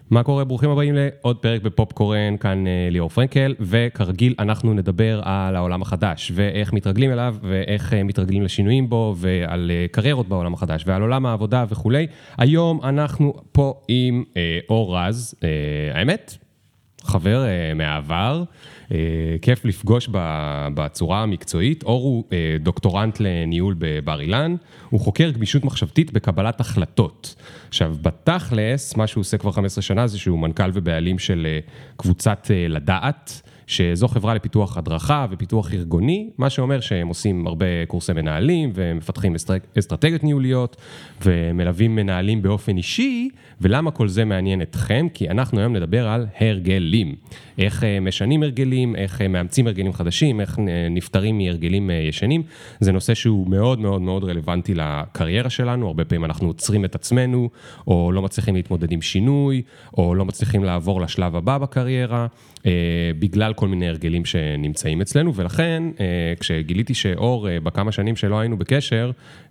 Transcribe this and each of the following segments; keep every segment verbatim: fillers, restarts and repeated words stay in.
מה קורה? ברוכים הבאים לעוד פרק בפופקורן, כאן ליאור פרנקל, וכרגיל אנחנו נדבר על העולם החדש, ואיך מתרגלים אליו, ואיך מתרגלים לשינויים בו, ועל קריירות בעולם החדש, ועל עולם העבודה וכולי. היום אנחנו פה עם אה, אור רז, אה, האמת, חבר אה, מהעבר, אה, כיף לפגוש בצורה המקצועית. אור הוא אה, דוקטורנט לניהול בבר אילן, הוא חוקר גמישות מחשבתית בקבלת החלטות. עכשיו, בתכלס, מה שהוא עושה כבר חמש עשרה שנה, זה שהוא מנכ"ל ובעלים של אה, קבוצת אה, לדעת, שזו חברה לפיתוח הדרכה ופיתוח ארגוני, מה שאומר שהם עושים הרבה קורסי מנהלים, ומפתחים אסטרטגיות ניהוליות, ומלווים מנהלים באופן אישי, ולמה כל זה מעניין אתכם? כי אנחנו היום נדבר על הרגלים. איך משנים הרגלים, איך מאמצים הרגלים חדשים, איך נפטרים מהרגלים ישנים. זה נושא שהוא מאוד מאוד מאוד רלוונטי לקריירה שלנו, הרבה פעמים אנחנו עוצרים את עצמנו, או לא מצליחים להתמודד עם שינוי, או לא מצליחים לעבור לשלב הבא בקריירה, בגלל כל מיני הרגלים שנמצאים אצלנו, ולכן כשגיליתי שאור בכמה שנים שלא היינו בקשר,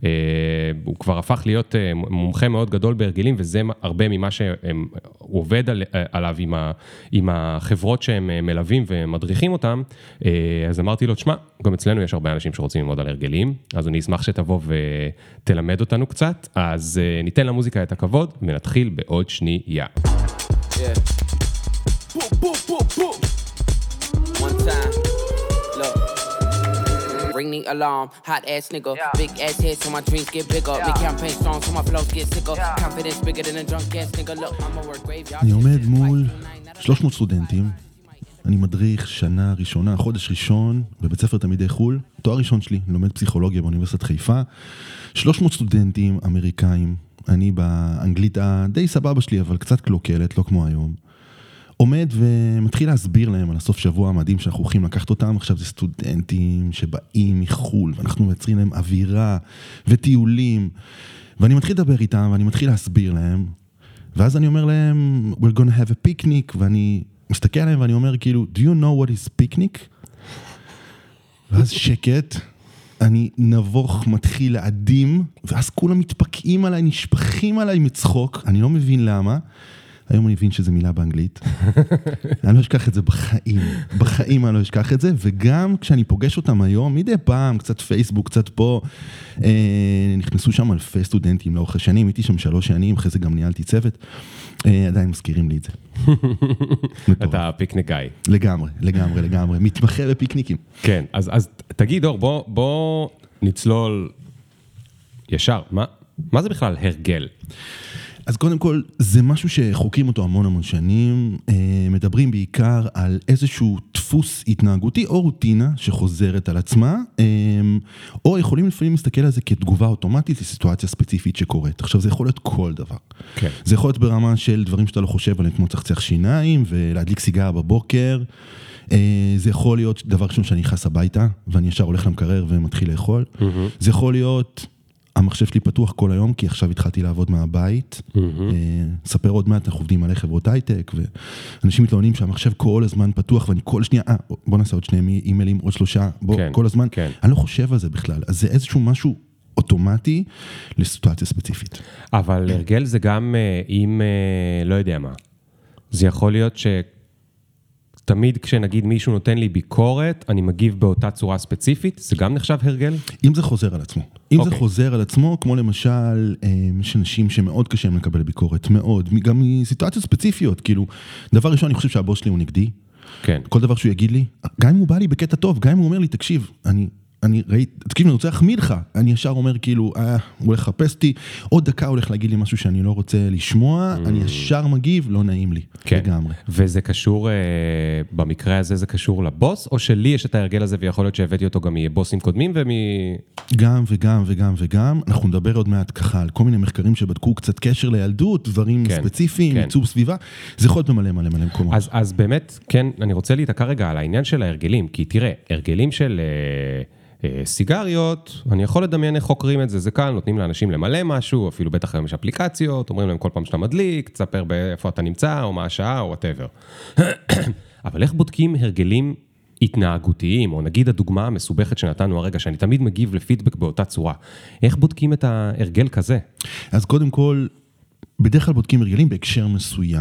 הוא כבר הפך להיות מומחה מאוד גדול בהרגלים, וזה הרבה ממה שהוא עובד עליו עם, ה, עם החברות שהם מלווים ומדריכים אותם, אז אמרתי לו, תשמע, גם אצלנו יש הרבה אנשים שרוצים ללמוד על הרגלים, אז אני אשמח שתבוא ותלמד אותנו קצת, אז ניתן למוזיקה את הכבוד, ונתחיל בעוד שנייה. Yeah. Boom, boom, boom, boom. One time, look. Ring the alarm, hot ass nigga. Yeah. Big ass head so my dreams get bigger. Yeah. Make campaign songs so my flows get sicker. Yeah. Confidence bigger than a drunk ass nigga. Look, I'ma work graveyard. אני עומד מול שלוש מאות סטודנטים. אני מדריך שנה ראשונה, חודש ראשון, בבית ספר תלמידי חול. תואר ראשון שלי, אני לומד פסיכולוגיה באוניברסיטת חיפה. שלוש מאות סטודנטים אמריקאים. אני באנגלית הדי סבבה שלי, אבל קצת קלוקלת, לא כמו היום. עומד ומתחיל להסביר להם על הסוף שבוע המדהים שאנחנו הולכים לקחת אותם. עכשיו זה סטודנטים שבאים מחול, ואנחנו מייצרים להם אווירה וטיולים, ואני מתחיל לדבר איתם, ואני מתחיל להסביר להם, ואז אני אומר להם, we're gonna have a picnic, ואני מסתכל עליהם ואני אומר כאילו, do you know what is picnic? ואז שקט, אני נבוך, מתחיל להדים, ואז כולם מתפקעים עליי, נשפכים עליי מצחוק, אני לא מבין למה, היום אני מבין שזה מילה באנגלית. אני לא אשכח את זה בחיים. בחיים אני לא אשכח את זה, וגם כשאני פוגש אותם היום, מדי פעם, קצת פייסבוק, קצת פה, אה, נכנסו שם אלפי סטודנטים לאורך השנים, הייתי שם שלוש שנים, אחרי זה גם ניהלתי צוות, אה, עדיין מזכירים לי את זה. אתה פיקניק גאי. לגמרי, לגמרי, לגמרי. מתמחה בפיקניקים. כן, אז, אז תגיד, אור, בוא, בוא נצלול ישר. מה, מה זה בכלל הרגל? אז קודם כל, זה משהו שחוקרים אותו המון המון שנים, מדברים בעיקר על איזשהו דפוס התנהגותי או רוטינה שחוזרת על עצמה, או יכולים לפעמים להסתכל על זה כתגובה אוטומטית לסיטואציה ספציפית שקורית. עכשיו, זה יכול להיות כל דבר. כן. זה יכול להיות ברמה של דברים שאתה לא חושב עליהם, כמו צחצח שיניים ולהדליק סיגר בבוקר. זה יכול להיות דבר ראשון שאני נכנס הביתה, ואני ישר הולך למקרר ומתחיל לאכול. Mm-hmm. זה יכול להיות... המחשב שלי פתוח כל היום, כי עכשיו התחלתי לעבוד מהבית. ספר עוד מעט, אנחנו עובדים עלי חברות הייטק, ואנשים מתלוננים שהמחשב כל הזמן פתוח, ואני כל שנייה, אה, בוא נעשה עוד שני אימיילים, עוד שלושה, בוא, כל הזמן. אני לא חושב על זה בכלל. אז זה איזשהו משהו אוטומטי לסיטואציה ספציפית. אבל הרגל זה גם, אם, לא יודע מה, זה יכול להיות ש... תמיד כשנגיד מישהו נותן לי ביקורת, אני מגיב באותה צורה ספציפית, זה גם נחשב הרגל? אם זה חוזר על עצמו. אם okay. זה חוזר על עצמו, כמו למשל, יש אנשים שמאוד קשה הם לקבל ביקורת, מאוד, גם מסיטואציות ספציפיות, כאילו, דבר ראשון, אני חושב שהבוס שלי הוא נגדי, כן. כל דבר שהוא יגיד לי, גם אם הוא בא לי בקטע טוב, גם אם הוא אומר לי, תקשיב, אני... אני ראיתי, תקשיב, אני רוצה להחמיא לך, אני ישר אומר כאילו, אה, הוא הולך לחפש אותי, עוד דקה הוא הולך להגיד לי משהו שאני לא רוצה לשמוע, אני ישר מגיב, לא נעים לי, לגמרי. וזה קשור, במקרה הזה זה קשור לבוס, או שלי יש את ההרגל הזה, ויכול להיות שהבאתי אותו גם מבוסים קודמים, ומ... גם וגם וגם וגם, אנחנו נדבר עוד מעט ככה על כל מיני מחקרים שבדקו קצת קשר לילדות, דברים ספציפיים, עיצוב סביבה, זה יכול להיות ממלא מלא מלא מקומות. אז, אז באמת, כן, אני רוצה להתעכר רגע על העניין של ההרגלים, כי תראה, הרגלים של... סיגריות, אני יכול לדמיין איך חוקרים את זה, זה קל, נותנים לאנשים למלא משהו, אפילו בטח היום יש אפליקציות, אומרים להם כל פעם שאתה מדליק, תספר באיפה אתה נמצא, או מה השעה, או whatever. אבל איך בודקים הרגלים התנהגותיים, או נגיד הדוגמה המסובכת שנתנו הרגע, שאני תמיד מגיב לפידבק באותה צורה, איך בודקים את ההרגל כזה? אז קודם כל, בדרך כלל בודקים הרגלים בהקשר מסוים.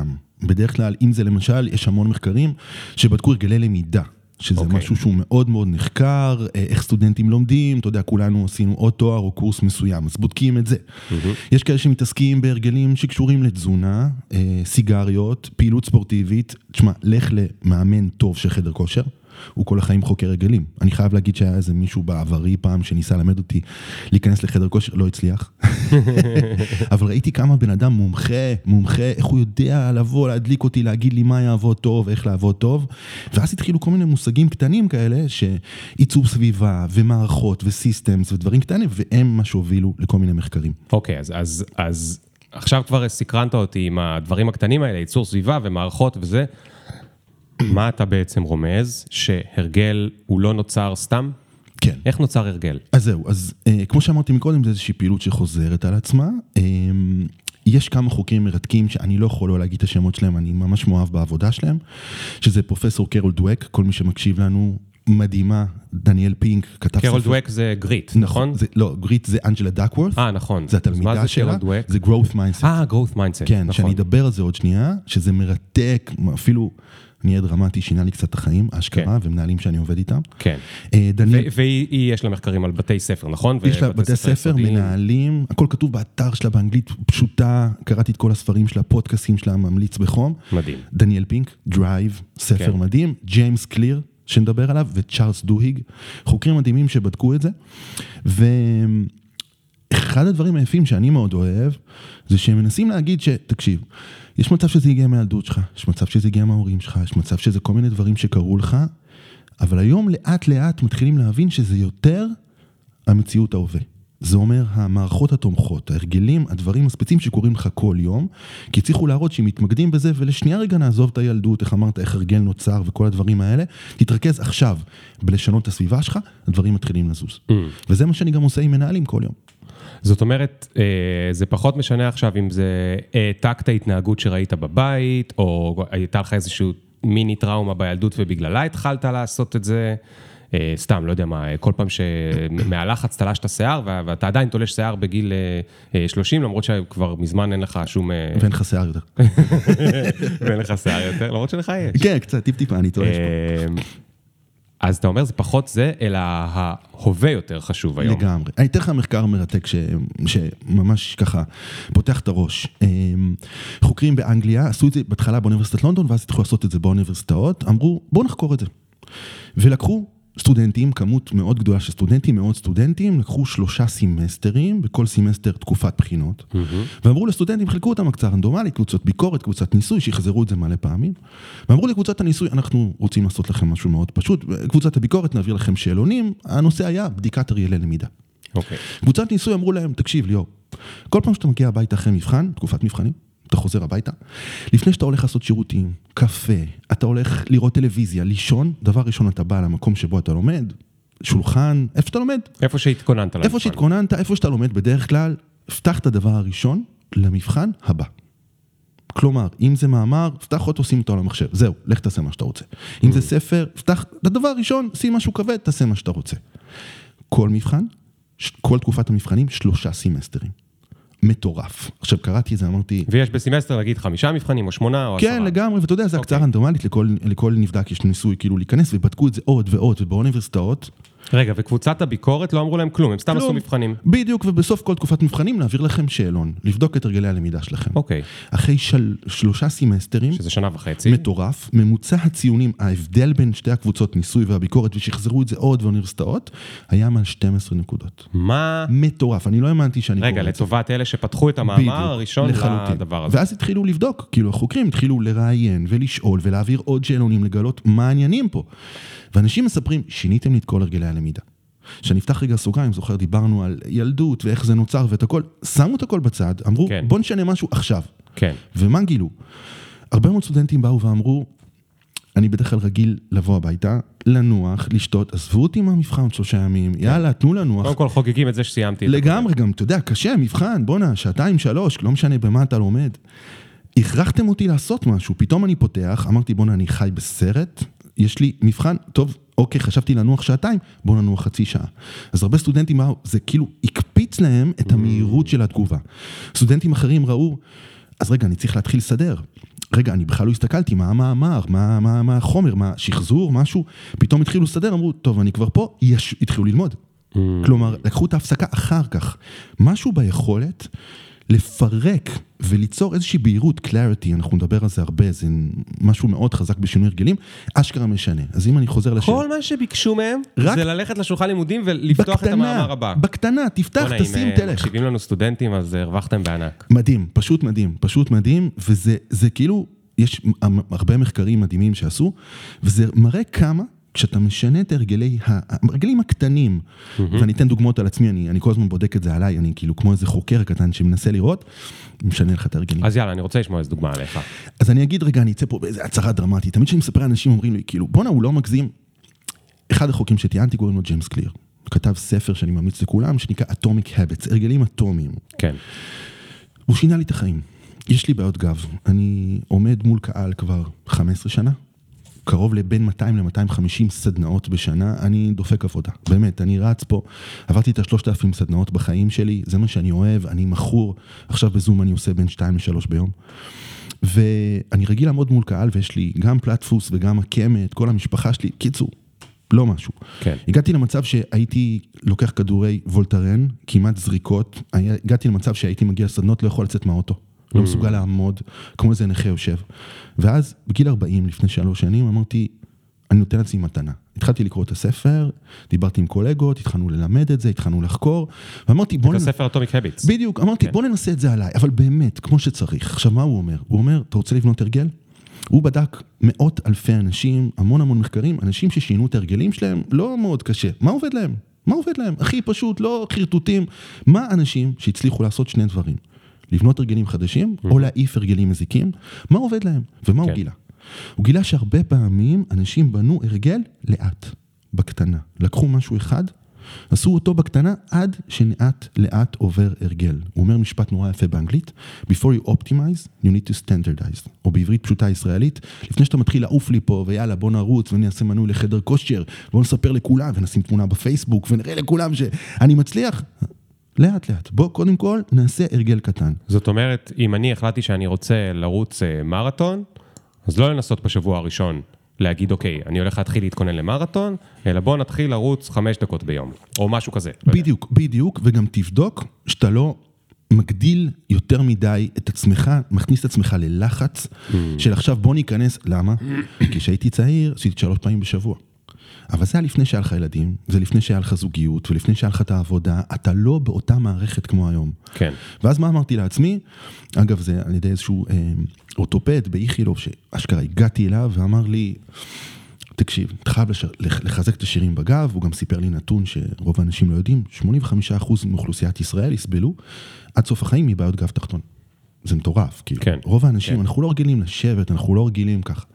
בדרך כלל, אם זה למשל, יש המון מחקרים שבדקו הרגלי למידה. שזה okay. משהו שהוא מאוד מאוד נחקר, איך סטודנטים לומדים, אתה יודע, כולנו עשינו עוד תואר או קורס מסוים, אז בודקים את זה. Mm-hmm. יש כאלה שמתעסקים בהרגלים שקשורים לתזונה, סיגריות, פעילות ספורטיבית, תשמע, לך למאמן טוב של חדר כושר, הוא כל החיים חוקר הרגלים. אני חייב להגיד שהיה איזה מישהו בעברי פעם שניסה למד אותי להיכנס לחדר כושר, לא הצליח. אבל ראיתי כמה בן אדם מומחה, מומחה, איך הוא יודע לבוא, להדליק אותי, להגיד לי מה יעבוד טוב, איך לעבוד טוב. ואז התחילו כל מיני מושגים קטנים כאלה, שעיצוב סביבה ומערכות וסיסטמס ודברים קטנים, והם מה שהובילו לכל מיני מחקרים. אוקיי, אז, אז, אז עכשיו כבר סקרנת אותי עם הדברים הקטנים האלה, ייצור סביבה ומערכות וזה. מה אתה בעצם רומז? שהרגל הוא לא נוצר סתם? כן. איך נוצר הרגל? אז זהו, אז אה, כמו שאמרתי מקודם, זה איזושהי פעילות שחוזרת על עצמה. אה, יש כמה חוקרים מרתקים שאני לא יכול לא להגיד את השמות שלהם, אני ממש מואב בעבודה שלהם, שזה פרופסור קרול דווק, כל מי שמקשיב לנו, מדהימה, דניאל פינק, כתב ספר. קרול דווק זה גריט, נכון? זה, לא, גריט זה אנג'לה דקוורת'. אה, נכון. זה התלמידה שלה. זה growth mindset. אה, growth mindset, כן, נכון. שאני אדבר על זה עוד שנייה, שזה מרתק, אפילו נהיה דרמטי, שינה לי קצת החיים, אשכרה, כן. ומנהלים שאני עובד איתם. כן. דניאל... והיא יש לה מחקרים על בתי ספר, נכון? יש לה בתי ספר, מנהלים, הכל כתוב באתר שלה באנגלית פשוטה, קראתי את כל הספרים שלה, פודקאסים שלה, ממליץ בחום. מדהים. דניאל פינק, דרייב, ספר כן. מדהים, ג'יימס קליר, שנדבר עליו, וצ'ארלס דוהיג, חוקרים מדהימים שבדקו את זה, ואחד הדברים היפים שאני מאוד אוהב, זה שהם מנסים להגיד שתקשיב, יש מצב שזה הגיע מהילדות שלך, יש מצב שזה הגיע מההורים שלך, יש מצב שזה כל מיני דברים שקרו לך, אבל היום לאט לאט מתחילים להבין שזה יותר המציאות ההווה. זה אומר המערכות התומכות, ההרגלים, הדברים הספציפיים שקורים לך כל יום, כי צריכו להראות שהם מתמקדים בזה, ולשנייה רגע נעזוב את הילדות, איך אמרת, איך הרגל נוצר וכל הדברים האלה, תתרכז עכשיו בלשנות את הסביבה שלך, הדברים מתחילים לזוז. Mm. וזה מה שאני גם עושה עם מנהלים כל יום. זאת אומרת, זה פחות משנה עכשיו אם זה העתקת ההתנהגות שראית בבית, או הייתה לך איזושהי מיני טראומה בילדות ובגללה התחלת לעשות את זה, סתם, לא יודע מה, כל פעם שמהלחץ תלש את השיער, ואתה עדיין תולש שיער בגיל שלושים, למרות שכבר מזמן אין לך שום... ואין לך שיער יותר. ואין לך שיער יותר, למרות שלך יש. כן, קצת, טיפ-טיפה, אני תולש פה. אז אתה אומר, זה פחות זה, אלא ההווה יותר חשוב היום. לגמרי. אני אתן לך מחקר מרתק ש... שממש ככה פותח את הראש. חוקרים באנגליה, עשו את זה בהתחלה באוניברסיטת לונדון, ואז התחילו לעשות את זה באוניברסיטאות, אמרו, בואו נחקור את זה. ולקחו סטודנטים, כמות מאוד גדולה של סטודנטים, מאוד סטודנטים, לקחו שלושה סמסטרים, בכל סמסטר תקופת בחינות, mm-hmm. ואמרו לסטודנטים, חלקו אותם הקצה רנדומלית, קבוצות ביקורת, קבוצת ניסוי, שיחזרו את זה מלא פעמים, ואמרו לקבוצת הניסוי, אנחנו רוצים לעשות לכם משהו מאוד פשוט, קבוצת הביקורת נעביר לכם שאלונים, הנושא היה בדיקת הרגלי למידה. אוקיי. קבוצת ניסוי אמרו להם, תקשיב ליאור, כל פעם שאתה מגיע הביתה אחרי מבחן, תקופת מבחנים, אתה חוזר הביתה, לפני שאתה הולך לעשות שירותים, קפה, אתה הולך לראות טלוויזיה, לישון, דבר ראשון אתה בא למקום שבו אתה לומד, שולחן, איפה שאתה לומד? איפה שהתכוננת. איפה שהתכוננת, איפה שאתה לומד בדרך כלל, פתח את הדבר הראשון למבחן הבא. כלומר, אם זה מאמר, פתח אותו, שים אותו על המחשב, זהו, לך תעשה מה שאתה רוצה. אם זה ספר, פתח את הדבר הראשון, שים משהו כבד, תעשה מה שאתה רוצה. כל מבחן, כל תקופת המבחנים, שלושה סמסטרים. מטורף. עכשיו קראתי את זה, אמרתי... ויש בסמסטר, נגיד, חמישה מבחנים, או שמונה, או עשרה. כן, לגמרי, ואתה יודע, זה הקצרה רנדומלית, לכל נבדק יש ניסוי, כאילו להיכנס, ובדקו את זה עוד ועוד, ובאוניברסיטאות... רגע, וקבוצת הביקורת לא אמרו להם כלום, הם סתם עשו מבחנים. בדיוק, ובסוף כל תקופת מבחנים נעביר לכם שאלון, לבדוק את הרגלי הלמידה שלכם. אוקיי. אחרי של, שלושה סמסטרים, שזה שנה וחצי. מטורף, ממוצע הציונים, ההבדל בין שתי הקבוצות ניסוי והביקורת, ושחזרו את זה עוד באוניברסיטאות, היה מעל שתים עשרה נקודות. מה? מטורף, אני לא האמנתי שאני רגע, לטובת אלה שפתחו את המאמר הראשון לדבר הזה. ואז התחילו לבדוק, כאילו החוקרים התחילו לראיין ולשאול ולהעביר עוד שאלונים, לגלות מה העניינים פה. ואנשים מספרים, שיניתם לי את כל הרגלי הלמידה. כשנפתח רגע סוגריים, זוכר, דיברנו על ילדות ואיך זה נוצר ואת הכל, שמו את הכל בצד, אמרו, כן. בוא נשנה משהו עכשיו. כן. ומה גילו? הרבה מאוד סטודנטים באו ואמרו, אני בדרך כלל רגיל לבוא הביתה, לנוח, לשתות, עזבו אותי מהמבחן שלושה ימים, כן. יאללה, תנו לנוח. קודם כל חוגגים את זה שסיימתי. לגמרי, גם, אתה יודע, קשה, מבחן, בונה, שעתיים, שלוש, לא משנה במה אתה לומד. הכרחתם אותי לעשות משהו, פתאום אני פותח, אמרתי, בונה, אני חי בסרט, יש לי מבחן, טוב, אוקיי, חשבתי לנוח שעתיים, בואו ננוח חצי שעה. אז הרבה סטודנטים ראו, זה כאילו הקפיץ להם את המהירות של התגובה. סטודנטים אחרים ראו, אז רגע, אני צריך להתחיל לסדר. רגע, אני בכלל לא הסתכלתי, מה המאמר, מה, מה, מה החומר, מה שחזור, משהו, פתאום התחילו לסדר, אמרו, טוב, אני כבר פה, יש, התחילו ללמוד. Mm. כלומר, לקחו את ההפסקה אחר כך. משהו ביכולת לפרק וליצור איזושהי בהירות, clarity, אנחנו נדבר על זה הרבה, זה משהו מאוד חזק בשינוי הרגלים, אשכרה משנה. אז אם אני חוזר לשאלה... כל מה שביקשו מהם, רק... זה ללכת לשולחן לימודים ולפתוח בקטנה, את המאמר הבא. בקטנה, תפתח, תשים, תלך. מקשיבים לנו סטודנטים, אז הרווחתם בענק. מדהים, פשוט מדהים, פשוט מדהים, וזה זה כאילו, יש הרבה מחקרים מדהימים שעשו, וזה מראה כמה, כשאתה משנה את הרגלי, הרגלים הקטנים, mm-hmm. ואני אתן דוגמאות על עצמי, אני, אני כל הזמן בודק את זה עליי, אני כאילו כמו איזה חוקר קטן שמנסה לראות, משנה לך את הרגלים. אז יאללה, אני רוצה לשמוע איזו דוגמה עליך. אז אני אגיד, רגע, אני אצא פה באיזו הצהרה דרמטית, תמיד שאני מספר לאנשים אומרים לי, כאילו, בונה, הוא לא מגזים. אחד החוקים שטיינתי קוראים לו ג'יימס קליר. הוא כתב ספר שאני ממליץ לכולם, שנקרא Atomic Habits, הרגלים אטומיים. כן. הוא שינה לי את החיים. יש לי בעיות גב. אני עומד מול קהל כבר חמש עשרה שנה. קרוב לבין מאתיים ל-מאתיים וחמישים סדנאות בשנה, אני דופק עבודה. באמת, אני רץ פה, עברתי את ה-שלושת אלפים סדנאות בחיים שלי, זה מה שאני אוהב, אני מכור, עכשיו בזום אני עושה בין שתיים לשלוש ביום. ואני רגיל לעמוד מול קהל, ויש לי גם פלטפוס וגם הקמת, כל המשפחה שלי, קיצור, לא משהו. כן. הגעתי למצב שהייתי לוקח כדורי וולטרן, כמעט זריקות, הגעתי למצב שהייתי מגיע לסדנות, לא יכול לצאת מהאוטו. לא מסוגל לעמוד, כמו איזה נכה יושב. ואז, בגיל ארבעים, לפני שלוש שנים, אמרתי, אני נותן לעצמי מתנה. התחלתי לקרוא את הספר, דיברתי עם קולגות, התחלנו ללמד את זה, התחלנו לחקור, ואמרתי, בוא... את הספר Atomic Habits. בדיוק, אמרתי, בוא ננסה את זה עליי, אבל באמת, כמו שצריך. עכשיו, מה הוא אומר? הוא אומר, אתה רוצה לבנות הרגל? הוא בדק מאות אלפי אנשים, המון המון מחקרים, אנשים ששינו את הרגלים שלהם, לא מאוד קשה. מה עובד להם? מה עובד להם? הכי פשוט, לא חרטוטים. מה אנשים שהצליחו לעשות שני דברים? לבנות הרגלים חדשים, או להעיף הרגלים מזיקים, מה עובד להם? ומה הוא גילה? הוא גילה שהרבה פעמים אנשים בנו הרגל לאט, בקטנה. לקחו משהו אחד, עשו אותו בקטנה, עד שנאט לאט עובר הרגל. הוא אומר משפט נורא יפה באנגלית, Before you optimize, you need to standardize. או בעברית פשוטה ישראלית, לפני שאתה מתחיל לעוף לי פה, ויאללה בוא נרוץ, ונעשה מנוי לחדר כושר, בוא נספר לכולם, ונשים תמונה בפייסבוק, ונראה לכולם שאני מצליח. לאט לאט. בוא קודם כל נעשה הרגל קטן. זאת אומרת, אם אני החלטתי שאני רוצה לרוץ מרתון, אז לא לנסות בשבוע הראשון להגיד, אוקיי, אני הולך להתחיל להתכונן למרתון, אלא בוא נתחיל לרוץ חמש דקות ביום, או משהו כזה. בדיוק, בדיוק, וגם תבדוק שאתה לא מגדיל יותר מדי את עצמך, מכניס את עצמך ללחץ, של עכשיו בוא ניכנס, למה? כי כשהייתי צעיר, עשיתי שלוש פעמים בשבוע. אבל זה היה לפני שהיה לך ילדים, זה לפני שהיה לך זוגיות, ולפני שהיה לך את העבודה, אתה לא באותה מערכת כמו היום. כן. ואז מה אמרתי לעצמי? אגב, זה על ידי איזשהו אה, אוטופד באיכילוב, שאשכרה הגעתי אליו ואמר לי, תקשיב, אתה חייב לש... לחזק את השירים בגב, הוא גם סיפר לי נתון שרוב האנשים לא יודעים, שמונים וחמישה אחוז מאוכלוסיית ישראל יסבלו, עד סוף החיים מבעיות גב תחתון. זה מטורף, כאילו. כן. רוב האנשים, כן. אנחנו לא רגילים לשבת, אנחנו לא רגילים ככה.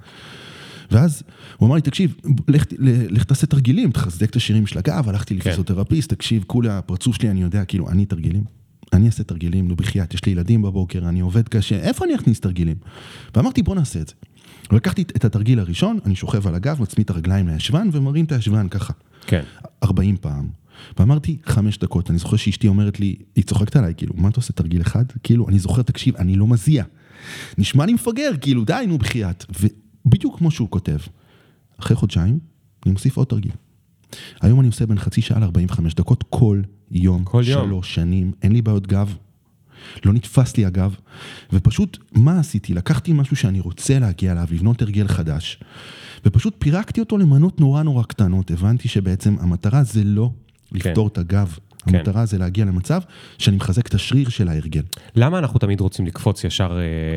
ואז הוא אמר לי, תקשיב, לך, לך תעשה תרגילים, תחזק את השירים של הגב, הלכתי לפיזיותרפיסט, תקשיב, כולי הפרצוף שלי, אני יודע, כאילו, אני תרגילים, אני אעשה תרגילים, נו בחייאת, יש לי ילדים בבוקר, אני עובד קשה, איפה אני אכניס תרגילים? ואמרתי, בוא נעשה את זה. ולקחתי את התרגיל הראשון, אני שוכב על הגב, מצמיד את הרגליים לישבן, ומרים את הישבן ככה. כן. ארבעים פעם. ואמרתי, חמש דקות, אני זוכר שאשתי אומרת לי, היא צוחקת עליי, כאילו, מה אתה עושה תרגיל אחד? כאילו, אני זוכר, תקשיב, אני לא מזיע. נשמע לי מפגר, כאילו, די, נו בחייאת. ובדיוק כמו שהוא כותב, אחרי חודשיים, אני מוסיף עוד תרגיל. היום אני עושה בין חצי שעה ל-ארבעים וחמש דקות, כל יום, כל יום. שלוש שנים, אין לי בעיות גב, לא נתפס לי הגב, ופשוט, מה עשיתי? לקחתי משהו שאני רוצה להגיע אליו, לבנות הרגל חדש, ופשוט פירקתי אותו למנות נורא נורא קטנות, הבנתי שבעצם המטרה זה לא לפתור את הגב, המטרה זה להגיע למצב שאני מחזק את השריר של ההרגל. למה אנחנו תמיד רוצים לקפוץ ישר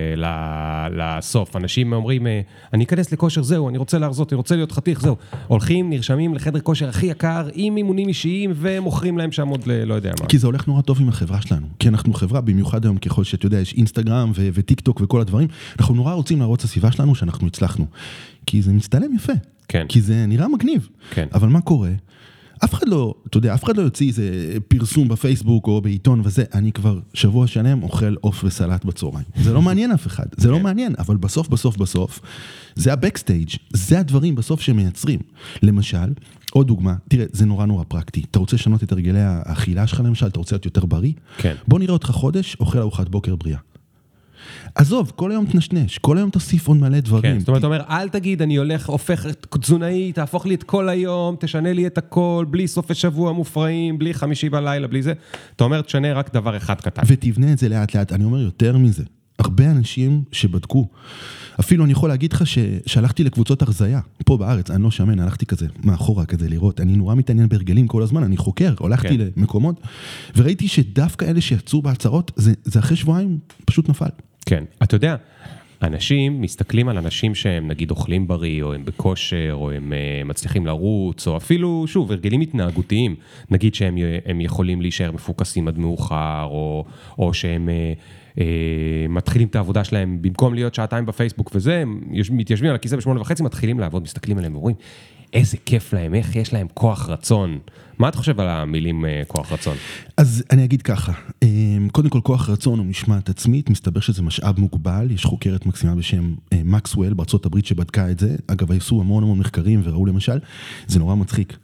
לסוף? אנשים אומרים, אני אכנס לכושר, זהו, אני רוצה להרזות, אני רוצה להיות חתיך, זהו. הולכים, נרשמים לחדר כושר הכי יקר, עם אימונים אישיים, ומוכרים להם שם עוד לא יודע מה. כי זה הולך נורא טוב עם החברה שלנו. כי אנחנו חברה, במיוחד היום ככל שאתה יודע, יש אינסטגרם וטיק טוק וכל הדברים, אנחנו נורא רוצים להראות את הסביבה שלנו שאנחנו הצלחנו. כי זה מצטלם יפה. כן. כי זה נראה מגניב. כן. אבל מה קורה? אף אחד לא, אתה יודע, אף אחד לא יוציא איזה פרסום בפייסבוק או בעיתון וזה, אני כבר שבוע שלם אוכל עוף וסלט בצהריים. זה לא מעניין אף אחד, זה לא מעניין, אבל בסוף, בסוף, בסוף, זה הבקסטייג', זה הדברים בסוף שמייצרים. למשל, עוד דוגמה, תראה, זה נורא נורא פרקטי. אתה רוצה לשנות את הרגלי האכילה שלך למשל, אתה רוצה להיות יותר בריא? כן. בוא נראה אותך חודש, אוכל ארוחת בוקר בריאה. עזוב, כל היום תנשנש, כל היום תוסיף עוד מלא דברים. כן, זאת אומרת, אתה אומר, אל תגיד, אני הולך, הופך תזונאי, תהפוך לי את כל היום, תשנה לי את הכל, בלי סופי שבוע מופרעים, בלי חמישי בלילה, בלי זה. אתה אומר, תשנה רק דבר אחד קטן. ותבנה את זה לאט לאט. אני אומר יותר מזה. הרבה אנשים שבדקו, אפילו אני יכול להגיד לך ששלחתי לקבוצות הרזיה, פה בארץ, אני לא שמן, הלכתי כזה מאחורה כזה לראות, אני נורא מתעניין בהרגלים כל הזמן, אני חוקר, הולכתי כן. למקומות, וראיתי שדווקא אלה שיצאו בהצהרות, זה, זה אחרי שבועיים פשוט נפל. כן, אתה יודע, אנשים מסתכלים על אנשים שהם נגיד אוכלים בריא, או הם בכושר, או הם uh, מצליחים לרוץ, או אפילו, שוב, הרגלים התנהגותיים, נגיד שהם הם יכולים להישאר מפוקסים עד מאוחר, או, או שהם... Uh, מתחילים את העבודה שלהם, במקום להיות שעתיים בפייסבוק וזה, הם מתיישבים על הכיסא בשמונה וחצי, מתחילים לעבוד, מסתכלים עליהם ואומרים, איזה כיף להם, איך יש להם כוח רצון. מה אתה חושב על המילים כוח רצון? אז אני אגיד ככה, קודם כל כוח רצון הוא משמעת עצמית, מסתבר שזה משאב מוגבל, יש חוקרת מקסימה בשם מקסוול בארצות הברית שבדקה את זה, אגב, עשו המון המון מחקרים וראו למשל, זה נורא מצחיק,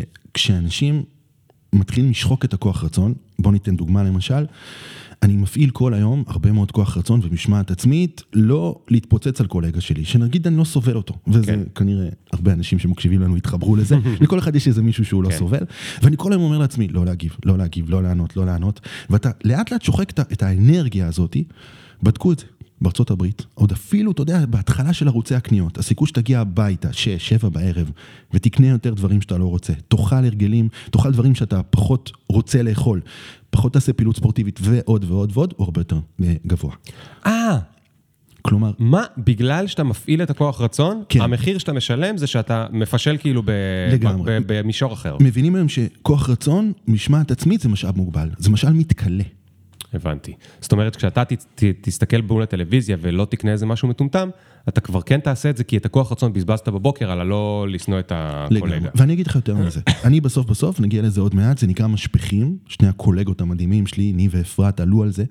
שכשאנשים מתחילים לשחוק את הכוח רצון, בוא ניתן דוגמה למשל, אני מפעיל כל היום הרבה מאוד כוח רצון ומשמעת עצמית, לא להתפוצץ על קולגה שלי, שנגיד אני לא סובל אותו, וזה כן. כנראה הרבה אנשים שמקשיבים לנו התחברו לזה, לכל אחד יש איזה מישהו שהוא כן. לא סובל, ואני כל היום אומר לעצמי, לא להגיב, לא להגיב, לא לענות, לא לענות, ואתה לאט לאט שוחק את האנרגיה הזאת, בדקו את זה. בארצות הברית, עוד אפילו, אתה יודע, בהתחלה של ערוצי הקניות, הסיכוי שתגיע הביתה, שש, שבע בערב, ותקנה יותר דברים שאתה לא רוצה, תאכל הרגלים, תאכל דברים שאתה פחות רוצה לאכול, פחות תעשה פעילות ספורטיבית, ועוד ועוד ועוד, הוא הרבה יותר גבוה. אה, כלומר... מה, בגלל שאתה מפעיל את הכוח רצון, כן. המחיר שאתה משלם זה שאתה מפשל כאילו ב... לגמרי. ב... במישור אחר. מבינים היום שכוח רצון, משמעת עצמית, זה משאב מוגבל, זה משאב מתקלה. הבנתי. זאת אומרת, כשאתה ת, ת, תסתכל מול הטלוויזיה ולא תקנה איזה משהו מטומטם, אתה כבר כן תעשה את זה, כי את הכוח רצון בזבזת בבוקר, על לא לשנוא את הקולגה. לגמרי. ואני אגיד לך יותר מזה. אני בסוף בסוף, נגיע לזה עוד מעט, זה נקרא משפחים, שני הקולגות המדהימים שלי, ני ואפרת, עלו על זה.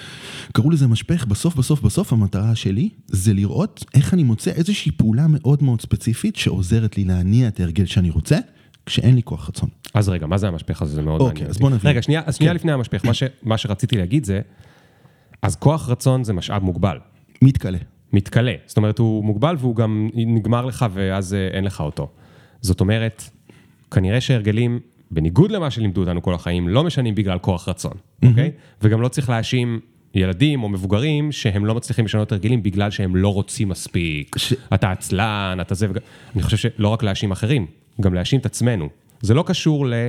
קראו לזה משפח, בסוף בסוף בסוף, המטרה שלי, זה לראות איך אני מוצא איזושהי פעולה מאוד מאוד ספציפית, שעוזרת לי להניע את ההרגל שאני רוצה, כשאין לי כוח רצון. אז רגע, מה זה המשפך הזה? זה מאוד אוקיי, מעניין. אז בוא נבין. רגע, שנייה, אז שנייה לפני המשפך, מה ש, מה שרציתי להגיד זה, אז כוח רצון זה משאב מוגבל. מתקלה. מתקלה. זאת אומרת, הוא מוגבל והוא גם נגמר לך ואז אין לך אותו. זאת אומרת, כנראה שהרגלים, בניגוד למה שלימדו אותנו כל החיים, לא משנים בגלל כוח רצון, אוקיי? וגם לא צריך להאשים ילדים או מבוגרים שהם לא מצליחים לשנות הרגלים בגלל שהם לא רוצים מספיק. אתה עצלן, אתה זה וגם... אני חושב שלא רק להאשים אחרים, גם להאשים את עצמנו. זה לא קשור ל...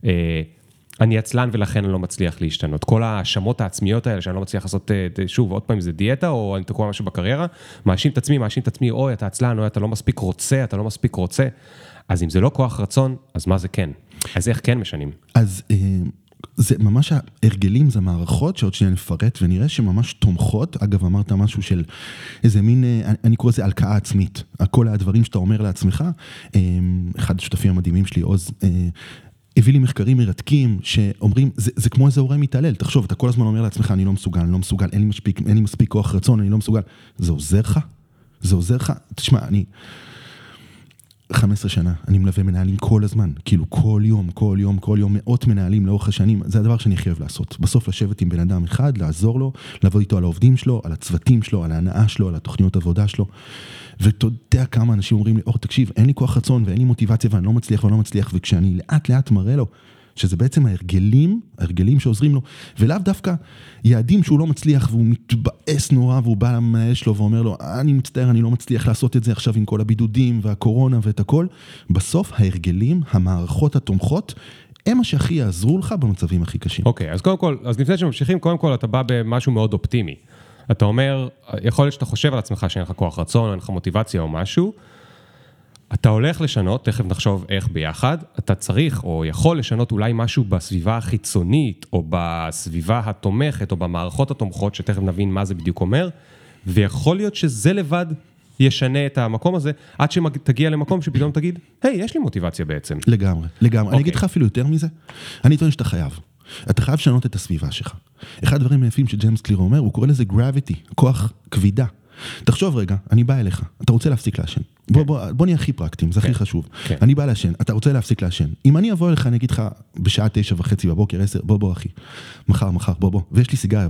אני עצלן ולכן אני לא מצליח להשתנות. כל ההאשמות העצמיות האלה שאני לא מצליח לעשות, שוב, עוד פעם זה דיאטה או אני תקוע משהו בקריירה, מאשים את עצמי, מאשים את עצמי, אוי, אתה עצלן, אוי, אתה לא מספיק רוצה, אתה לא מספיק רוצה. אז אם זה לא כוח רצון, אז מה זה כן? אז איך כן משנים? אז זה ממש, ההרגלים זה מערכות שעוד שניה נפרט ונראה שממש תומכות. אגב, אמרת משהו של איזה מין, אני קורא לזה הלקאה עצמית. כל הדברים שאתה אומר לעצמך, אחד השותפים המדהימים שלי, עוז, הביא לי מחקרים מרתקים שאומרים, זה, זה כמו איזה הורה מתעלל, תחשוב, אתה כל הזמן אומר לעצמך, אני לא מסוגל, אני לא מסוגל, אין לי מספיק, אין לי מספיק כוח רצון, אני לא מסוגל. זה עוזר לך? זה עוזר לך? תשמע, אני חמש עשרה שנה, אני מלווה מנהלים כל הזמן, כאילו כל יום, כל יום, כל יום, מאות מנהלים לאורך השנים, זה הדבר שאני חייב לעשות. בסוף לשבת עם בן אדם אחד, לעזור לו, לעבוד איתו על העובדים שלו, על הצוותים שלו, על ההנאה שלו, על התוכניות עבודה שלו. ואתה יודע כמה אנשים אומרים לי, אור, תקשיב, אין לי כוח רצון ואין לי מוטיבציה ואני לא מצליח ואני לא מצליח, וכשאני לאט לאט מראה לו, שזה בעצם ההרגלים, ההרגלים שעוזרים לו, ולאו דווקא יעדים שהוא לא מצליח והוא מתבאס נורא והוא בא למנהל שלו ואומר לו, אני מצטער, אני לא מצליח לעשות את זה עכשיו עם כל הבידודים והקורונה ואת הכל. בסוף ההרגלים, המערכות התומכות, הם מה שהכי יעזרו לך במצבים הכי קשים. אוקיי, אז קודם כל, אז לפני שממשיכים, קודם כל אתה בא במשהו מאוד אופטימי. אתה אומר, יכול להיות שאתה חושב על עצמך שאין לך כוח רצון, אין לך מוטיבציה או משהו, אתה הולך לשנות, תכף נחשוב איך ביחד, אתה צריך או יכול לשנות אולי משהו בסביבה החיצונית, או בסביבה התומכת, או במערכות התומכות, שתכף נבין מה זה בדיוק אומר, ויכול להיות שזה לבד ישנה את המקום הזה, עד שתגיע למקום שפתאום תגיד, היי, יש לי מוטיבציה בעצם. לגמרי, לגמרי. אני אגיד לך אפילו יותר מזה, אני טוען שאתה חייב. אתה חייב לשנות את הסביבה שלך. אחד הדברים היפים שג'יימס קליר אומר, הוא קורא לזה gravity, כוח כבידה. תחשוב רגע, אני בא אליך, אתה רוצה להפסיק לעשן. בוא, בוא, בוא נהיה הכי פרקטיים, זה הכי חשוב. אני בא לעשן, אתה רוצה להפסיק לעשן. אם אני אבוא אליך, אני אגיד לך, בשעה תשע וחצי בבוקר, עשר, בוא בוא אחי, מחר, מחר, בוא בוא, ויש לי סיגריה פה.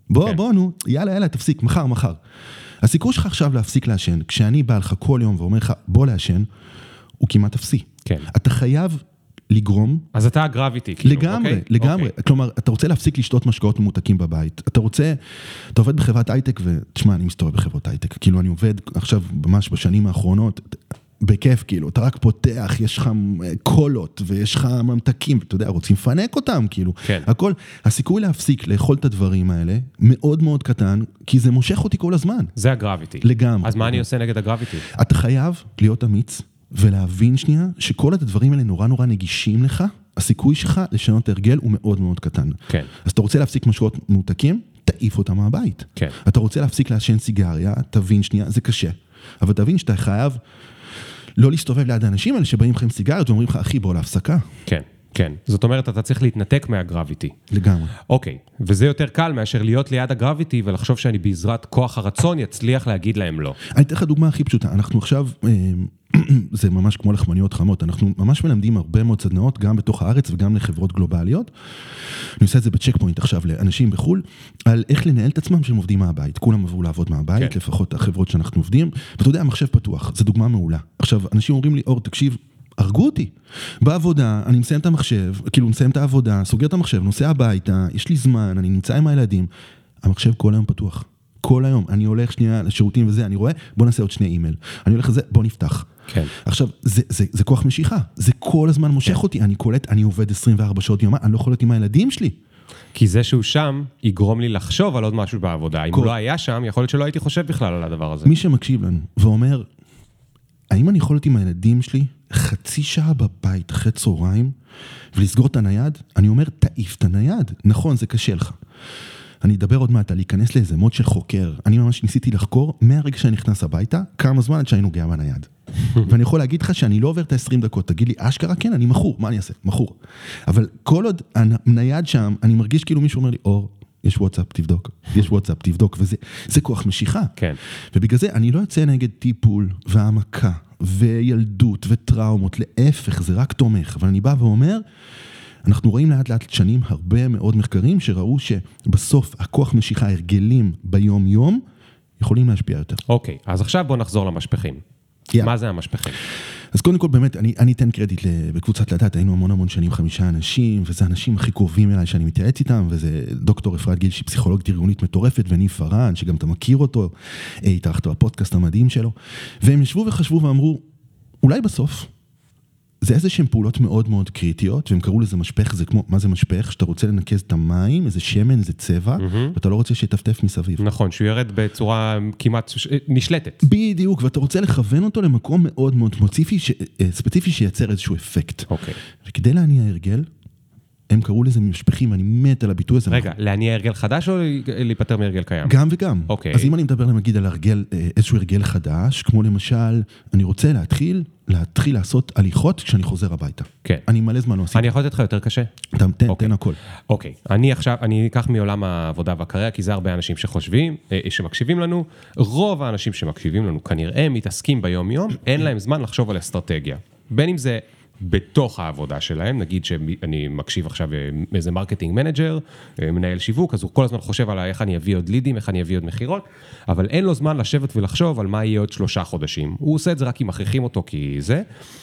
בוא, בוא, נו, יאללה, יאללה, תפסיק, מחר, מחר. הסיכוי שלך עכשיו להפסיק לעשן, כשאני בא לך כל יום ואומר לך, בוא לעשן, הוא כמעט אפסי. כן. אתה חייב לגרום... אז אתה הגרביטי, כאילו, לגמרי, אוקיי? לגמרי. אוקיי. כלומר, אתה רוצה להפסיק לשתות משקאות ממותקים בבית. אתה רוצה, אתה עובד בחברת הייטק, ותשמע, אני מסתובב בחברת הייטק. כאילו, אני עובד עכשיו, ממש בשנים האחרונות, בכיף, כאילו, אתה רק פותח, יש לך קולות, ויש לך ממתקים, ואתה יודע, רוצים לפנק אותם, כאילו. כן. הכל, הסיכוי להפסיק לאכול את הדברים האלה, מאוד מאוד קטן, כי זה מושך אותי כל הזמן. זה הגרביטי. לגמרי. אז מה אני עושה נגד הגרביטי? אתה חייב להיות אמיץ, ולהבין שנייה, שכל הדברים האלה נורא נורא נגישים לך, הסיכוי שלך לשנות הרגל הוא מאוד מאוד קטן. כן. אז אתה רוצה להפסיק משקאות ממותקים, תעיף אותם מהבית. כן. אתה רוצה להפסיק לעשן סיגריה, תבין שנייה, זה קשה. אבל תבין שאתה חייב לא להסתובב ליד האנשים האלה שבאים לכם סיגריות ואומרים לך, אחי, בוא להפסקה. כן, כן. זאת אומרת, אתה צריך להתנתק מהגרביטי. לגמרי. אוקיי, וזה יותר קל מאשר להיות ליד הגרביטי ולחשוב שאני בעזרת כוח הרצון יצליח להגיד להם לא. אני אתן לך דוגמה הכי פשוטה. אנחנו עכשיו, זה ממש כמו לחמניות חמות, אנחנו ממש מלמדים הרבה מאוד סדנאות, גם בתוך הארץ וגם לחברות גלובליות. אני עושה את זה בצ'ק פוינט עכשיו לאנשים בחול, על איך לנהל את עצמם שהם עובדים מהבית. כולם עברו לעבוד מהבית, כן. לפחות החברות שאנחנו עובדים. ואתה יודע, המחשב פתוח, זו דוגמה מעולה. עכשיו, אנשים אומרים לי, אור, תקשיב, הרגו אותי. בעבודה, אני מסיים את המחשב, כאילו מסיים את העבודה, סוגר את המחשב, נוסע הביתה, יש לי זמן, אני נמצא עם הילדים. המחשב כל היום פתוח. כל היום. אני הולך שנייה לשירותים וזה, אני רואה, בוא נעשה עוד שני אימייל. אני הולך לזה, בוא נפתח. כן. עכשיו, זה, זה, זה כוח משיכה. זה כל הזמן מושך כן. אותי. אני קולט, אני עובד עשרים וארבע שעות יומה, אני לא יכול להיות עם הילדים שלי. כי זה שהוא שם, יגרום לי לחשוב על עוד משהו בעבודה. אם כל... הוא לא היה שם, יכול להיות שלא הייתי חושב בכלל על הדבר הזה. מי שמקשיב לנו ואומר, האם אני יכול להיות עם הילדים שלי חצי שעה בבית אחרי צהריים ולסגור את הנייד? אני אומר, תעיף את הנייד. נכון, זה קשה לך. אני אדבר עוד מעט על להיכנס לאיזה מוד של חוקר. אני ממש ניסיתי לחקור מהרגע שאני נכנס הביתה, כמה זמן עד שאני נוגע בנייד. ואני יכול להגיד לך שאני לא עובר את ה-עשרים דקות. תגיד לי, אשכרה כן, אני מחור. מה אני אעשה? מחור. אבל כל עוד הנייד שם, אני מרגיש כאילו מישהו אומר לי, אור, יש וואטסאפ, תבדוק. יש וואטסאפ, תבדוק. וזה זה כוח משיכה. כן. ובגלל זה אני לא יוצא נגד טיפול והעמקה וילדות וטראומות. להפך, זה רק תומך. אבל אני בא ואומר, אנחנו רואים לאט לאט שנים הרבה מאוד מחקרים שראו שבסוף הכוח משיכה, הרגלים ביום יום, יכולים להשפיע יותר. אוקיי, אז עכשיו בוא נחזור למשפחים. Yeah. מה זה המשפחים? אז קודם כל באמת, אני, אני אתן קרדיט בקבוצת לדעת, היינו המון המון שנים חמישה אנשים, וזה האנשים הכי קרובים אליי שאני מתייעץ איתם, וזה דוקטור אפרת גיל, שהיא פסיכולוגית ארגונית מטורפת, וניב פרן, שגם אתה מכיר אותו, התארחת בפודקאסט המדהים שלו, והם ישבו וחשבו ואמרו, אולי בסוף, זה איזה שהן פעולות מאוד מאוד קריטיות, והם קראו לזה משפך, זה כמו, מה זה משפך? שאתה רוצה לנקז את המים, איזה שמן, איזה צבע, ואתה לא רוצה שיטפטף מסביב. נכון, שהוא ירד בצורה כמעט נשלטת. בדיוק, ואתה רוצה לכוון אותו למקום מאוד מאוד ספציפי, ספציפי שייצר איזשהו אפקט. אוקיי. וכדי להניע הרגל, הם קראו לזה משפחים, אני מת על הביטוי הזה. רגע, להניע הרגל חדש או להיפטר מהרגל קיים? גם וגם. אוקיי. אז אם אני מדבר נגיד על הרגל, איזשהו הרגל חדש, כמו למשל, אני רוצה להתחיל, להתחיל לעשות הליכות כשאני חוזר הביתה. כן. אני מלא זמן לא עשיתי. אני יכול לתת לך יותר קשה? תן, תן, תן הכל. אוקיי. אני עכשיו, אני אקח מעולם העבודה והקריירה, כי זה הרבה אנשים שחושבים, שמקשיבים לנו. רוב האנשים שמקשיבים לנו כנראה מתעסקים ביום יום, אין להם זמן לחשוב על אסטרטגיה. בין אם זה בתוך העבודה שלהם, נגיד שאני מקשיב עכשיו איזה מרקטינג מנג'ר, מנהל שיווק, אז הוא כל הזמן חושב על איך אני אביא עוד לידים, איך אני אביא עוד מחירות, אבל אין לו זמן לשבת ולחשוב על מה יהיה עוד שלושה חודשים. הוא עושה את זה רק אם מכריחים אותו, כי זה,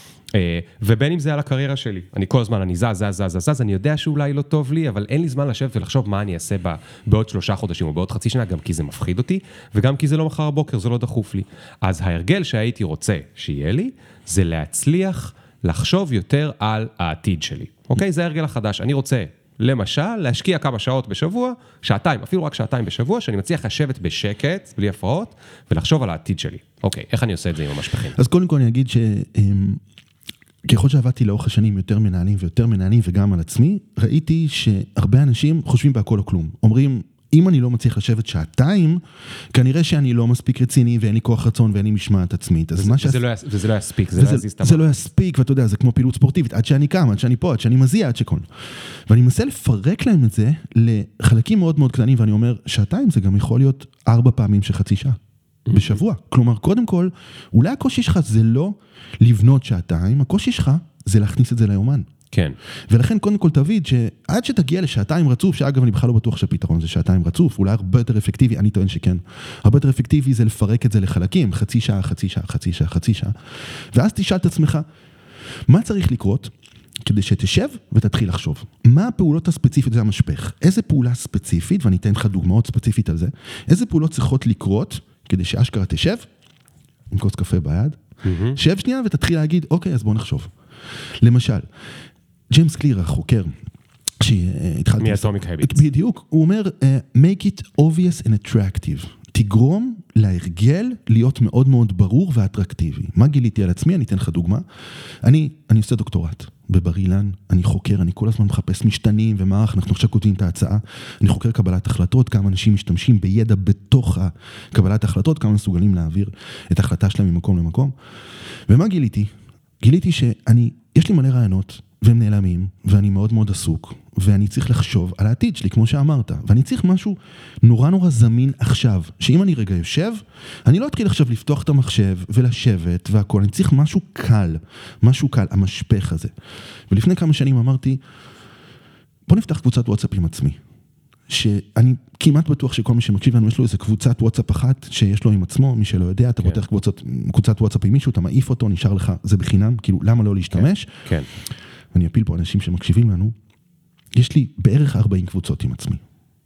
ובין אם זה על הקריירה שלי. אני כל הזמן, אני זז, זז, זז, זז, אני יודע שאולי לא טוב לי, אבל אין לי זמן לשבת ולחשוב מה אני אעשה בעוד שלושה חודשים או בעוד חצי שנה, גם כי זה מפחיד אותי, וגם כי זה לא מחר הבוקר, זה לא דחוף לי. אז ההרגל שהייתי רוצה שיהיה לי, זה להצליח לחשוב יותר על העתיד שלי. אוקיי? זה הרגל החדש. אני רוצה, למשל, להשקיע כמה שעות בשבוע, שעתיים, אפילו רק שעתיים בשבוע, שאני מצליח לשבת בשקט, בלי הפרעות, ולחשוב על העתיד שלי. אוקיי, איך אני עושה את זה עם המשפחים? אז קודם כל אני אגיד ש... ככל שעבדתי לאורך השנים יותר מנהלים ויותר מנהלים וגם על עצמי, ראיתי שהרבה אנשים חושבים בהכל או כלום. אומרים, אם אני לא מצליח לשבת שעתיים, כנראה שאני לא מספיק רציני ואין לי כוח רצון ואין לי משמעת עצמית. וזה לא יספיק, זה לא יזיז את המוח. זה לא יספיק, ואתה יודע, זה כמו פעילות ספורטיבית, עד שאני קם, עד שאני פה, עד שאני מזיע, עד שכל. ואני מנסה לפרק להם את זה לחלקים מאוד מאוד קטנים, ואני אומר, שעתיים זה גם יכול להיות ארבע פעמים של חצי שעה. בשבוע. כלומר, קודם כל, אולי הקושי שלך זה לא לבנות שעתיים, הקושי שלך זה להכניס את זה ליומן. כן. ולכן קודם כל תביד שעד שתגיע לשעתיים רצוף, שאגב אני בכלל לא בטוח שהפתרון זה שעתיים רצוף, אולי הרבה יותר אפקטיבי, אני טוען שכן. הרבה יותר אפקטיבי זה לפרק את זה לחלקים, חצי שעה, חצי שעה, חצי שעה, חצי שעה. ואז תשאל את עצמך, מה צריך לקרות כדי שתשב ותתחיל לחשוב? מה הפעולות הספציפית, זה המשפך? איזה פעולה ספציפית, ואני אתן לך דוגמאות ספציפית על זה, איזה פעולות צריכות לקרות כדי שאשכרה תשב, עם כוס קפה ביד, שב שנייה ותתחיל להגיד, אוקיי, אז בוא נחשוב. למשל, ג'יימס קליר, החוקר, שהתחלתי... מ-Atomic Habits. בדיוק, הוא אומר, make it obvious and attractive. תגרום להרגל להיות מאוד מאוד ברור ואטרקטיבי. מה גיליתי על עצמי? אני אתן לך דוגמה. אני, אני עושה דוקטורט בבר אילן, אני חוקר, אני כל הזמן מחפש משתנים ומערך, אנחנו עכשיו כותבים את ההצעה, אני חוקר קבלת החלטות, כמה אנשים משתמשים בידע בתוך קבלת החלטות, כמה מסוגלים להעביר את ההחלטה שלהם ממקום למקום. ומה גיליתי? גיליתי שאני, יש לי מלא רעיונות, והם נעלמים, ואני מאוד מאוד עסוק, ואני צריך לחשוב על העתיד שלי, כמו שאמרת, ואני צריך משהו נורא נורא זמין עכשיו, שאם אני רגע יושב, אני לא אתחיל עכשיו לפתוח את המחשב ולשבת והכל, אני צריך משהו קל, משהו קל, המשפך הזה. ולפני כמה שנים אמרתי, בוא נפתח קבוצת וואטסאפ עם עצמי, שאני כמעט בטוח שכל מי שמקשיב לנו, יש לו איזה קבוצת וואטסאפ אחת שיש לו עם עצמו, מי שלא יודע, אתה פותח קבוצת, קבוצת וואטסאפ עם מישהו, אתה מעיף אותו, נשאר לך, זה בחינם, כאילו, למה לא להשתמש? כן. ואני אפיל פה אנשים שמקשיבים לנו, יש לי בערך ארבעים קבוצות עם עצמי.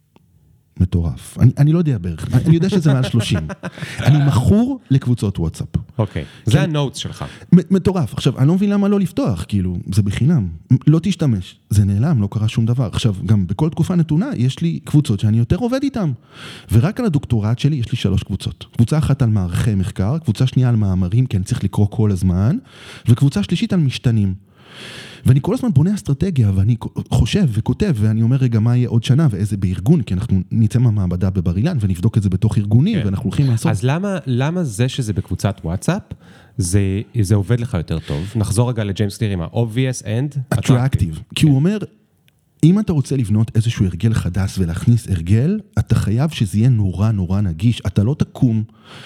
מטורף. אני, אני לא יודע בערך, אני יודע שזה מעל שלושים. אני מכור לקבוצות וואטסאפ. אוקיי, זה הנוטס שלך. מטורף. עכשיו, אני לא מבין למה לא לפתוח, כאילו, זה בחינם. לא תשתמש, זה נעלם, לא קרה שום דבר. עכשיו, גם בכל תקופה נתונה, יש לי קבוצות שאני יותר עובד איתן. ורק על הדוקטורט שלי יש לי שלוש קבוצות. קבוצה אחת על מערכי מחקר, קבוצה שנייה על מאמרים, כי אני צריך לקרוא כל הזמן, וקבוצה שלישית על משתנים. ואני כל הזמן בונה אסטרטגיה, ואני חושב וכותב, ואני אומר, רגע, מה יהיה עוד שנה, ואיזה בארגון, כי אנחנו נצא מהמעבדה בבר אילן, ונבדוק את זה בתוך ארגונים, כן. ואנחנו הולכים לעשות. אז למה, למה זה שזה בקבוצת וואטסאפ, זה, זה עובד לך יותר טוב? נחזור רגע לג'יימס קליר עם ה-obvious and attractive. attractive. כי הוא אומר, אם אתה רוצה לבנות איזשהו הרגל חדש, ולהכניס הרגל, אתה חייב שזה יהיה נורא נורא נגיש. אתה לא תקום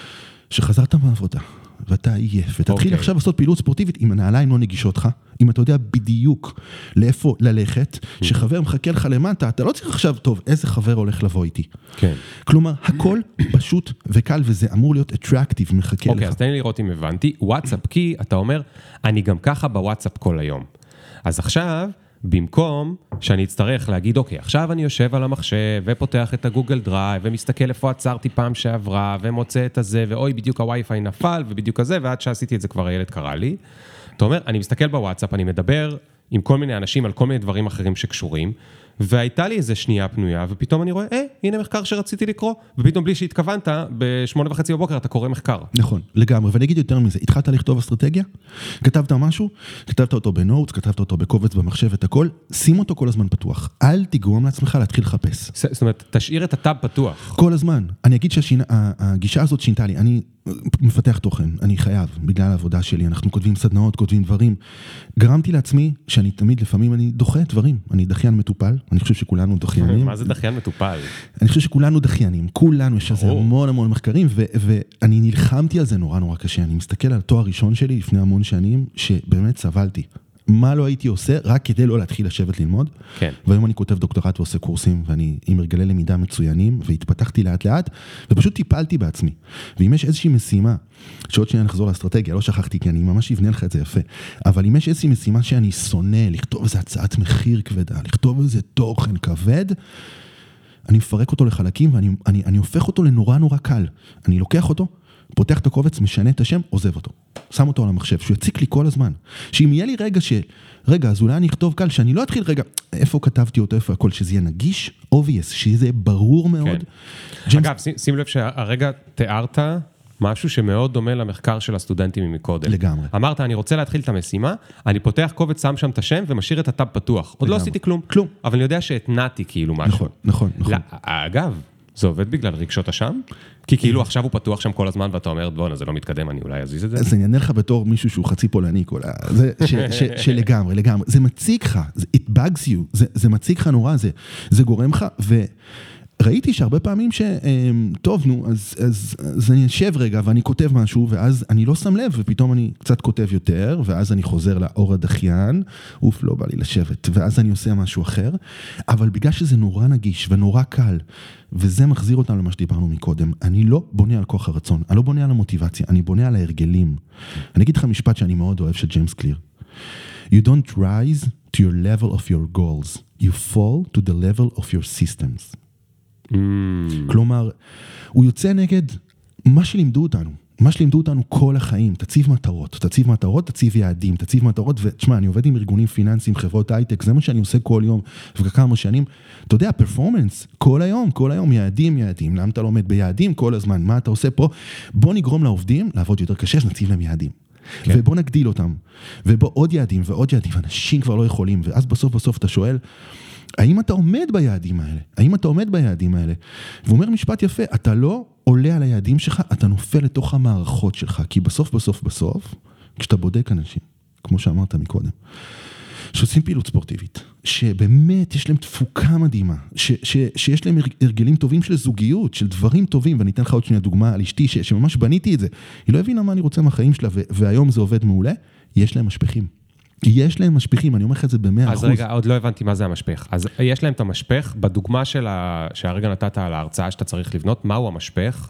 שחזרת מהעבודה. ואתה עייף, ותתחיל okay. עכשיו לעשות פעילות ספורטיבית, אם הנעליים לא נגישות לך, אם אתה יודע בדיוק לאיפה ללכת, mm-hmm. שחבר מחכה לך למטה, אתה לא צריך עכשיו, טוב, איזה חבר הולך לבוא איתי. כן. Okay. כלומר, הכל פשוט וקל, וזה אמור להיות attractive, מחכה okay, לך. אוקיי, אז תן לי לראות אם הבנתי, וואטסאפ, כי אתה אומר, אני גם ככה בוואטסאפ כל היום. אז עכשיו, במקום שאני אצטרך להגיד, אוקיי, עכשיו אני יושב על המחשב ופותח את הגוגל דרייב ומסתכל איפה עצרתי פעם שעברה ומוצא את הזה, ואוי, בדיוק הווי-פיי נפל ובדיוק הזה, ועד שעשיתי את זה כבר הילד קרא לי. אתה אומר, אני מסתכל בוואטסאפ, אני מדבר עם כל מיני אנשים על כל מיני דברים אחרים שקשורים, והייתה לי איזה שנייה פנויה, ופתאום אני רואה, אה, הנה מחקר שרציתי לקרוא, ופתאום בלי שהתכוונת, בשמונה וחצי בבוקר אתה קורא מחקר. נכון, לגמרי, ואני אגיד יותר מזה, התחלת לכתוב אסטרטגיה, כתבת משהו, כתבת אותו בנוטס, כתבת אותו בקובץ במחשב, את הכל, שים אותו כל הזמן פתוח, אל תגרום לעצמך להתחיל לחפש. זאת אומרת, תשאיר את הטאב פתוח. כל הזמן. אני אגיד שהגישה הזאת שינתה לי, אני מפתח תוכן, אני חייב, בגלל העבודה שלי, אנחנו כותבים סדנאות, כותבים דברים. גרמתי לעצמי שאני תמיד לפעמים אני דוחה דברים, אני דחיין מטופל, אני חושב שכולנו דחיינים. מה זה דחיין מטופל? אני חושב שכולנו דחיינים, כולנו, יש על זה המון המון מחקרים, ואני נלחמתי על זה נורא נורא קשה, אני מסתכל על תואר ראשון שלי לפני המון שנים, שבאמת סבלתי. מה לא הייתי עושה, רק כדי לא להתחיל לשבת ללמוד. כן. והיום אני כותב דוקטורט ועושה קורסים, ואני עם הרגלי למידה מצוינים, והתפתחתי לאט לאט, ופשוט טיפלתי בעצמי. ואם יש איזושהי משימה, שעוד שנייה נחזור לאסטרטגיה, לא שכחתי, כי אני ממש אבנה לך את זה יפה, אבל אם יש איזושהי משימה שאני שונא, לכתוב איזו הצעת מחיר כבדה, לכתוב איזה תוכן כבד, אני מפרק אותו לחלקים, ואני אני, אני הופך אותו לנורא נורא קל. אני לוקח אותו, פותח את הקובץ, משנה את השם, עוזב אותו. שם אותו על המחשב, שהוא יציק לי כל הזמן. שאם יהיה לי רגע ש... רגע, אז אולי אני אכתוב קל, שאני לא אתחיל רגע, איפה כתבתי אותו, איפה הכל, שזה יהיה נגיש, obvious, שזה ברור מאוד. כן. ג'יימס... אגב, שים, שים לב שהרגע תיארת משהו שמאוד דומה למחקר של הסטודנטים מקודם. לגמרי. אמרת, אני רוצה להתחיל את המשימה, אני פותח קובץ, שם שם את השם, ומשאיר את הטאב פתוח. עוד לגמרי. לא עשיתי כלום. כלום. אבל אני יודע שהתנעתי כאילו משהו. נכון, נכון, נכון. אגב, זה עובד בגלל רגשות אשם? כי כאילו עכשיו הוא פתוח שם כל הזמן, ואתה אומר, בוא'נה, זה לא מתקדם, אני אולי אזיז את זה. אז אני אענה לך בתור מישהו שהוא חצי פולני, שלגמרי, לגמרי. זה מציג לך, it bugs you, זה מציג לך נורא, זה גורם לך, ראיתי שהרבה פעמים ש... טוב, נו, אז, אז, אז אני אשב רגע ואני כותב משהו, ואז אני לא שם לב, ופתאום אני קצת כותב יותר, ואז אני חוזר לאור הדחיין, אוף, לא בא לי לשבת, ואז אני עושה משהו אחר, אבל בגלל שזה נורא נגיש ונורא קל, וזה מחזיר אותנו למה שדיברנו מקודם, אני לא בונה על כוח הרצון, אני לא בונה על המוטיבציה, אני בונה על ההרגלים. אני אגיד לך משפט שאני מאוד אוהב של ג'יימס קליר. You don't rise to your level of your goals, you fall to the level of your systems. Mm. כלומר, הוא יוצא נגד מה שלימדו אותנו, מה שלימדו אותנו כל החיים, תציב מטרות, תציב מטרות, תציב יעדים, תציב מטרות, ותשמע, אני עובד עם ארגונים פיננסיים, חברות הייטק, זה מה שאני עושה כל יום, וכמה שנים, אתה יודע, פרפורמנס, כל היום, כל היום, יעדים, יעדים, למה אתה לא עומד ביעדים כל הזמן, מה אתה עושה פה? בוא נגרום לעובדים לעבוד יותר קשה, שנציב להם יעדים. כן. ובוא נגדיל אותם, ובוא עוד יעדים ועוד יעדים, אנשים כבר לא יכולים, ואז בסוף בסוף אתה שואל, האם אתה עומד ביעדים האלה? האם אתה עומד ביעדים האלה? והוא אומר משפט יפה, אתה לא עולה על היעדים שלך, אתה נופל לתוך המערכות שלך, כי בסוף בסוף בסוף, כשאתה בודק אנשים, כמו שאמרת מקודם, שעושים פעילות ספורטיבית, שבאמת יש להם תפוקה מדהימה, ש, ש, שיש להם הרגלים טובים של זוגיות, של דברים טובים, ואני אתן לך עוד שנייה דוגמה על אשתי, ש, שממש בניתי את זה, היא לא הבינה מה אני רוצה מהחיים שלה, והיום זה עובד מעולה, יש להם משפחים. יש להם משפחים, אני אומר לך את זה במאה אחוז. אז רגע, עוד לא הבנתי מה זה המשפח. אז יש להם את המשפח, בדוגמה של ה... שהרגע נתת על ההרצאה שאתה צריך לבנות, מהו המשפח?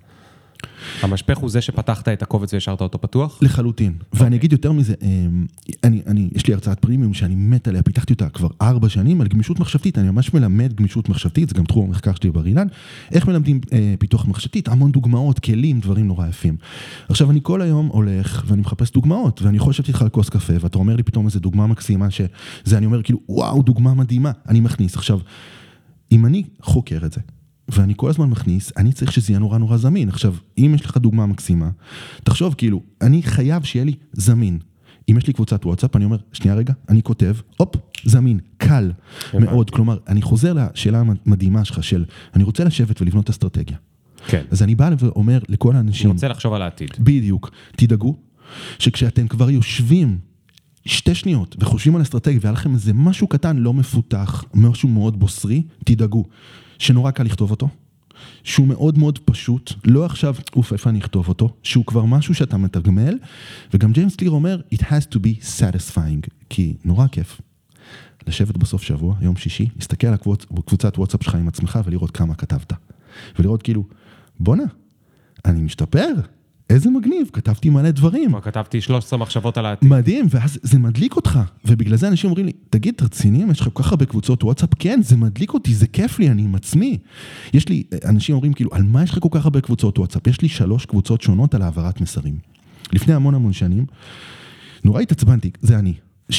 המשפח הוא זה שפתחת את הקובץ וישרת אותו פתוח? לחלוטין. ואני אגיד יותר מזה, אני, אני, יש לי הרצאת פרימיום שאני מת עליה, פיתחתי אותה כבר ארבע שנים על גמישות מחשבתית, אני ממש מלמד גמישות מחשבתית, זה גם תחום המחקר שלי בבר אילן, איך מלמדים אה, פיתוח מחשבתית, המון דוגמאות, כלים, דברים נורא יפים. עכשיו אני כל היום הולך ואני מחפש דוגמאות, ואני יכול לשבת איתך על כוס קפה, ואתה אומר לי פתאום איזו דוגמה מקסימה, שזה אני אומר כאילו, וואו, דוגמה מדהימה, אני מכניס. עכשיו, אם אני חוקר את זה, ואני כל הזמן מכניס, אני צריך שזה יהיה נורא נורא זמין. עכשיו, אם יש לך דוגמה מקסימה, תחשוב כאילו, אני חייב שיהיה לי זמין. אם יש לי קבוצת וואטסאפ, אני אומר, שנייה רגע, אני כותב, הופ, זמין, קל מאוד. כלומר, אני חוזר לשאלה המדהימה שלך של, אני רוצה לשבת ולבנות אסטרטגיה. כן. אז אני בא ואומר לכל האנשים, אני רוצה לחשוב על העתיד. בדיוק, תדאגו, שכשאתם כבר יושבים שתי שניות וחושבים על אסטרטגיה, והיה לכם איזה משהו קטן לא מפותח, משהו מאוד בוסרי, תדאגו. שנורא קל לכתוב אותו, שהוא מאוד מאוד פשוט, לא עכשיו, אוף, איפה אני אכתוב אותו, שהוא כבר משהו שאתה מתגמל, וגם ג'יימס קליר אומר, it has to be satisfying, כי נורא כיף. לשבת בסוף שבוע, יום שישי, להסתכל על קבוצת וואטסאפ שלך עם עצמך, ולראות כמה כתבת. ולראות כאילו, בונה, אני משתפר, איזה מגניב, כתבתי מלא דברים. כבר כתבתי שלוש עשרה מחשבות על העתיד. מדהים, ואז זה מדליק אותך, ובגלל זה אנשים אומרים לי, תגיד, רציניים, יש לך כל כך הרבה קבוצות וואטסאפ? כן, זה מדליק אותי, זה כיף לי, אני עם עצמי. יש לי, אנשים אומרים כאילו, על מה יש לך כל כך הרבה קבוצות וואטסאפ? יש לי שלוש קבוצות שונות על העברת מסרים. לפני המון המון שנים, נורא התעצבנתי, זה אני,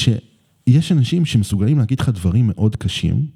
שיש אנשים שמסוגלים להגיד לך דברים מאוד קשים,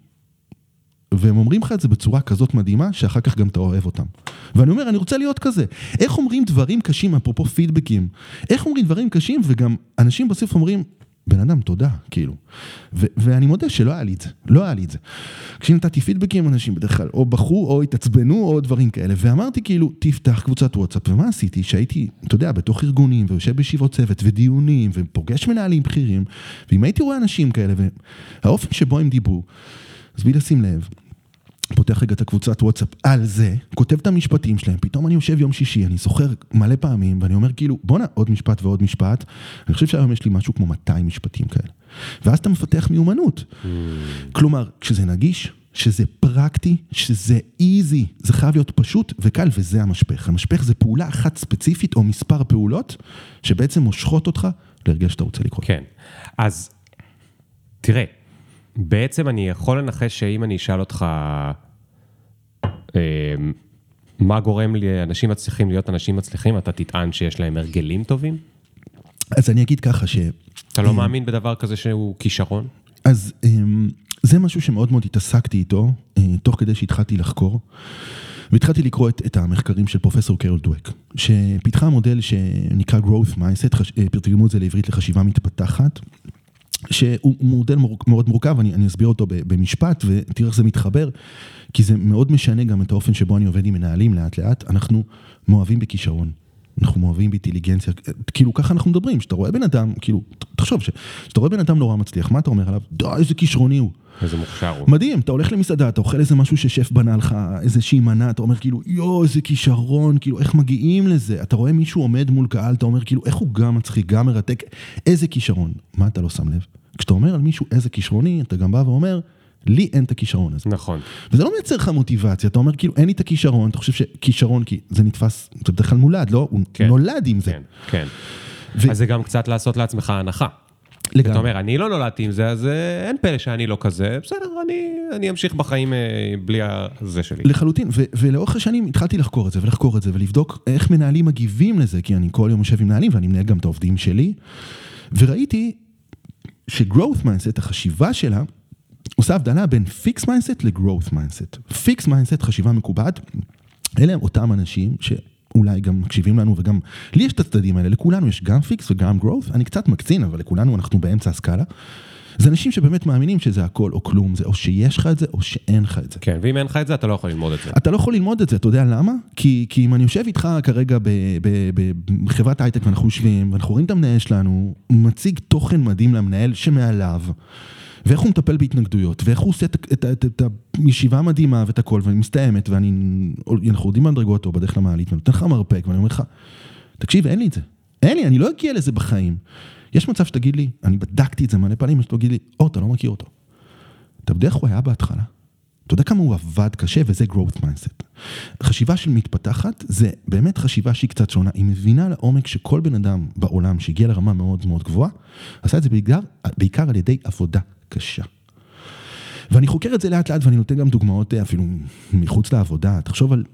והם אומרים לך את זה בצורה כזאת מדהימה, שאחר כך גם אתה אוהב אותם. ואני אומר, אני רוצה להיות כזה. איך אומרים דברים קשים, אפרופו פידבקים? איך אומרים דברים קשים, וגם אנשים בסוף אומרים, בן אדם, תודה, כאילו. ו- ואני מודה שלא היה לי את זה, לא היה לי את זה. כשנתתי פידבקים, אנשים בדרך כלל או בחרו, או התעצבנו, או דברים כאלה, ואמרתי כאילו, תפתח קבוצת וואטסאפ, ומה עשיתי? שהייתי, אתה יודע, בתוך ארגונים, ויושב בישיבות צוות, ודיונים, ופוגש מנהלים בכירים, ואם הייתי רואה אנשים כאלה, והאופן שבו הם דיברו, אז בי לשים לב, פותח רגע את הקבוצת וואטסאפ על זה, כותב את המשפטים שלהם, פתאום אני יושב יום שישי, אני זוכר מלא פעמים, ואני אומר כאילו, בוא נה, עוד משפט ועוד משפט, אני חושב שהיום יש לי משהו כמו מאתיים משפטים כאלה. ואז אתה מפתח מיומנות. Mm. כלומר, כשזה נגיש, שזה פרקטי, שזה איזי, זה חייב להיות פשוט וקל, וזה המשפך. המשפך זה פעולה אחת ספציפית, או מספר פעולות, שבעצם מושכות אותך להרגש שאתה רוצה לקרוא. כן. אז, תראה, בעצם אני יכול לנחש שאם אני אשאל אותך, מה גורם לאנשים מצליחים להיות אנשים מצליחים, אתה תטען שיש להם הרגלים טובים? אז אני אגיד ככה ש... אתה לא מאמין בדבר כזה שהוא כישרון? אז זה משהו שמאוד מאוד התעסקתי איתו, תוך כדי שהתחלתי לחקור, והתחלתי לקרוא את, את המחקרים של פרופסור קרול דווק, שפיתחה מודל שנקרא growth mindset, תרגמו את זה לעברית לחשיבה מתפתחת, שהוא מודל מאוד מורכב, אני, אני אסביר אותו במשפט, ותראה איך זה מתחבר, כי זה מאוד משנה גם את האופן שבו אני עובד עם מנהלים לאט לאט, אנחנו מאוהבים בכישרון. אנחנו אוהבים באינטליגנציה, כאילו ככה אנחנו מדברים, שאתה רואה בן אדם, כאילו, תחשוב, שאתה רואה בן אדם נורא מצליח, מה אתה אומר עליו? די, איזה כישרוני הוא. איזה מוכשר הוא. מדהים, אתה הולך למסעדה, אתה אוכל איזה משהו ששף בנה לך, איזושהי מנה, אתה אומר כאילו, יו, איזה כישרון, כאילו, איך מגיעים לזה? אתה רואה מישהו עומד מול קהל, אתה אומר כאילו, איך הוא גם מצחיק, גם מרתק, איזה כישרון. מה אתה לא שם לב? כשאתה אומר על מישהו איזה כישרוני, אתה גם בא ואומר, לי אין את הכישרון הזה. נכון. וזה לא מייצר לך מוטיבציה, אתה אומר כאילו, אין לי את הכישרון, אתה חושב שכישרון, כי זה נתפס, זה בדרך כלל מולד, לא? הוא כן. נולד עם זה. כן, כן. ו... אז זה גם קצת לעשות לעצמך הנחה. לגמרי. אתה אומר, אני לא נולדתי עם זה, אז אין פלא שאני לא כזה, בסדר, אני, אני אמשיך בחיים בלי הזה שלי. לחלוטין, ו- ולאורך השנים התחלתי לחקור את זה, ולחקור את זה, ולבדוק איך מנהלים מגיבים לזה, כי אני כל יום יושב עם מנהלים, ואני מנהל גם את העובדים שלי, וראיתי ש-growth mindset, החשיבה שלה, עושה הבדלה בין fixed mindset ל-growth mindset. fixed mindset, חשיבה מקובעת, אלה הם אותם אנשים ש... אולי גם מקשיבים לנו, וגם לי יש את הצדדים האלה, לכולנו יש גם פיקס וגם growth, אני קצת מקצין, אבל לכולנו אנחנו באמצע הסקאלה, זה אנשים שבאמת מאמינים שזה הכל או כלום, זה או שיש לך את זה, או שאין לך את זה. כן, ואם אין לך את זה, אתה לא יכול ללמוד את זה. אתה לא יכול ללמוד את זה, אתה יודע למה? כי, כי אם אני יושב איתך כרגע בחברת הייטק, ואנחנו יושבים, ואנחנו רואים את המנהל שלנו, הוא מציג תוכן מדהים למנהל שמעליו, ואיך הוא מטפל בהתנגדויות, ואיך הוא עושה את, את, את, את הישיבה המדהימה ואת הכל, ואני מסתיימת, ואני, אנחנו יודעים מהדרגות אותו בדרך למעלית, ואני נותן לך מרפק, ואני אומר לך, תקשיב, אין לי את זה. אין לי, אני לא אגיע לזה בחיים. יש מצב שתגיד לי, אני בדקתי את זה מלא פעמים, שתגיד לי, או, אתה לא מכיר אותו. אתה יודע איך הוא היה בהתחלה? אתה יודע כמה הוא עבד קשה, וזה growth mindset. חשיבה של מתפתחת, זה באמת חשיבה שהיא קצת שונה. היא מבינה לעומק שכל בן אדם בעולם שהגיע לרמה מאוד מאוד גבוהה, עשה את זה בעיקר, בעיקר על ידי עבודה קשה. ואני חוקר את זה לאט לאט, ואני נותן גם דוגמאות אפילו מחוץ לעבודה. תחשוב על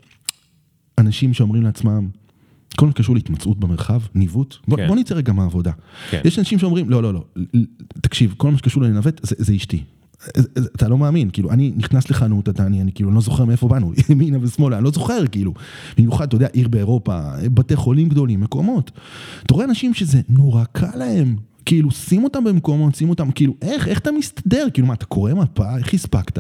אנשים שאומרים לעצמם, כל מה קשור להתמצאות במרחב, ניווט, בוא, כן. בוא ניצא רגע מהעבודה. כן. יש אנשים שאומרים, לא, לא, לא, תקשיב, כל מה שקשור לנווט, זה, זה אשתי. אתה לא מאמין, כאילו, אני נכנס לחנות, אתה, אני, אני כאילו, אני לא זוכר מאיפה באנו, ימינה ושמאלה, אני לא זוכר, כאילו. במיוחד, אתה יודע, עיר באירופה, בתי חולים גדולים, מקומות. אתה רואה אנשים שזה נורא קל להם, כאילו, שים אותם במקומות, שים אותם, כאילו, איך, איך אתה מסתדר? כאילו, מה, אתה קורא מפה, איך הספקת?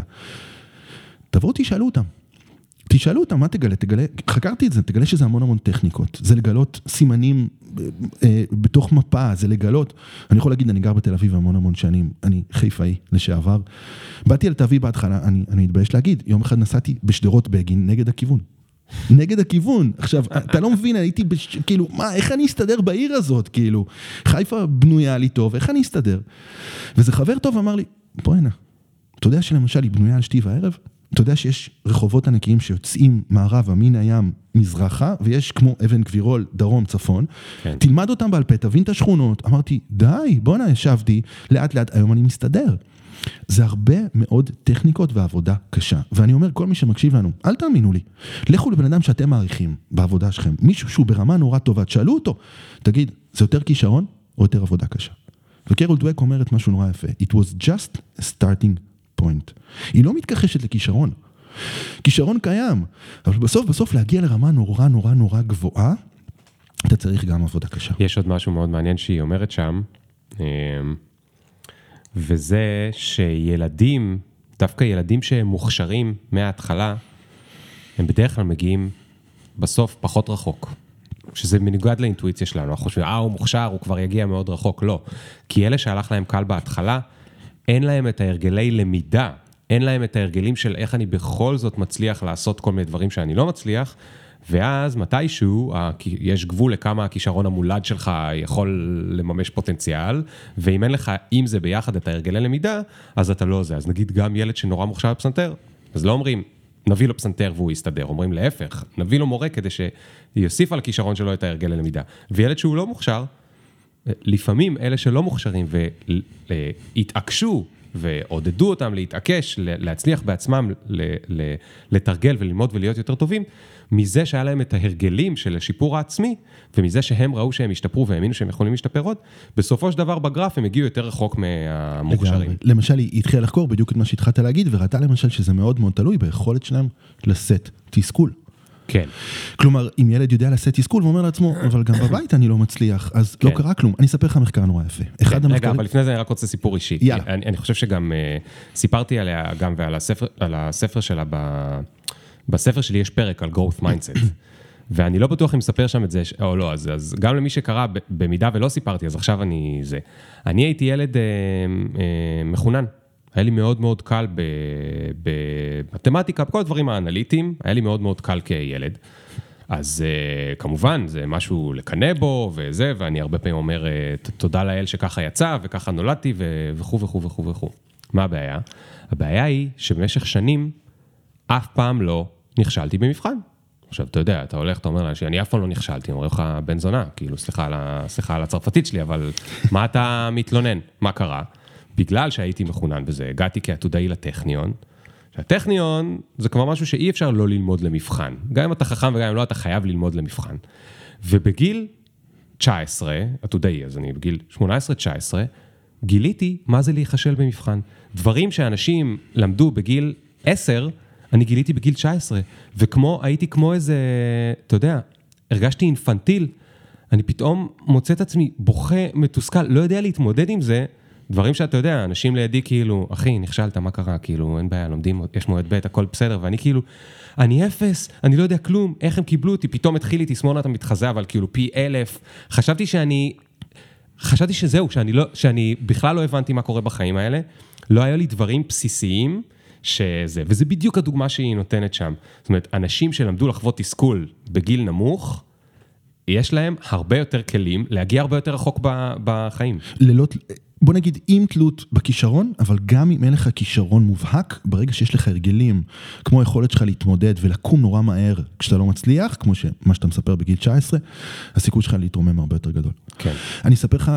תבואו, תשאלו אותם. תשאלו אותם, מה תגלה? תגלה, חקרתי את זה, תגלה שזה המון המון טכניקות. זה לגלות סימנים אה, בתוך מפה, זה לגלות, אני יכול להגיד, אני גר בתל אביב המון המון שנים, אני חיפאי לשעבר. באתי על תל אביב בהתחלה, אני, אני מתבייש להגיד, יום אחד נסעתי בשדרות בגין נגד הכיוון. נגד הכיוון. עכשיו, אתה לא מבין, הייתי בש... כאילו, מה, איך אני אסתדר בעיר הזאת? כאילו, חיפה בנויה לי טוב, איך אני אסתדר? וזה חבר טוב אמר לי, בוא הנה, אתה יודע שלמשל היא בנויה על שתי וערב? אתה יודע שיש רחובות ענקיים שיוצאים מערבה, מן הים, מזרחה, ויש כמו אבן גבירול, דרום, צפון. כן. תלמד אותם בעל פה, תבין את השכונות. אמרתי, די, בוא נה, ישבתי, לאט לאט, היום אני מסתדר. זה הרבה מאוד טכניקות ועבודה קשה. ואני אומר, כל מי שמקשיב לנו, אל תאמינו לי. לכו לבן אדם שאתם מעריכים בעבודה שלכם. מישהו שהוא ברמה נורא טובה, תשאלו אותו. תגיד, זה יותר כישרון או יותר עבודה קשה? וקרול דוויק אומרת משהו נורא יפה. It was just a starting point. היא לא מתכחשת לכישרון. כישרון קיים. אבל בסוף, בסוף להגיע לרמה נורא נורא נורא גבוהה, אתה צריך גם עבודה קשה. יש עוד משהו מאוד מעניין שהיא אומרת שם, וזה שילדים, דווקא ילדים שהם מוכשרים מההתחלה, הם בדרך כלל מגיעים בסוף פחות רחוק. שזה מנוגד לאינטואיציה שלנו. אנחנו חושבים, אה, הוא מוכשר, הוא כבר יגיע מאוד רחוק. לא. כי אלה שהלך להם קל בהתחלה, אין להם את ההרגלי למידה, אין להם את ההרגלים של איך אני בכל זאת מצליח לעשות כל מיני דברים שאני לא מצליח, ואז מתישהו, יש גבול לכמה הכישרון המולד שלך יכול לממש פוטנציאל, ואם אין לך, אם זה ביחד את ההרגלי למידה, אז אתה לא זה. אז נגיד גם ילד שנורא מוכשר בפסנתר, אז לא אומרים, נביא לו פסנתר והוא יסתדר, אומרים להפך, נביא לו מורה כדי שיוסיף על הכישרון שלו את ההרגלי למידה. וילד שהוא לא מוכשר, לפעמים אלה שלא מוכשרים והתעקשו ועודדו אותם להתעקש, להצליח בעצמם, לתרגל וללמוד ולהיות יותר טובים, מזה שהיה להם את ההרגלים של השיפור העצמי, ומזה שהם ראו שהם השתפרו והאמינו שהם יכולים להשתפר עוד, בסופו של דבר בגרף הם הגיעו יותר רחוק מהמוכשרים. למשל, היא התחילה לחקור בדיוק את מה שהתחלת להגיד, וראתה למשל שזה מאוד מאוד תלוי ביכולת שלהם לשאת תסכול. כן. כלומר, אם ילד יודע לשאת תסכול, ואומר לעצמו, אבל גם בבית אני לא מצליח, אז לא קרה כלום. אני אספר לך מחקר נורא יפה. רגע, אבל לפני זה אני רק רוצה סיפור אישי. אני חושב שגם סיפרתי עליה גם ועל הספר שלה, בספר שלי יש פרק על growth mindset, ואני לא בטוח אם מספר שם את זה, או לא, אז, אז גם למי שקרא, במידה ולא סיפרתי, אז עכשיו אני זה. אני הייתי ילד אה, אה, מחונן. היה לי מאוד מאוד קל במתמטיקה, בכל הדברים האנליטיים, היה לי מאוד מאוד קל כילד. אז uh, כמובן, זה משהו לקנה בו וזה, ואני הרבה פעמים אומר, uh, תודה לאל שככה יצא, וככה נולדתי, וכו' וכו' וכו' וכו'. מה הבעיה? הבעיה היא שבמשך שנים, אף פעם לא נכשלתי במבחן. עכשיו, אתה יודע, אתה הולך, אתה אומר לה, שאני אף פעם לא נכשלתי, אני אומר לך בן זונה, כאילו, סליחה על, סליחה על הצרפתית שלי, אבל מה אתה מתלונן? מה קרה? בגלל שהייתי מחונן בזה, הגעתי כעתודאי לטכניון, שהטכניון זה כבר משהו שאי אפשר לא ללמוד למבחן. גם אם אתה חכם וגם אם לא, אתה חייב ללמוד למבחן. ובגיל תשע עשרה, עתודאי, אז אני בגיל שמונה עשרה תשע עשרה, גיליתי מה זה להיחשל במבחן. דברים שאנשים למדו בגיל עשר, אני גיליתי בגיל תשע עשרה, וכמו, הייתי כמו איזה, אתה יודע, הרגשתי אינפנטיל, אני פתאום מוצא את עצמי בוכה, מתוסכל, לא יודע להתמודד עם זה, דברים שאתה יודע, אנשים לידי כאילו, אחי, נכשלת, מה קרה? כאילו, אין בעיה, לומדים, יש מועד ב', הכל בסדר, ואני כאילו, אני אפס, אני לא יודע כלום, איך הם קיבלו אותי, פתאום התחיל לי תסמונת המתחזה, אבל כאילו פי אלף, חשבתי שאני, חשבתי שזהו, שאני לא, שאני בכלל לא הבנתי מה קורה בחיים האלה, לא היה לי דברים בסיסיים, שזה, וזה בדיוק הדוגמה שהיא נותנת שם. זאת אומרת, אנשים שלמדו לחוות תסכול בגיל נמוך, יש להם הרבה יותר כלים להגיע הרבה יותר רחוק בחיים. לילות, בוא נגיד, עם תלות בכישרון, אבל גם אם אין לך כישרון מובהק, ברגע שיש לך הרגלים, כמו היכולת שלך להתמודד ולקום נורא מהר כשאתה לא מצליח, כמו שמה שאתה מספר בגיל תשע עשרה, הסיכוי שלך להתרומם הרבה יותר גדול. כן. אני אספר לך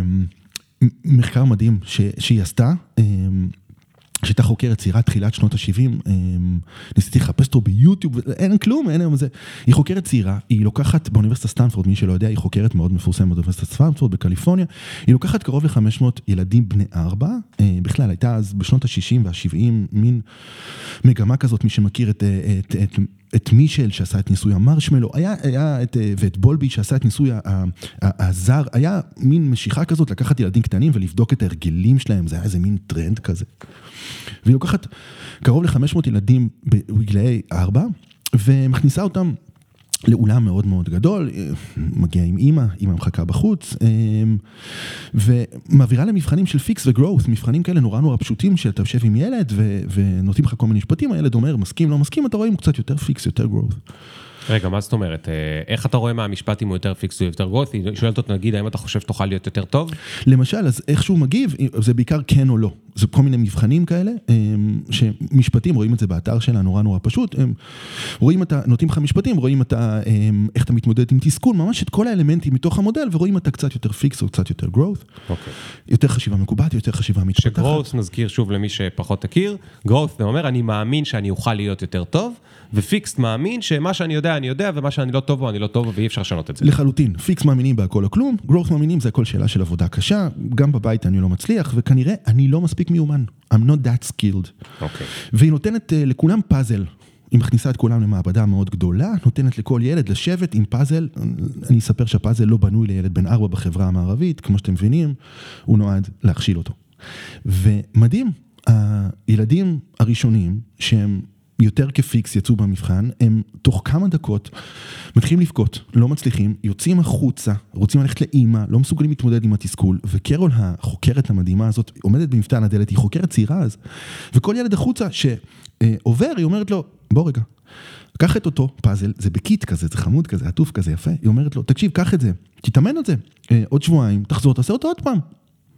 מחקר מדהים שהיא עשתה, שהייתה חוקרת צעירה תחילת שנות ה-שבעים, ניסיתי לחפש אותו ביוטיוב, אין כלום, אין היום זה. היא חוקרת צעירה, היא לוקחת באוניברסיטת סטנפורד, מי שלא יודע, היא חוקרת מאוד מפורסמת באוניברסיטת סטנפורד בקליפורניה, היא לוקחת קרוב ל-חמש מאות ילדים בני ארבע, בכלל הייתה אז בשנות ה-שישים וה-שבעים, מין מגמה כזאת, מי שמכיר את, את, את, את מישל שעשה את ניסוי המרשמלו, היה, היה את, ואת בולבי שעשה את ניסוי הזר, היה מין משיכה כזאת, לקחת ילדים קטנים ולבדוק את ההרגלים שלהם, זה היה איזה מין טרנד כזה. והיא לוקחת קרוב ל-חמש מאות ילדים בגילאי ארבע, ומכניסה אותם לאולם מאוד מאוד גדול, מגיעה עם אמא, אמא מחכה בחוץ, ומעבירה למבחנים של פיקס וגרוס, מבחנים כאלה נורא נורא פשוטים, שאתה יושב עם ילד ונותנים לך כל מיני משפטים, הילד אומר, מסכים, לא מסכים, אתה רואה אם קצת יותר פיקס, יותר גרוס. רגע, מה זאת אומרת? איך אתה רואה מה המשפט אם הוא יותר פיקס או יותר גרוס? היא שואלת אותה, נגיד, האם אתה חושב שתוכל להיות יותר טוב? למשל, אז איך שהוא מגיב, זה בעיקר כן או לא. זה כל מיני מבחנים כאלה, שמשפטים, רואים את זה באתר שלה, נורא נורא פשוט, רואים אתה, נותנים לך משפטים, רואים אתה, איך אתה מתמודד עם תסכול, ממש את כל האלמנטים מתוך המודל, ורואים אתה קצת יותר פיקס או קצת יותר גרוס. אוקיי. יותר חשיבה מקובעת, יותר חשיבה מתפתחת. שגרוס, נזכיר שוב למי שפחות תכיר, גרוס זה אומר, אני מאמין שאני אוכל להיות יותר טוב, ופיקס מאמין שמה שאני יודע, אני יודע, ומה שאני לא טוב בו, אני לא טוב בו, ואי אפשר לשנות את זה. לחלוטין. פיקס מאמינים בהכל או כלום, גרוס מאמינים זה הכל שאלה של עבודה קשה, גם בבית אני לא מצליח, וכנראה אני לא מספיק מיומן. I'm not that skilled. אוקיי. והיא נותנת לכולם פאזל. היא מכניסה את כולם למעבדה מאוד גדולה, נותנת לכל ילד לשבת עם פאזל. אני אספר שהפאזל לא בנוי לילד בן ארבע בחברה המערבית, כמו שאתם מבינים, הוא נועד להכשיל אותו. ומדהים, הילדים הראשונים שהם יותר כפיקס יצאו במבחן, הם תוך כמה דקות מתחילים לבכות, לא מצליחים, יוצאים החוצה, רוצים ללכת לאמא, לא מסוגלים להתמודד עם התסכול, וקרול החוקרת המדהימה הזאת, עומדת במפתן הדלת, היא חוקרת צעירה אז, וכל ילד החוצה שעובר, היא אומרת לו, בוא רגע, קח את אותו פאזל, זה בקיט כזה, זה חמוד כזה, עטוף כזה, יפה, היא אומרת לו, תקשיב, קח את זה, תתאמן את זה, עוד שבועיים, תחזור, תעשה אותו עוד פעם.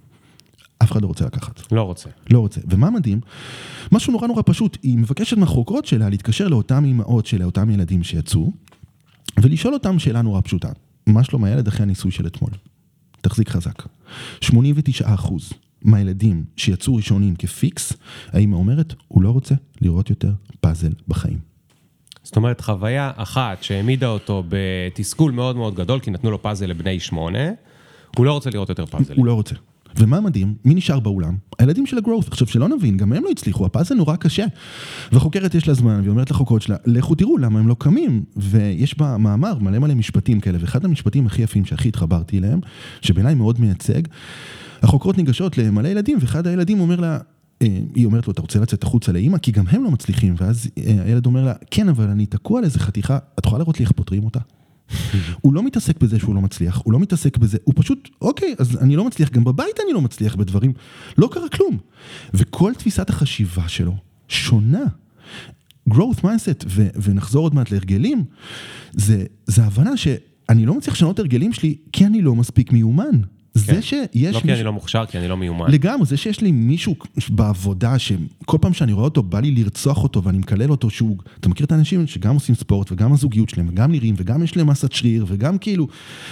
אף אחד לא רוצה לקחת. לא רוצה. לא רוצה. ומה מדהים? משהו נורא נורא פשוט, היא מבקשת מהחוקרות שלה להתקשר לאותם אמהות שלה, אותם ילדים שיצאו, ולשאול אותם שאלה נורא פשוטה. מה שלום הילד אחרי הניסוי של אתמול? תחזיק חזק. שמונים ותשעה אחוז מהילדים שיצאו ראשונים כפיקס, האמא אומרת, הוא לא רוצה לראות יותר פאזל בחיים. זאת אומרת, חוויה אחת שהעמידה אותו בתסכול מאוד מאוד גדול, כי נתנו לו פאזל לבני שמונה, הוא לא רוצה לראות יותר פאזל. הוא לא רוצה. ומה מדהים? מי נשאר באולם? הילדים של הגרוס. עכשיו שלא נבין, גם הם לא הצליחו, הפאזל נורא קשה. וחוקרת יש לה זמן, והיא אומרת לחוקרות שלה, לכו תראו למה הם לא קמים. ויש בה מאמר מלא מלא משפטים כאלה, ואחד המשפטים הכי יפים שהכי התחברתי אליהם, שבעיניי מאוד מייצג, החוקרות ניגשות למלא ילדים, ואחד הילדים אומר לה, היא אומרת לו, אתה רוצה לצאת החוצה לאמא? כי גם הם לא מצליחים, ואז הילד אומר לה, כן, אבל אני תקוע על איזה חתיכה, את יכולה לראות לי איך פותרים אותה? הוא לא מתעסק בזה שהוא לא מצליח, הוא לא מתעסק בזה, הוא פשוט, אוקיי, אז אני לא מצליח, גם בבית אני לא מצליח בדברים, לא קרה כלום. וכל תפיסת החשיבה שלו שונה. growth mindset, ו- ונחזור עוד מעט להרגלים, זה, זה הבנה שאני לא מצליח לשנות הרגלים שלי, כי אני לא מספיק מיומן. זה שיש לא מישהו... כי אני לא מוכשר, כי אני לא מיומן. לגמרי, זה שיש לי מישהו בעבודה, שכל פעם שאני רואה אותו, בא לי לרצוח אותו, ואני מקלל אותו, שהוא... אתה מכיר את האנשים שגם עושים ספורט, וגם הזוגיות שלהם, וגם נראים, וגם יש להם מסת שריר, וגם כאילו...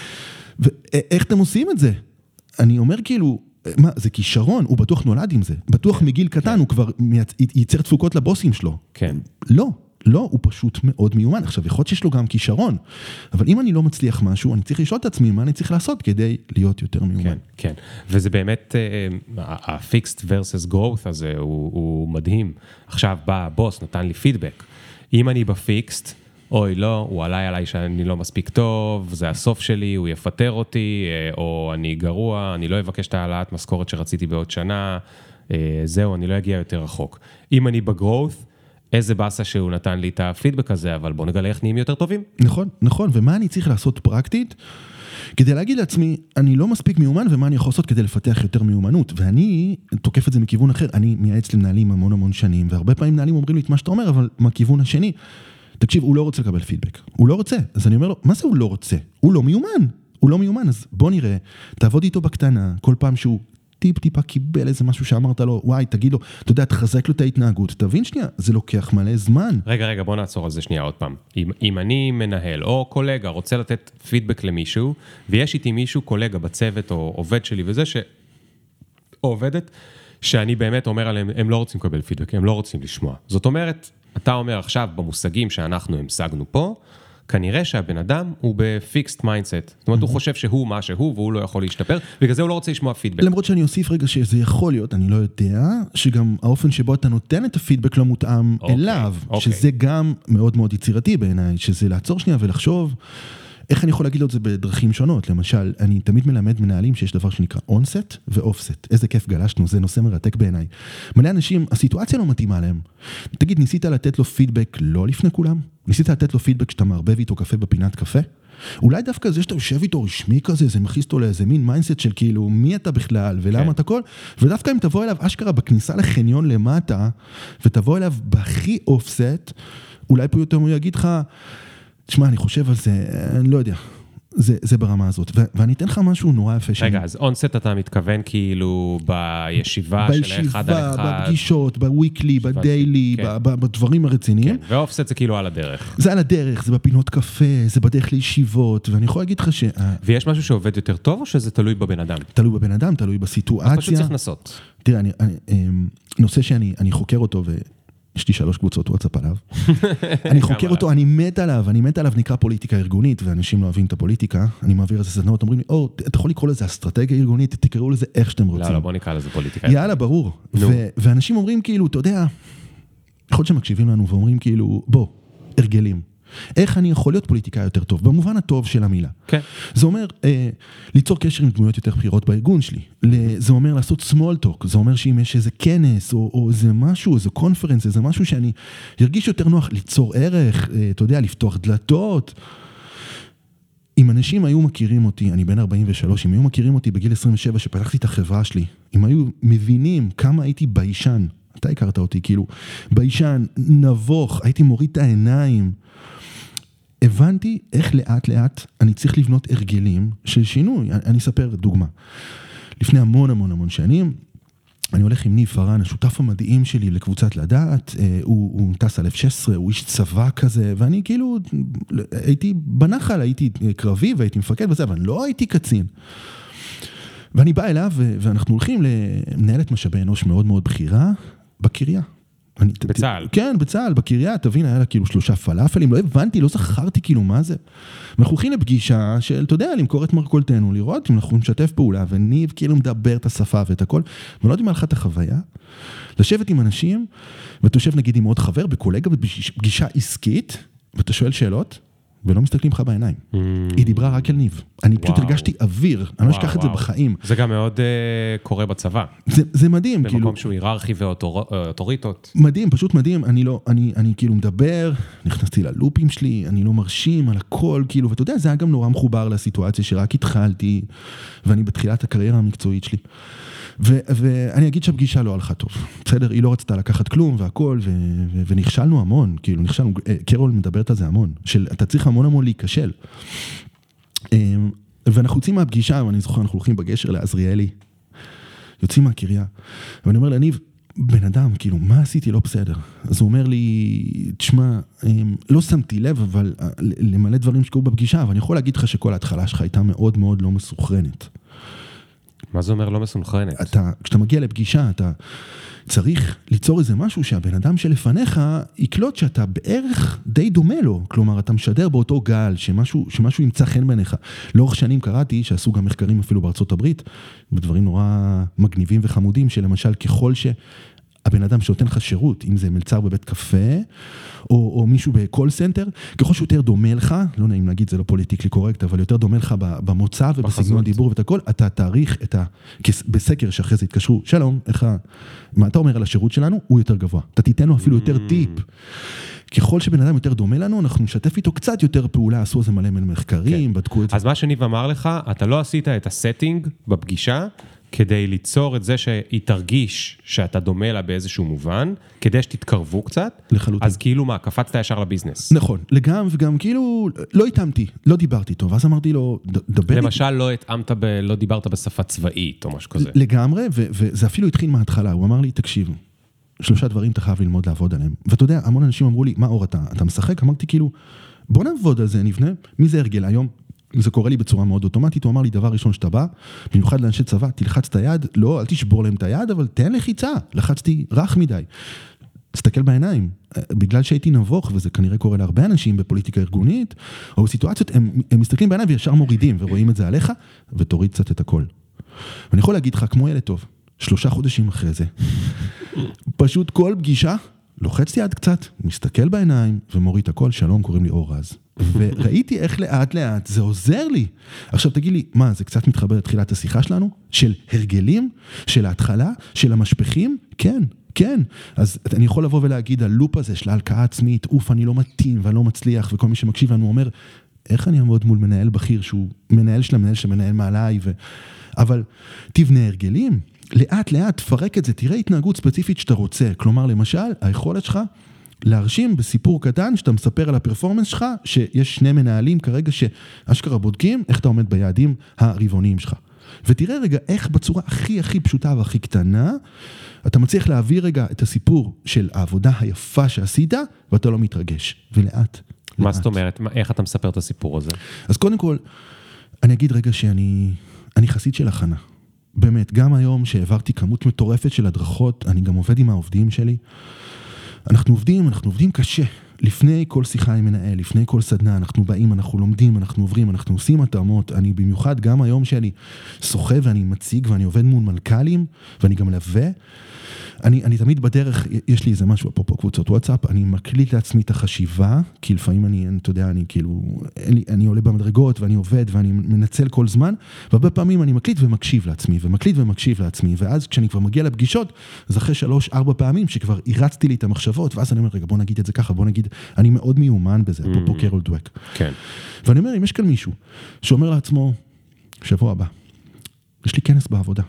ואיך אתם עושים את זה? אני אומר כאילו, מה, זה כישרון, הוא בטוח נולד עם זה. בטוח מגיל קטן, הוא כבר ייצר תפוקות לבוסים שלו. כן. לא. לא, הוא פשוט מאוד מיומן. עכשיו, יכול להיות שיש לו גם כישרון, אבל אם אני לא מצליח משהו, אני צריך לשאול את עצמי מה אני צריך לעשות כדי להיות יותר מיומן. כן, כן. וזה באמת, ה-fixed versus growth הזה הוא, הוא מדהים. עכשיו בא הבוס, נתן לי פידבק. אם אני בפיקסט, אוי לא, הוא עליי עליי שאני לא מספיק טוב, זה הסוף שלי, הוא יפטר אותי, או אני גרוע, אני לא אבקש את העלאת משכורת שרציתי בעוד שנה, זהו, אני לא אגיע יותר רחוק. אם אני בגרowth, איזה באסה שהוא נתן לי את הפידבק הזה, אבל בוא נגלה איך נהיים יותר טובים. נכון, נכון, ומה אני צריך לעשות פרקטית? כדי להגיד לעצמי, אני לא מספיק מיומן, ומה אני יכול לעשות כדי לפתח יותר מיומנות, ואני תוקף את זה מכיוון אחר, אני מייעץ למנהלים המון המון שנים, והרבה פעמים מנהלים אומרים לי את מה שאתה אומר, אבל מהכיוון השני, תקשיב, הוא לא רוצה לקבל פידבק, הוא לא רוצה, אז אני אומר לו, מה זה הוא לא רוצה? הוא לא מיומן, הוא לא מיומן, אז בוא נראה, תעבוד איתו בקטנה, כל פעם שהוא טיפ טיפה קיבל איזה משהו שאמרת לו, וואי, תגיד לו, אתה יודע, תחזק לו את ההתנהגות, תבין שנייה, זה לוקח מלא זמן. רגע, רגע, בוא נעצור על זה שנייה עוד פעם. אם, אם אני מנהל או קולגה רוצה לתת פידבק למישהו, ויש איתי מישהו, קולגה בצוות או עובד שלי וזה, ש... או עובדת, שאני באמת אומר עליהם, הם לא רוצים לקבל פידבק, הם לא רוצים לשמוע. זאת אומרת, אתה אומר עכשיו במושגים שאנחנו המשגנו פה, כנראה שהבן אדם הוא בפיקסט מיינדסט. זאת אומרת, הוא חושב שהוא מה שהוא, והוא לא יכול להשתפר, בגלל זה הוא לא רוצה לשמוע פידבק. למרות שאני אוסיף רגע שזה יכול להיות, אני לא יודע, שגם האופן שבו אתה נותן את הפידבק לא מותאם אליו, שזה גם מאוד מאוד יצירתי בעיניי, שזה לעצור שנייה ולחשוב, איך אני יכול להגיד לו את זה בדרכים שונות? למשל, אני תמיד מלמד מנהלים שיש דבר שנקרא אונסט ואופסט. איזה כיף גלשנו, זה נושא מרתק בעיניי. מלא אנשים, הסיטואציה לא מתאימה להם. תגיד, ניסית לתת לו פידבק לא לפני כולם? ניסית לתת לו פידבק שאתה מערבב איתו קפה בפינת קפה? אולי דווקא זה שאתה יושב איתו רשמי כזה, זה מכניס אותו לאיזה מין מיינדסט של כאילו, מי אתה בכלל ולמה אתה כל? ודווקא אם תבוא אליו אשכרה בכניסה לחניון למטה, ותבוא אליו בהכי אופסט, אולי פה יותר הוא יגיד לך, תשמע, אני חושב על זה, אני לא יודע, זה, זה ברמה הזאת. ו- ואני אתן לך משהו נורא יפה שאני... רגע, אז אונסט אתה מתכוון כאילו בישיבה של אחד על אחד? בישיבה, בפגישות, בוויקלי, בדיילי, כן. ב- ב- בדברים הרציניים. כן, ואופסט זה כאילו על הדרך. זה על הדרך, זה בפינות קפה, זה בדרך לישיבות, ואני יכול להגיד לך ש... ויש משהו שעובד יותר טוב, או שזה תלוי בבן אדם? תלוי בבן אדם, תלוי בסיטואציה. אז פשוט צריך לנסות. תראה, אני, אני, נושא שאני אני חוקר אותו, ו... יש לי שלוש קבוצות וואטסאפ עליו. אני חוקר אותו, אני מת עליו, אני מת עליו, נקרא פוליטיקה ארגונית, ואנשים לא אוהבים את הפוליטיקה. אני מעביר איזה סדנאות, אומרים לי, או, אתה יכול לקרוא לזה אסטרטגיה ארגונית, תקראו לזה איך שאתם רוצים. לא, לא, בוא נקרא לזה פוליטיקה. יאללה, ברור. ואנשים אומרים כאילו, אתה יודע, יכול להיות שמקשיבים לנו ואומרים כאילו, בוא, הרגלים. איך אני יכול להיות פוליטיקאי יותר טוב, במובן הטוב של המילה. כן. זה אומר, אה, ליצור קשר עם דמויות יותר בכירות בארגון שלי. זה אומר לעשות small talk, זה אומר שאם יש איזה כנס, או, או איזה משהו, איזה קונפרנס, איזה משהו שאני ארגיש יותר נוח, ליצור ערך, אה, אתה יודע, לפתוח דלתות. אם אנשים היו מכירים אותי, אני בן ארבעים ושלוש, אם היו מכירים אותי בגיל עשרים ושבע, שפתחתי את החברה שלי, אם היו מבינים כמה הייתי ביישן, אתה הכרת אותי, כאילו, ביישן, נבוך, הייתי מוריד את העיניים, הבנתי איך לאט לאט אני צריך לבנות הרגלים של שינוי. אני אספר דוגמה. לפני המון המון המון שנים, אני הולך עם ניב פרן, השותף המדהים שלי לקבוצת לדעת, הוא, הוא טס על אף שש עשרה, הוא איש צבא כזה, ואני כאילו, הייתי בנחל, הייתי קרבי והייתי מפקד וזה, אבל לא הייתי קצין. ואני בא אליו, ואנחנו הולכים למנהלת משאבי אנוש מאוד מאוד בכירה, בקריה. אני, בצהל. כן, בצהל, בקריה, תבין, היה לה כאילו שלושה פלאפלים, לא הבנתי, לא זכרתי כאילו מה זה. אנחנו הולכים לפגישה של, אתה יודע, למכור את מרכולתנו, לראות אם אנחנו נשתף פעולה, וניב כאילו מדבר את השפה ואת הכל, ולא יודעים לך את החוויה, לשבת עם אנשים, ואתה יושב נגיד עם עוד חבר, בקולגה, בפגישה עסקית, ואתה שואל שאלות, ולא מסתכלים לך בעיניים. היא דיברה רק על ניב. אני פשוט הרגשתי אוויר, אני לא אשכח את זה בחיים. זה גם מאוד קורה בצבא. זה מדהים. במקום שהוא היררכי ואוטוריטות. מדהים, פשוט מדהים. אני כאילו מדבר, נכנסתי ללופים שלי, אני לא מרשים על הכל, כאילו, ואתה יודע, זה היה גם נורא מחובר לסיטואציה שרק התחלתי, ואני בתחילת הקריירה המקצועית שלי. ואני אגיד שהפגישה לא הלכה טוב. בסדר, היא לא רצתה לקחת כלום והכל, ונכשלנו המון, כאילו, נכשלנו, קרול מדברת על זה המון, של אתה צריך המון המון להיכשל. ואנחנו יוצאים מהפגישה, ואני זוכר, אנחנו הולכים בגשר לעזריאלי, יוצאים מהקריה, ואני אומר לניב, בן אדם, כאילו, מה עשיתי לא בסדר? אז הוא אומר לי, תשמע, לא שמתי לב, אבל למלא דברים שקרו בפגישה, אבל אני יכול להגיד לך שכל ההתחלה שלך הייתה מאוד מאוד לא מסוכרנת. מה זה אומר לא מסונכרנת? אתה, כשאתה מגיע לפגישה, אתה צריך ליצור איזה משהו שהבן אדם שלפניך יקלוט שאתה בערך די דומה לו. כלומר, אתה משדר באותו גל, שמשהו, שמשהו ימצא חן בעיניך. לאורך שנים קראתי, שעשו גם מחקרים אפילו בארצות הברית, בדברים נורא מגניבים וחמודים, שלמשל ככל ש... הבן אדם שנותן לך שירות, אם זה מלצר בבית קפה, או, או מישהו בקול סנטר, ככל שהוא יותר דומה לך, לא נעים להגיד, זה לא פוליטיקלי קורקט, אבל יותר דומה לך במוצא ובסגנון דיבור ואת הכל, אתה תאריך את ה... בסקר שאחרי זה התקשרו, שלום, איך ה... מה אתה אומר על השירות שלנו? הוא יותר גבוה. אתה תיתן לו אפילו יותר טיפ. ככל שבן אדם יותר דומה לנו, אנחנו נשתף איתו קצת יותר פעולה, עשו איזה מלא מחקרים, בדקו את זה. אז מה שניב אמר לך, אתה לא עשית את הסטינג בפגישה, כדי ליצור את זה שהיא תרגיש שאתה דומה לה באיזשהו מובן, כדי שתתקרבו קצת, לחלוטין. אז כאילו מה, קפצת ישר לביזנס. נכון, לגמרי, וגם כאילו, לא התאמתי, לא דיברתי איתו, ואז אמרתי לו, דבר... למשל, לא התאמת, ב, לא דיברת בשפה צבאית, או משהו כזה. לגמרי, ו- וזה אפילו התחיל מההתחלה, הוא אמר לי, תקשיב, שלושה דברים אתה חייב ללמוד לעבוד עליהם. ואתה יודע, המון אנשים אמרו לי, מה אור, אתה, אתה משחק? אמרתי כאילו, בוא נעבוד על זה, נבנה, מי זה הרגל היום? זה קורה לי בצורה מאוד אוטומטית, הוא אמר לי, דבר ראשון שאתה בא, במיוחד לאנשי צבא, תלחץ את היד, לא, אל תשבור להם את היד, אבל תן לחיצה, לחצתי רך מדי. תסתכל בעיניים, בגלל שהייתי נבוך, וזה כנראה קורה להרבה אנשים בפוליטיקה ארגונית, או בסיטואציות, הם, הם מסתכלים בעיניים וישר מורידים, ורואים את זה עליך, ותוריד קצת את הכל. ואני יכול להגיד לך, כמו ילד טוב, שלושה חודשים אחרי זה, פשוט כל פגישה, לוחץ יד קצת, מסתכל בעיניים, ומוריד את הכל, שלום, קוראים לי אור רז. וראיתי איך לאט לאט זה עוזר לי. עכשיו תגיד לי, מה, זה קצת מתחבר לתחילת השיחה שלנו? של הרגלים? של ההתחלה? של המשפחים? כן, כן. אז אני יכול לבוא ולהגיד, הלופ הזה של ההלקאה עצמית, אוף, אני לא מתאים ואני לא מצליח, וכל מי שמקשיב לנו אומר, איך אני אעמוד מול מנהל בכיר, שהוא מנהל של המנהל של מנהל מעליי, ו... אבל תבנה הרגלים, לאט לאט תפרק את זה, תראה התנהגות ספציפית שאתה רוצה. כלומר, למשל, היכולת שלך להרשים בסיפור קטן, שאתה מספר על הפרפורמנס שלך, שיש שני מנהלים כרגע שאשכרה בודקים, איך אתה עומד ביעדים הרבעוניים שלך. ותראה רגע איך בצורה הכי הכי פשוטה והכי קטנה, אתה מצליח להעביר רגע את הסיפור של העבודה היפה שעשית, ואתה לא מתרגש. ולאט. מה זאת אומרת? איך אתה מספר את הסיפור הזה? אז קודם כל, אני אגיד רגע שאני אני חסיד של הכנה. באמת, גם היום שהעברתי כמות מטורפת של הדרכות, אני גם עובד עם העובדים שלי. אנחנו עובדים, אנחנו עובדים קשה. לפני כל שיחה עם מנהל, לפני כל סדנה, אנחנו באים, אנחנו לומדים, אנחנו עוברים, אנחנו עושים התאמות. אני במיוחד גם היום שאני שוחה ואני מציג ואני עובד מול מלכ"לים ואני גם מלווה. אני, אני תמיד בדרך, יש לי איזה משהו, אפרופו קבוצות וואטסאפ, אני מקליט לעצמי את החשיבה, כי לפעמים אני, אתה יודע, אני כאילו, אני, אני עולה במדרגות ואני עובד ואני מנצל כל זמן, והרבה פעמים אני מקליט ומקשיב לעצמי, ומקליט ומקשיב לעצמי, ואז כשאני כבר מגיע לפגישות, אז אחרי שלוש, ארבע פעמים שכבר הרצתי לי את המחשבות, ואז אני אומר, רגע, בוא נגיד את זה ככה, בוא נגיד, אני מאוד מיומן בזה, אפרופו קרול דווק. כן. ואני אומר, אם יש כאן מישהו שאומר לעצמו, שבוע הבא, יש לי כנס בעבודה.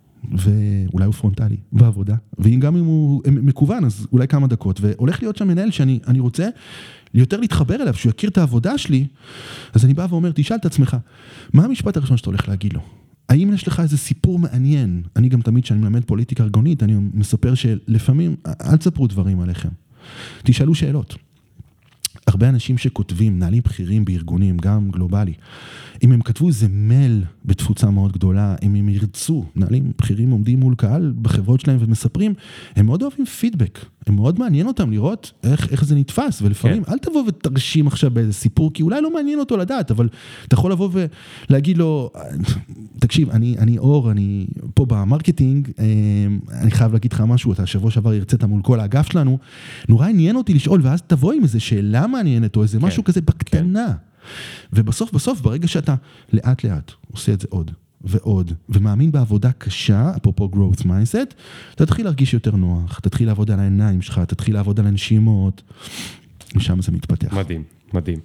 ואולי הוא פרונטלי בעבודה, וגם אם הוא מקוון, אז אולי כמה דקות, והולך להיות שם מנהל שאני אני רוצה יותר להתחבר אליו, שהוא יכיר את העבודה שלי, אז אני בא ואומר, תשאל את עצמך, מה המשפט הראשון שאתה הולך להגיד לו? האם יש לך איזה סיפור מעניין? אני גם תמיד שאני מלמד פוליטיקה ארגונית, אני מספר שלפעמים, אל תספרו דברים עליכם. תשאלו שאלות. הרבה אנשים שכותבים, מנהלים בכירים בארגונים, גם גלובלי, אם הם כתבו איזה מייל בתפוצה מאוד גדולה, אם הם ירצו, מנהלים בכירים עומדים מול קהל בחברות שלהם ומספרים, הם מאוד אוהבים פידבק, הם מאוד מעניין אותם לראות איך, איך זה נתפס, ולפעמים כן. אל תבוא ותרשים עכשיו באיזה סיפור, כי אולי לא מעניין אותו לדעת, אבל אתה יכול לבוא ולהגיד לו, תקשיב, אני, אני אור, אני פה אפרופו במרקטינג, אני חייב להגיד לך משהו, אתה שבוע שעבר הרצית מול כל האגף שלנו, נורא עניין אותי לשאול, ואז תבוא עם איזה שאלה מעניינת, או איזה משהו כזה בקטנה. ובסוף, בסוף, ברגע שאתה לאט לאט עושה את זה עוד ועוד, ומאמין בעבודה קשה, אפרופו growth mindset, אתה תתחיל להרגיש יותר נוח, תתחיל לעבוד על העיניים שלך, תתחיל לעבוד על הנשימות, משם זה מתפתח. מדהים, מדהים.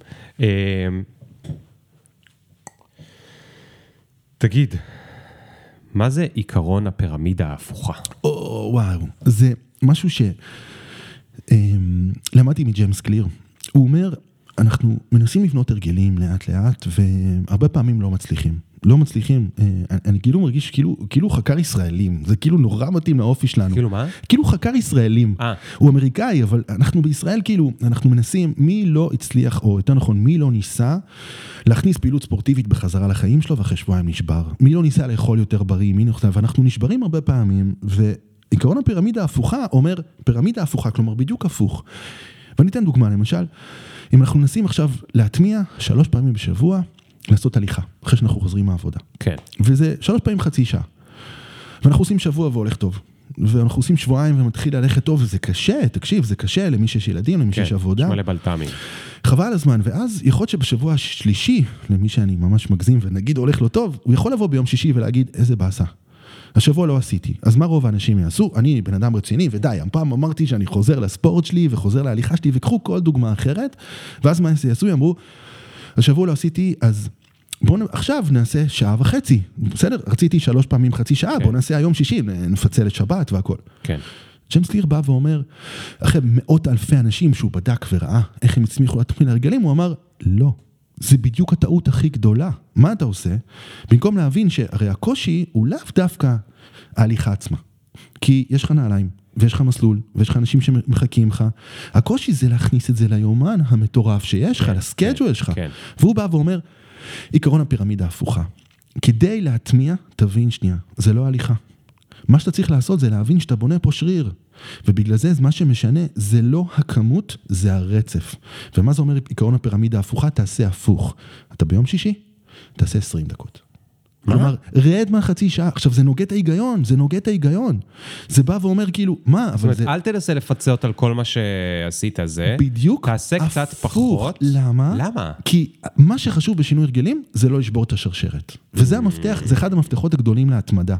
תגיד, מה זה עיקרון הפירמידה ההפוכה? או, וואו, זה משהו ש... למדתי מג'יימס קליר. הוא אומר, אנחנו מנסים לבנות הרגלים לאט לאט, והרבה פעמים לא מצליחים. לא מצליחים. אני כאילו מרגיש כאילו, כאילו חקר ישראלים. זה כאילו נורא מתאים לאופי שלנו. כאילו מה? כאילו חקר ישראלים. אה. הוא אמריקאי, אבל אנחנו בישראל כאילו, אנחנו מנסים, מי לא הצליח, או יותר נכון, מי לא ניסה להכניס פעילות ספורטיבית בחזרה לחיים שלו, ואחרי שבועיים נשבר. מי לא ניסה לאכול יותר בריא, מי נוכל, ואנחנו נשברים הרבה פעמים, ועיקרון הפירמידה ההפוכה אומר, פירמידה הפוכה, כלומר בדיוק הפוך. ואני אתן דוגמה, למשל, אם אנחנו מנסים עכשיו להטמיע שלוש פעמים בשבוע, לעשות הליכה, אחרי שאנחנו חוזרים מהעבודה. כן. וזה שלוש פעמים חצי שעה. ואנחנו עושים שבוע והולך טוב. ואנחנו עושים שבועיים ומתחיל ללכת טוב, וזה קשה, תקשיב, זה קשה למי שיש ילדים, למי שיש עבודה. כן, שמלא בלת"מים. חבל על הזמן, ואז יכול להיות שבשבוע השלישי, למי שאני ממש מגזים ונגיד הולך לו טוב, הוא יכול לבוא ביום שישי ולהגיד, איזה בעשה. השבוע לא עשיתי. אז מה רוב האנשים יעשו? אני בן אדם רציני, ודי, הפעם אמרתי שאני חוזר לספורט שלי, וחוזר להליכה שלי, וקחו כל דוגמה אחרת, ואז מה יעשו? יאמרו, השבוע לא עשיתי, אז בואו עכשיו נעשה שעה וחצי. בסדר? רציתי שלוש פעמים חצי שעה, כן. בואו נעשה היום שישי, נפצל את שבת והכל. כן. ג'יימס קליר בא ואומר, אחרי מאות אלפי אנשים שהוא בדק וראה איך הם הצמיחו להתחיל הרגלים, הוא אמר, לא. זה בדיוק הטעות הכי גדולה. מה אתה עושה? במקום להבין שהרי הקושי הוא לאו דווקא ההליכה עצמה. כי יש לך נעליים, ויש לך מסלול, ויש לך אנשים שמחכים לך. הקושי זה להכניס את זה ליומן המטורף שיש לך, לסקייג'ואל שלך. והוא בא ואומר, עיקרון הפירמידה ההפוכה. כדי להטמיע, תבין שנייה, זה לא הליכה. מה שאתה צריך לעשות זה להבין שאתה בונה פה שריר. ובגלל זה, מה שמשנה, זה לא הכמות, זה הרצף. ומה זה אומר עיקרון הפירמידה ההפוכה? תעשה הפוך. אתה ביום שישי, תעשה עשרים דקות. כלומר, רד מהחצי שעה. עכשיו, זה נוגע את ההיגיון, זה נוגע את ההיגיון. זה בא ואומר כאילו, מה? זאת אומרת, אל תנסה לפצות על כל מה שעשית זה. בדיוק. תעשה קצת פחות. למה? למה? כי מה שחשוב בשינוי הרגלים, זה לא לשבור את השרשרת. וזה המפתח, זה אחד המפתחות הגדולים להתמדה.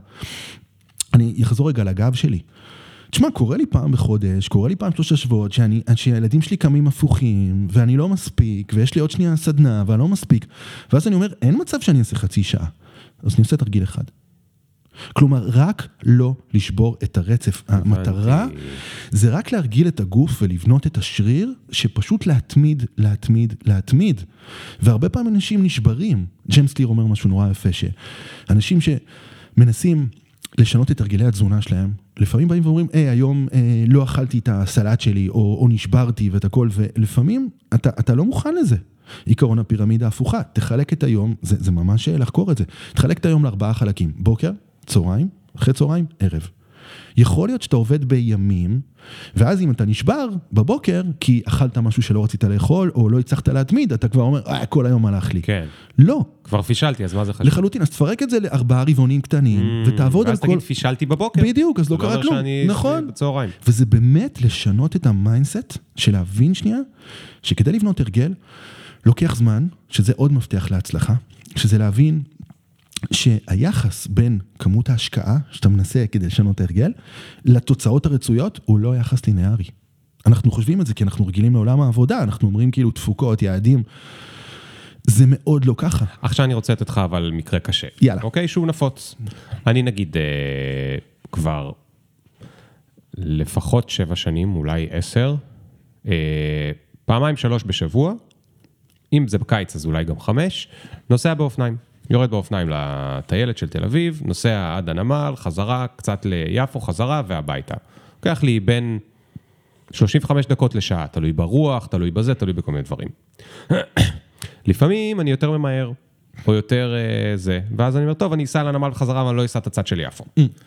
אני אחזור רגע לגב שלי. תשמע, קורה לי פעם בחודש, קורה לי פעם שלושה שבועות, שאני, שהילדים שלי קמים הפוכים, ואני לא מספיק, ויש לי עוד שנייה סדנה, ואני לא מספיק. ואז אני אומר, אין מצב שאני אעשה חצי שעה. אז אני עושה תרגיל אחד. כלומר, רק לא לשבור את הרצף. המטרה זה רק להרגיל את הגוף ולבנות את השריר, שפשוט להתמיד, להתמיד, להתמיד. והרבה פעמים אנשים נשברים. ג'יימס קליר אומר משהו נורא יפה, שאנשים שמנסים לשנות את הרגלי התזונה שלהם, לפעמים באים ואומרים, היי, היום אה, לא אכלתי את הסלט שלי, או, או נשברתי ואת הכל, ולפעמים אתה, אתה לא מוכן לזה. עיקרון הפירמידה ההפוכה, תחלק את היום, זה, זה ממש לחקור את זה, תחלק את היום לארבעה חלקים, בוקר, צהריים, אחרי צהריים, ערב. יכול להיות שאתה עובד בימים, ואז אם אתה נשבר בבוקר, כי אכלת משהו שלא רצית לאכול, או לא הצלחת להתמיד, אתה כבר אומר, אה, כל היום הלך לי. כן. לא. כבר פישלתי, אז מה זה חשוב? לחלוטין, אז תפרק את זה לארבעה רבעונים קטנים, mm, ותעבוד על כל... ואז תגיד, פישלתי בבוקר. בדיוק, אז לא קרה כלום. נכון. בצהריים. וזה באמת לשנות את המיינדסט, של להבין שנייה, שכדי לבנות הרגל, לוקח זמן, שזה עוד מפתח להצלחה, שזה להבין שהיחס בין כמות ההשקעה שאתה מנסה כדי לשנות הרגל, לתוצאות הרצויות הוא לא יחס לינארי. אנחנו חושבים את זה כי אנחנו רגילים לעולם העבודה, אנחנו אומרים כאילו תפוקות, יעדים, זה מאוד לא ככה. עכשיו אני רוצה לתת לך אבל מקרה קשה. יאללה. אוקיי, שהוא נפוץ. אני נגיד אה, כבר לפחות שבע שנים, אולי עשר, אה, פעמיים שלוש בשבוע, אם זה בקיץ אז אולי גם חמש, נוסע באופניים. יורד באופניים לטיילת של תל אביב, נוסע עד הנמל, חזרה, קצת ליפו, חזרה והביתה. לוקח לי בין שלושים וחמש דקות לשעה, תלוי ברוח, תלוי בזה, תלוי בכל מיני דברים. לפעמים אני יותר ממהר, או יותר uh, זה, ואז אני אומר, טוב, אני אסע לנמל בחזרה, אבל לא אסע את הצד של יפו.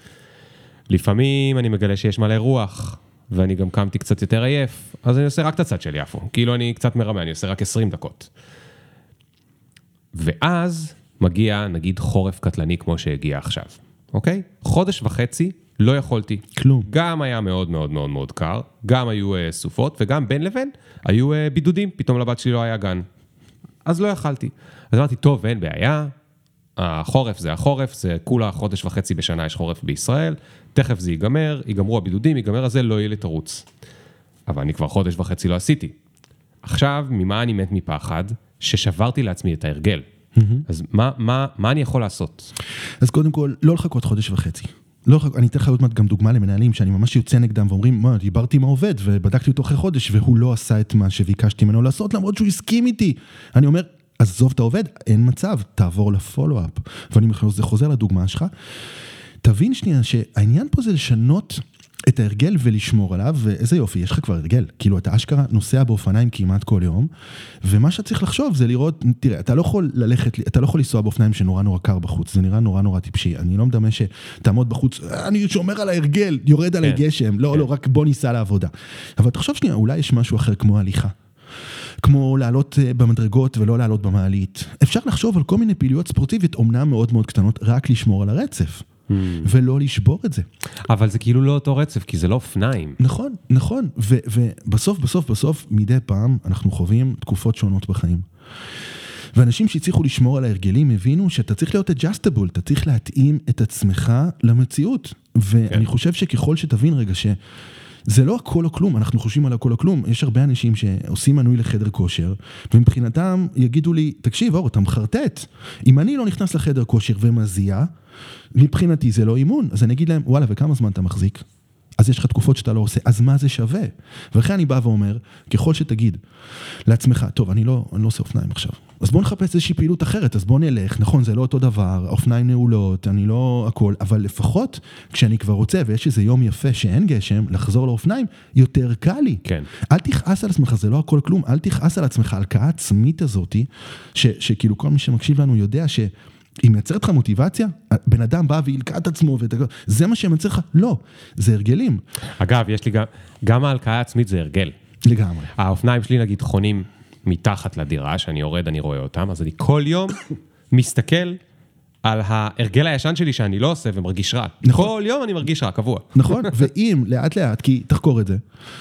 לפעמים אני מגלה שיש מלא רוח, ואני גם קמתי קצת יותר עייף, אז אני עושה רק את הצד של יפו. כאילו אני קצת מרמה, אני עושה רק עשרים דקות. ואז מגיע, נגיד, חורף קטלני כמו שהגיע עכשיו. אוקיי? חודש וחצי לא יכולתי. כלום. גם היה מאוד מאוד מאוד מאוד קר, גם היו uh, סופות, וגם בין לבין היו uh, בידודים, פתאום לבת שלי לא היה גן. אז לא יכלתי. אז אמרתי, טוב, אין בעיה, החורף זה החורף, זה כולה חודש וחצי בשנה יש חורף בישראל, תכף זה ייגמר, ייגמרו הבידודים, ייגמר הזה, לא יהיה לי תרוץ. אבל אני כבר חודש וחצי לא עשיתי. עכשיו, ממה אני מת מפחד? ששברתי לעצמי את ההרגל. אז מה, מה, מה אני יכול לעשות? אז קודם כל, לא לחכות חודש וחצי. לא, אני אתן לך עוד מעט גם דוגמה למנהלים, שאני ממש יוצא נגדם ואומרים, מה, דיברתי עם העובד ובדקתי אותו אחרי חודש, והוא לא עשה את מה שביקשתי ממנו לעשות, למרות שהוא הסכים איתי. אני אומר, עזוב את העובד, אין מצב, תעבור לפולו-אפ. ואני חוזר לדוגמה שלך. תבין שנייה שהעניין פה זה לשנות את ההרגל ולשמור עליו, ואיזה יופי, יש לך כבר הרגל. כאילו, אתה אשכרה נוסע באופניים כמעט כל יום, ומה שצריך לחשוב זה לראות, תראה, אתה לא יכול ללכת, אתה לא יכול לנסוע באופניים שנורא נורא קר בחוץ, זה נראה נורא נורא טיפשי. אני לא מדמה שתעמוד בחוץ, אני שומר על ההרגל, יורד על הגשם, לא, לא, רק בוא ניסע לעבודה. אבל תחשוב שנייה, אולי יש משהו אחר כמו הליכה. כמו לעלות במדרגות ולא לעלות במעלית. אפשר לחשוב על כל מיני פעילויות ספורטיביות, אומנם מאוד מאוד קטנות, רק לשמור על הרצף. ולא לשבור את זה. אבל זה כאילו לא אותו רצף, כי זה לא אופניים. נכון, נכון. ובסוף, בסוף, בסוף, מדי פעם אנחנו חווים תקופות שונות בחיים. ואנשים שהצליחו לשמור על ההרגלים הבינו שאתה צריך להיות adjustable, אתה צריך להתאים את עצמך למציאות. ואני חושב שככל שתבין רגע ש... זה לא הכל או כלום, אנחנו חושבים על הכל או כלום, יש הרבה אנשים שעושים מנוי לחדר כושר, ומבחינתם יגידו לי, תקשיב אור, אתה מחרטט, אם אני לא נכנס לחדר כושר ומזיע, מבחינתי זה לא אימון, אז אני אגיד להם, וואלה, וכמה זמן אתה מחזיק? אז יש לך תקופות שאתה לא עושה, אז מה זה שווה? ולכן אני בא ואומר, ככל שתגיד לעצמך, טוב, אני לא, אני לא עושה אופניים עכשיו, אז בוא נחפש איזושהי פעילות אחרת, אז בוא נלך, נכון, זה לא אותו דבר, אופניים נעולות, אני לא הכל, אבל לפחות כשאני כבר רוצה, ויש איזה יום יפה שאין גשם, לחזור לאופניים, יותר קל לי. כן. אל תכעס על עצמך, זה לא הכל כלום, אל תכעס על עצמך, על ההלקאה העצמית הזאת, ש, שכאילו כל מי שמקשיב לנו יודע ש... היא מייצרת לך מוטיבציה, בן אדם בא וילקע את עצמו, זה מה שמייצר לך? לא, זה הרגלים. אגב, יש לי גם, גם ההלקאה העצמית זה הרגל. לגמרי. האופניים שלי נגיד חונים מתחת לדירה, שאני יורד, אני רואה אותם, אז אני כל יום מסתכל על ההרגל הישן שלי שאני לא עושה ומרגיש רע. נכון. כל יום אני מרגיש רע, קבוע. נכון, ואם לאט לאט, כי תחקור את זה,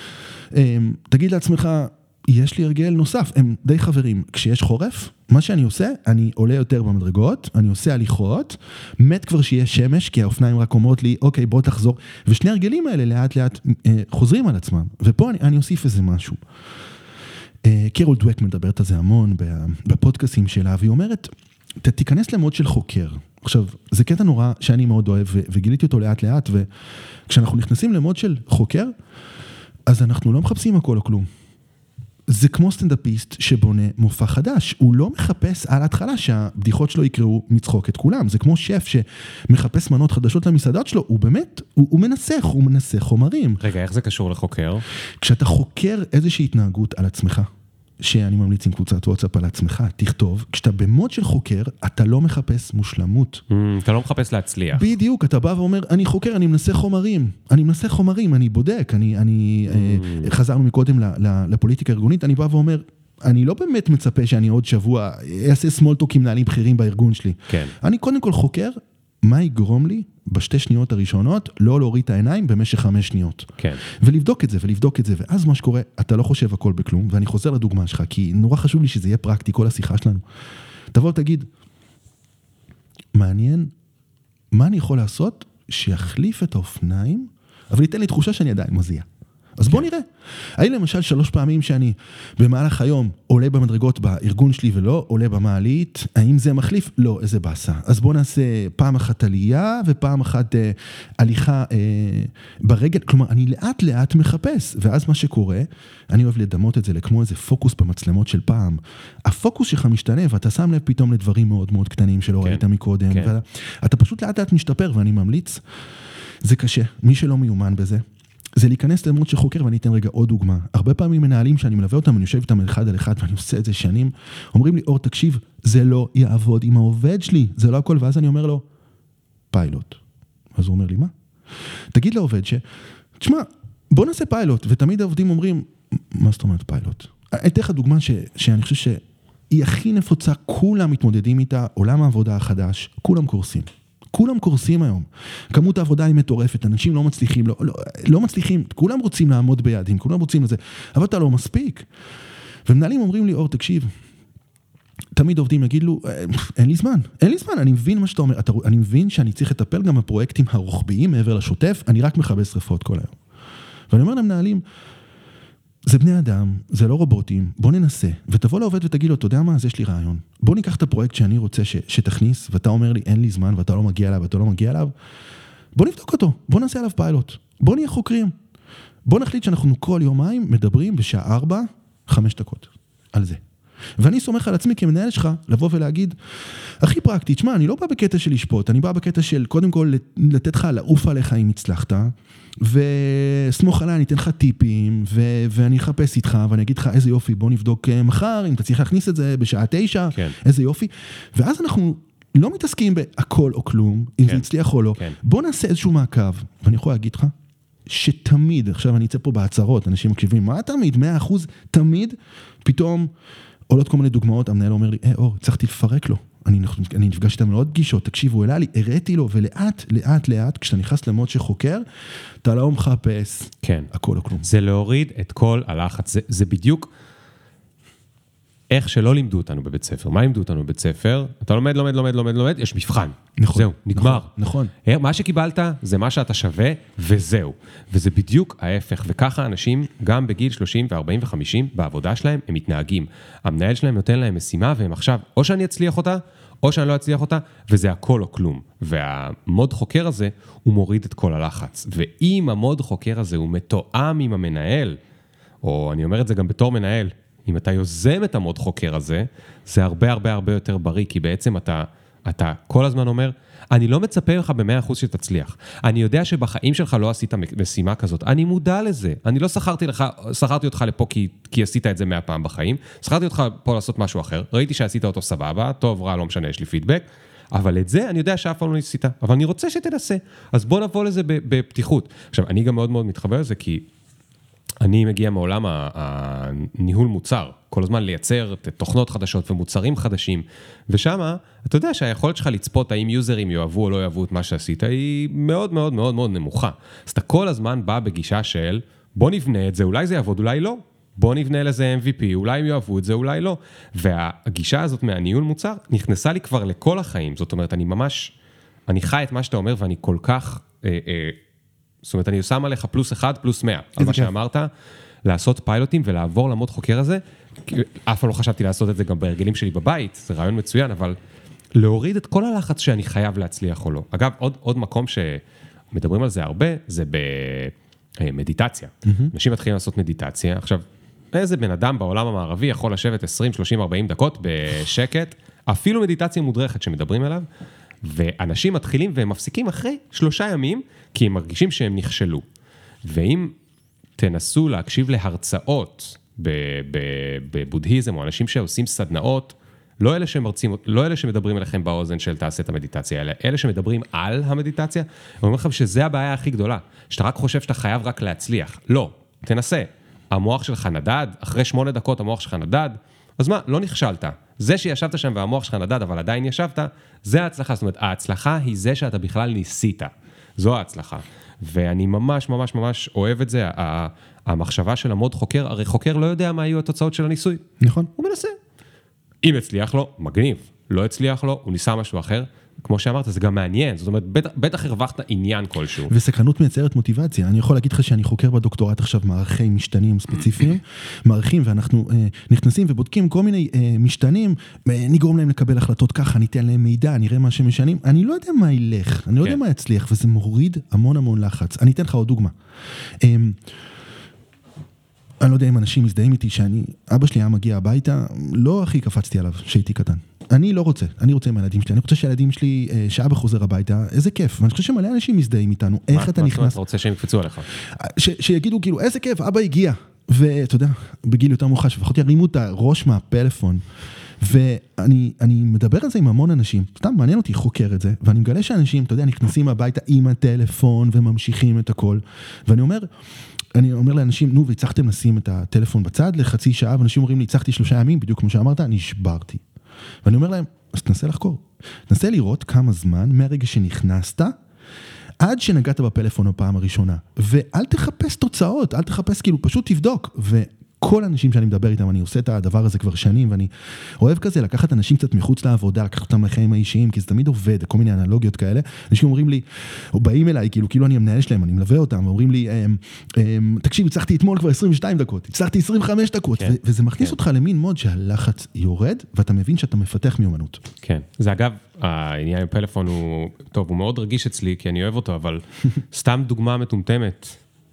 תגיד לעצמך, יש לי הרגל נוסף, הם די חברים, כשיש חורף, מה שאני עושה, אני עולה יותר במדרגות, אני עושה הליכות, מת כבר שיהיה שמש, כי האופניים רק אומרות לי, אוקיי, בוא תחזור, ושני הרגלים האלה לאט לאט אה, חוזרים על עצמם, ופה אני, אני אוסיף איזה משהו. אה, קרול דווק מדברת על זה המון בפודקאסים שלה, והיא אומרת, ת, תיכנס למוד של חוקר. עכשיו, זה קטע נורא שאני מאוד אוהב, ו, וגיליתי אותו לאט לאט, וכשאנחנו נכנסים למוד של חוקר, אז אנחנו לא מחפשים הכל או כלום. זה כמו סטנדאפיסט שבונה מופע חדש, הוא לא מחפש על ההתחלה שהבדיחות שלו יקראו מצחוק את כולם, זה כמו שף שמחפש מנות חדשות למסעדות שלו, הוא באמת, הוא, הוא מנסח, הוא מנסח חומרים. רגע, איך זה קשור לחוקר? כשאתה חוקר איזושהי התנהגות על עצמך, שאני ממליץ עם קבוצת וואטסאפ על עצמך, תכתוב, כשאתה במוד של חוקר, אתה לא מחפש מושלמות. Mm, אתה לא מחפש להצליח. בדיוק, אתה בא ואומר, אני חוקר, אני מנסה חומרים, אני מנסה חומרים, אני בודק, אני, אני, mm. אה, חזרנו מקודם לפוליטיקה ארגונית, אני בא ואומר, אני לא באמת מצפה שאני עוד שבוע אעשה סמולטוק עם מנהלים בכירים בארגון שלי. כן. אני קודם כל חוקר, מה יגרום לי בשתי שניות הראשונות לא להוריד את העיניים במשך חמש שניות. כן. ולבדוק את זה, ולבדוק את זה, ואז מה שקורה, אתה לא חושב הכל בכלום, ואני חוזר לדוגמה שלך, כי נורא חשוב לי שזה יהיה פרקטי, כל השיחה שלנו. תבוא ותגיד, מעניין, מה אני יכול לעשות שיחליף את האופניים, אבל ייתן לי תחושה שאני עדיין מזיע. אז בוא נראה. האם למשל שלוש פעמים שאני במהלך היום עולה במדרגות בארגון שלי ולא עולה במעלית, האם זה מחליף? לא, איזה באסה. אז בוא נעשה פעם אחת עלייה ופעם אחת אה, הליכה אה, ברגל. כלומר, אני לאט לאט מחפש, ואז מה שקורה, אני אוהב לדמות את זה לכמו איזה פוקוס במצלמות של פעם. הפוקוס שלך משתנה ואתה שם לב פתאום לדברים מאוד מאוד קטנים שלא כן. ראית מקודם. כן. ואתה פשוט לאט לאט משתפר ואני ממליץ. זה קשה. מי שלא מיומן בזה, זה להיכנס למוד שחוקר, ואני אתן רגע עוד דוגמה. הרבה פעמים מנהלים שאני מלווה אותם, אני יושב איתם אחד על אחד, ואני עושה את זה שנים, אומרים לי, אור, תקשיב, זה לא יעבוד עם העובד שלי, זה לא הכל, ואז אני אומר לו, פיילוט. אז הוא אומר לי, מה? תגיד לעובד ש, תשמע, בוא נעשה פיילוט, ותמיד העובדים אומרים, מה זאת אומרת פיילוט? אני אתן לך דוגמה ש, שאני חושב שהיא הכי נפוצה, כולם מתמודדים איתה, עולם העבודה החדש, כולם קורסים. כולם קורסים היום. כמות העבודה היא מטורפת, אנשים לא מצליחים, לא, לא, לא מצליחים, כולם רוצים לעמוד ביעדים, כולם רוצים לזה, אבל אתה לא מספיק. ומנהלים אומרים לי, אור, תקשיב, תמיד עובדים יגיד לו, אין לי זמן, אין לי זמן, אני מבין מה שאתה אומר, אתה, אני מבין שאני צריך לטפל גם בפרויקטים הרוחביים מעבר לשוטף, אני רק מכבה שריפות כל היום. ואני אומר למנהלים, זה בני אדם, זה לא רובוטים, בוא ננסה, ותבוא לעובד ותגיד לו, אתה יודע מה, אז יש לי רעיון. בוא ניקח את הפרויקט שאני רוצה ש, שתכניס, ואתה אומר לי, אין לי זמן, ואתה לא מגיע אליו, ואתה לא מגיע אליו, בוא נבדוק אותו, בוא נעשה עליו פיילוט, בוא נהיה חוקרים. בוא נחליט שאנחנו כל יומיים מדברים בשעה ארבע, חמש דקות, על זה. ואני סומך על עצמי כמנהל שלך, לבוא ולהגיד, הכי פרקטי, תשמע, אני לא בא בקטע של לשפוט, אני בא בקטע של, קודם כל, לתת לך לעוף עליך אם הצלחת, וסמוך עליי, אני אתן לך טיפים, ו- ואני אחפש איתך, ואני אגיד לך, איזה יופי, בוא נבדוק מחר, אם אתה צריך להכניס את זה בשעה תשע, כן. איזה יופי. ואז אנחנו לא מתעסקים בהכל או כלום, אם כן. זה הצליח או לא. כן. בוא נעשה איזשהו מעקב, ואני יכול להגיד לך, שתמיד, עכשיו אני אצא פה בהצהרות, אנשים מקשיבים, מה תמיד? מאה אחוז, תמיד, פתאום, עולות כל מיני דוגמאות, המנהל אומר לי, אה, אור, צריכתי לפרק לו. אני, אני נפגש איתם לעוד פגישות, תקשיבו, אלה לי, הראיתי לו, ולאט, לאט, לאט, כשאתה נכנס למוד שחוקר, אתה לא מחפש, כן. הכל או כלום. זה להוריד את כל הלחץ, זה, זה בדיוק איך שלא לימדו אותנו בבית ספר. מה לימדו אותנו בבית ספר? אתה לומד, לומד, לומד, לומד, לומד, יש מבחן. נכון. זהו, נגמר. נכון. נכון. מה שקיבלת זה מה שאתה שווה, וזהו. וזה בדיוק ההפך, וככה אנשים, גם בגיל שלושים וארבעים וחמישים, בעבודה שלהם, הם מתנהגים. המנהל שלהם נותן להם משימה, והם עכשיו, או שאני אצליח אותה, או שאני לא אצליח אותה, וזה הכל או כלום. והמוד חוקר הזה, הוא מוריד את כל הלחץ. ואם המוד חוקר הזה הוא מתואם עם המנהל, או אני אומר את זה גם בתור מנהל, אם אתה יוזם את המוד חוקר הזה, זה הרבה הרבה הרבה יותר בריא, כי בעצם אתה, אתה כל הזמן אומר, אני לא מצפה לך ב-מאה אחוז שתצליח. אני יודע שבחיים שלך לא עשית משימה כזאת. אני מודע לזה. אני לא שכרתי לך, שכרתי אותך לפה כי, כי עשית את זה מאה פעם בחיים. שכרתי אותך פה לעשות משהו אחר. ראיתי שעשית אותו סבבה, טוב, רע, לא משנה, יש לי פידבק. אבל את זה אני יודע שאף פעם לא ניסית. אבל אני רוצה שתנסה. אז בוא נבוא לזה בפתיחות. עכשיו, אני גם מאוד מאוד מתחבר לזה, כי אני מגיע מעולם הניהול מוצר, כל הזמן לייצר תוכנות חדשות ומוצרים חדשים, ושמה, אתה יודע שהיכולת שלך לצפות האם יוזרים יאהבו או לא יאהבו את מה שעשית, היא מאוד מאוד מאוד מאוד נמוכה. אז אתה כל הזמן בא בגישה של, בוא נבנה את זה, אולי זה יעבוד, אולי לא. בוא נבנה לזה אם וי פי, אולי הם יאהבו את זה, אולי לא. והגישה הזאת מהניהול מוצר נכנסה לי כבר לכל החיים, זאת אומרת, אני ממש, אני חי את מה שאתה אומר, ואני כל כך, אה, אה, זאת אומרת, אני שם עליך פלוס אחד, פלוס מאה. על מה שאמרת, לעשות פיילוטים ולעבור למוד חוקר הזה, אף פעם לא חשבתי לעשות את זה גם בהרגלים שלי בבית, זה רעיון מצוין, אבל להוריד את כל הלחץ שאני חייב להצליח או לא. אגב, עוד, עוד מקום שמדברים על זה הרבה, זה במדיטציה. אנשים מתחילים לעשות מדיטציה. עכשיו, איזה בן אדם בעולם המערבי יכול לשבת עשרים, שלושים, ארבעים דקות בשקט, אפילו מדיטציה מודרכת שמדברים עליו, ואנשים מתחילים והם מפסיקים אחרי שלושה ימים, כי הם מרגישים שהם נכשלו. ואם תנסו להקשיב להרצאות בבודהיזם, או אנשים שעושים סדנאות, לא אלה שמרצים, לא אלה שמדברים אליכם באוזן של תעשה את המדיטציה, אלא אלה שמדברים על המדיטציה, הם אומרים לכם שזה הבעיה הכי גדולה, שאתה רק חושב שאתה חייב רק להצליח. לא, תנסה. המוח שלך נדד, אחרי שמונה דקות המוח שלך נדד, אז מה, לא נכשלת. זה שישבת שם והמוח שלך נדד, אבל עדיין ישבת, זה ההצלחה. זאת אומרת, ההצלחה היא זה שאתה בכלל ניסית. זו ההצלחה. ואני ממש ממש ממש אוהב את זה, המחשבה של המוד חוקר, הרי חוקר לא יודע מה יהיו התוצאות של הניסוי. נכון. הוא מנסה. אם הצליח לו, מגניב. לא הצליח לו, הוא ניסה משהו אחר. כמו שאמרת, זה גם מעניין. זאת אומרת, בטח, בטח הרווחת עניין כלשהו. וסקרנות מייצרת מוטיבציה. אני יכול להגיד לך שאני חוקר בדוקטורט עכשיו מערכי משתנים ספציפיים, מערכים, ואנחנו אה, נכנסים ובודקים כל מיני אה, משתנים, אה, נגרום להם לקבל החלטות ככה, ניתן להם מידע, נראה מה שמשנים. אני לא יודע מה ילך, אני לא יודע מה יצליח, וזה מוריד המון המון לחץ. אני אתן לך עוד דוגמה. אה, אני לא יודע אם אנשים מזדהים איתי שאני, אבא שלי היה מגיע הביתה, לא הכי קפצתי עליו שהייתי קטן. אני לא רוצה, אני רוצה עם הילדים שלי, אני רוצה שהילדים שלי שעה בחוזר הביתה, איזה כיף, ואני חושב שמלא אנשים מזדהים איתנו, איך אתה נכנס... מה אתה רוצה שהם יקפצו עליך? שיגידו כאילו, איזה כיף, אבא הגיע, ואתה יודע, בגיל יותר מאוחר, שפחות ירימו את הראש מהפלאפון, ואני מדבר על זה עם המון אנשים, סתם מעניין אותי חוקר את זה, ואני מגלה שאנשים, אתה יודע, נכנסים הביתה עם הטלפון, וממשיכים את הכל, ואני אומר... אני אומר לאנשים, נו, והצלחתם לשים את הטלפון בצד לחצי שעה, ואנשים אומרים לי, הצלחתי שלושה ימים, בדיוק כמו שאמרת, נשברתי. ואני אומר להם, אז תנסה לחקור. תנסה לראות כמה זמן מהרגע שנכנסת, עד שנגעת בפלאפון הפעם הראשונה. ואל תחפש תוצאות, אל תחפש, כאילו, פשוט תבדוק. וכל האנשים שאני מדבר איתם, אני עושה את הדבר הזה כבר שנים, ואני אוהב כזה לקחת אנשים קצת מחוץ לעבודה, לקחת אותם לחיים האישיים, כי זה תמיד עובד, כל מיני אנלוגיות כאלה. אנשים אומרים לי, או באים אליי, כאילו, כאילו אני המנהל שלהם, אני מלווה אותם, ואומרים לי, תקשיב, הצלחתי אתמול כבר עשרים ושתיים דקות, הצלחתי עשרים וחמש דקות, כן, וזה מכניס כן. אותך למין מוד שהלחץ יורד, ואתה מבין שאתה מפתח מיומנות. כן, זה אגב, העניין עם פלאפון הוא, טוב, הוא מאוד רגיש אצלי, כי אני אוהב אותו, אבל סתם דוגמה מטומטמת.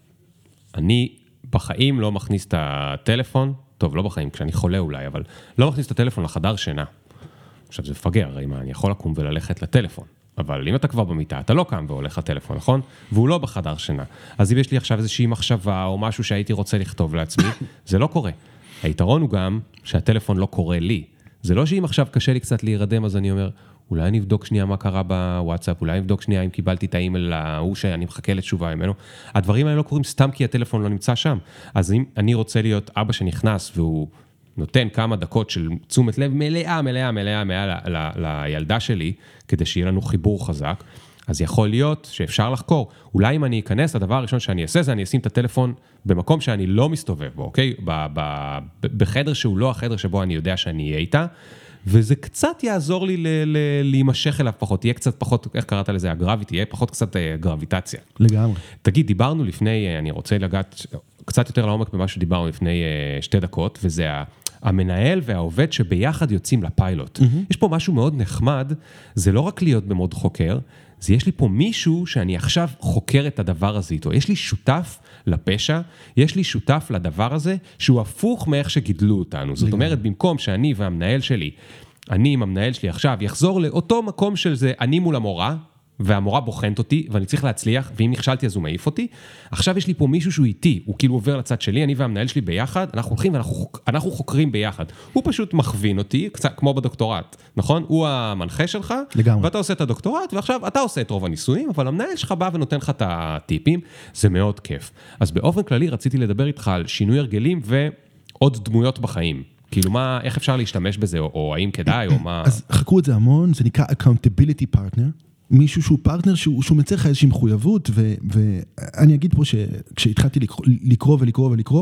אני בחיים לא מכניס את הטלפון, טוב, לא בחיים, כשאני חולה אולי, אבל לא מכניס את הטלפון לחדר שינה. עכשיו, זה מפגר, הרי מה, אני יכול לקום וללכת לטלפון. אבל אם אתה כבר במיטה, אתה לא קם והולך לטלפון, נכון? והוא לא בחדר שינה. אז אם יש לי עכשיו איזושהי מחשבה, או משהו שהייתי רוצה לכתוב לעצמי, זה לא קורה. היתרון הוא גם שהטלפון לא קורה לי. זה לא שאם עכשיו קשה לי קצת להירדם, אז אני אומר, אולי אני אבדוק שנייה מה קרה בוואטסאפ, אולי אני אבדוק שנייה אם קיבלתי את האימייל ההוא שאני מחכה לתשובה ממנו. הדברים האלה לא קורים סתם כי הטלפון לא נמצא שם. אז אם אני רוצה להיות אבא שנכנס והוא נותן כמה דקות של תשומת לב מלאה, מלאה, מלאה, מלאה ל- ל- לילדה שלי, כדי שיהיה לנו חיבור חזק, אז יכול להיות שאפשר לחקור. אולי אם אני אכנס, הדבר הראשון שאני אעשה זה אני אשים את הטלפון במקום שאני לא מסתובב בו, אוקיי? ב- ב- בחדר שהוא לא החדר שבו אני יודע שאני אהיה איתה, וזה קצת יעזור לי ל- ל- להימשך אליו פחות, תהיה קצת פחות, איך קראת לזה, הגרביטי, תהיה פחות קצת גרביטציה. לגמרי. תגיד, דיברנו לפני, אני רוצה לגעת קצת יותר לעומק במה שדיברנו לפני שתי דקות, וזה המנהל והעובד שביחד יוצאים לפיילוט. Mm-hmm. יש פה משהו מאוד נחמד, זה לא רק להיות במוד חוקר, זה יש לי פה מישהו שאני עכשיו חוקר את הדבר הזה איתו. יש לי שותף לפשע, יש לי שותף לדבר הזה, שהוא הפוך מאיך שגידלו אותנו. זאת אומרת, במקום שאני והמנהל שלי, אני עם המנהל שלי עכשיו, יחזור לאותו מקום של זה, אני מול המורה, והמורה בוחנת אותי, ואני צריך להצליח, ואם נכשלתי אז הוא מעיף אותי. עכשיו יש לי פה מישהו שהוא איתי, הוא כאילו עובר לצד שלי, אני והמנהל שלי ביחד, אנחנו הולכים ואנחנו חוקרים ביחד. הוא פשוט מכווין אותי, קצת כמו בדוקטורט, נכון? הוא המנחה שלך, לגמרי. ואתה עושה את הדוקטורט, ועכשיו אתה עושה את רוב הניסויים, אבל המנהל שלך בא ונותן לך את הטיפים, זה מאוד כיף. אז באופן כללי רציתי לדבר איתך על שינוי הרגלים ועוד דמויות בחיים. כאילו מה, איך אפשר להשתמש בזה, או, או האם כדאי, או מה... אז חקרו את זה המון, זה נקרא accountability partner, מישהו שהוא פרטנר, שהוא, שהוא מצריך איזושהי מחויבות, ו, ואני אגיד פה שכשהתחלתי לקרוא, לקרוא ולקרוא ולקרוא,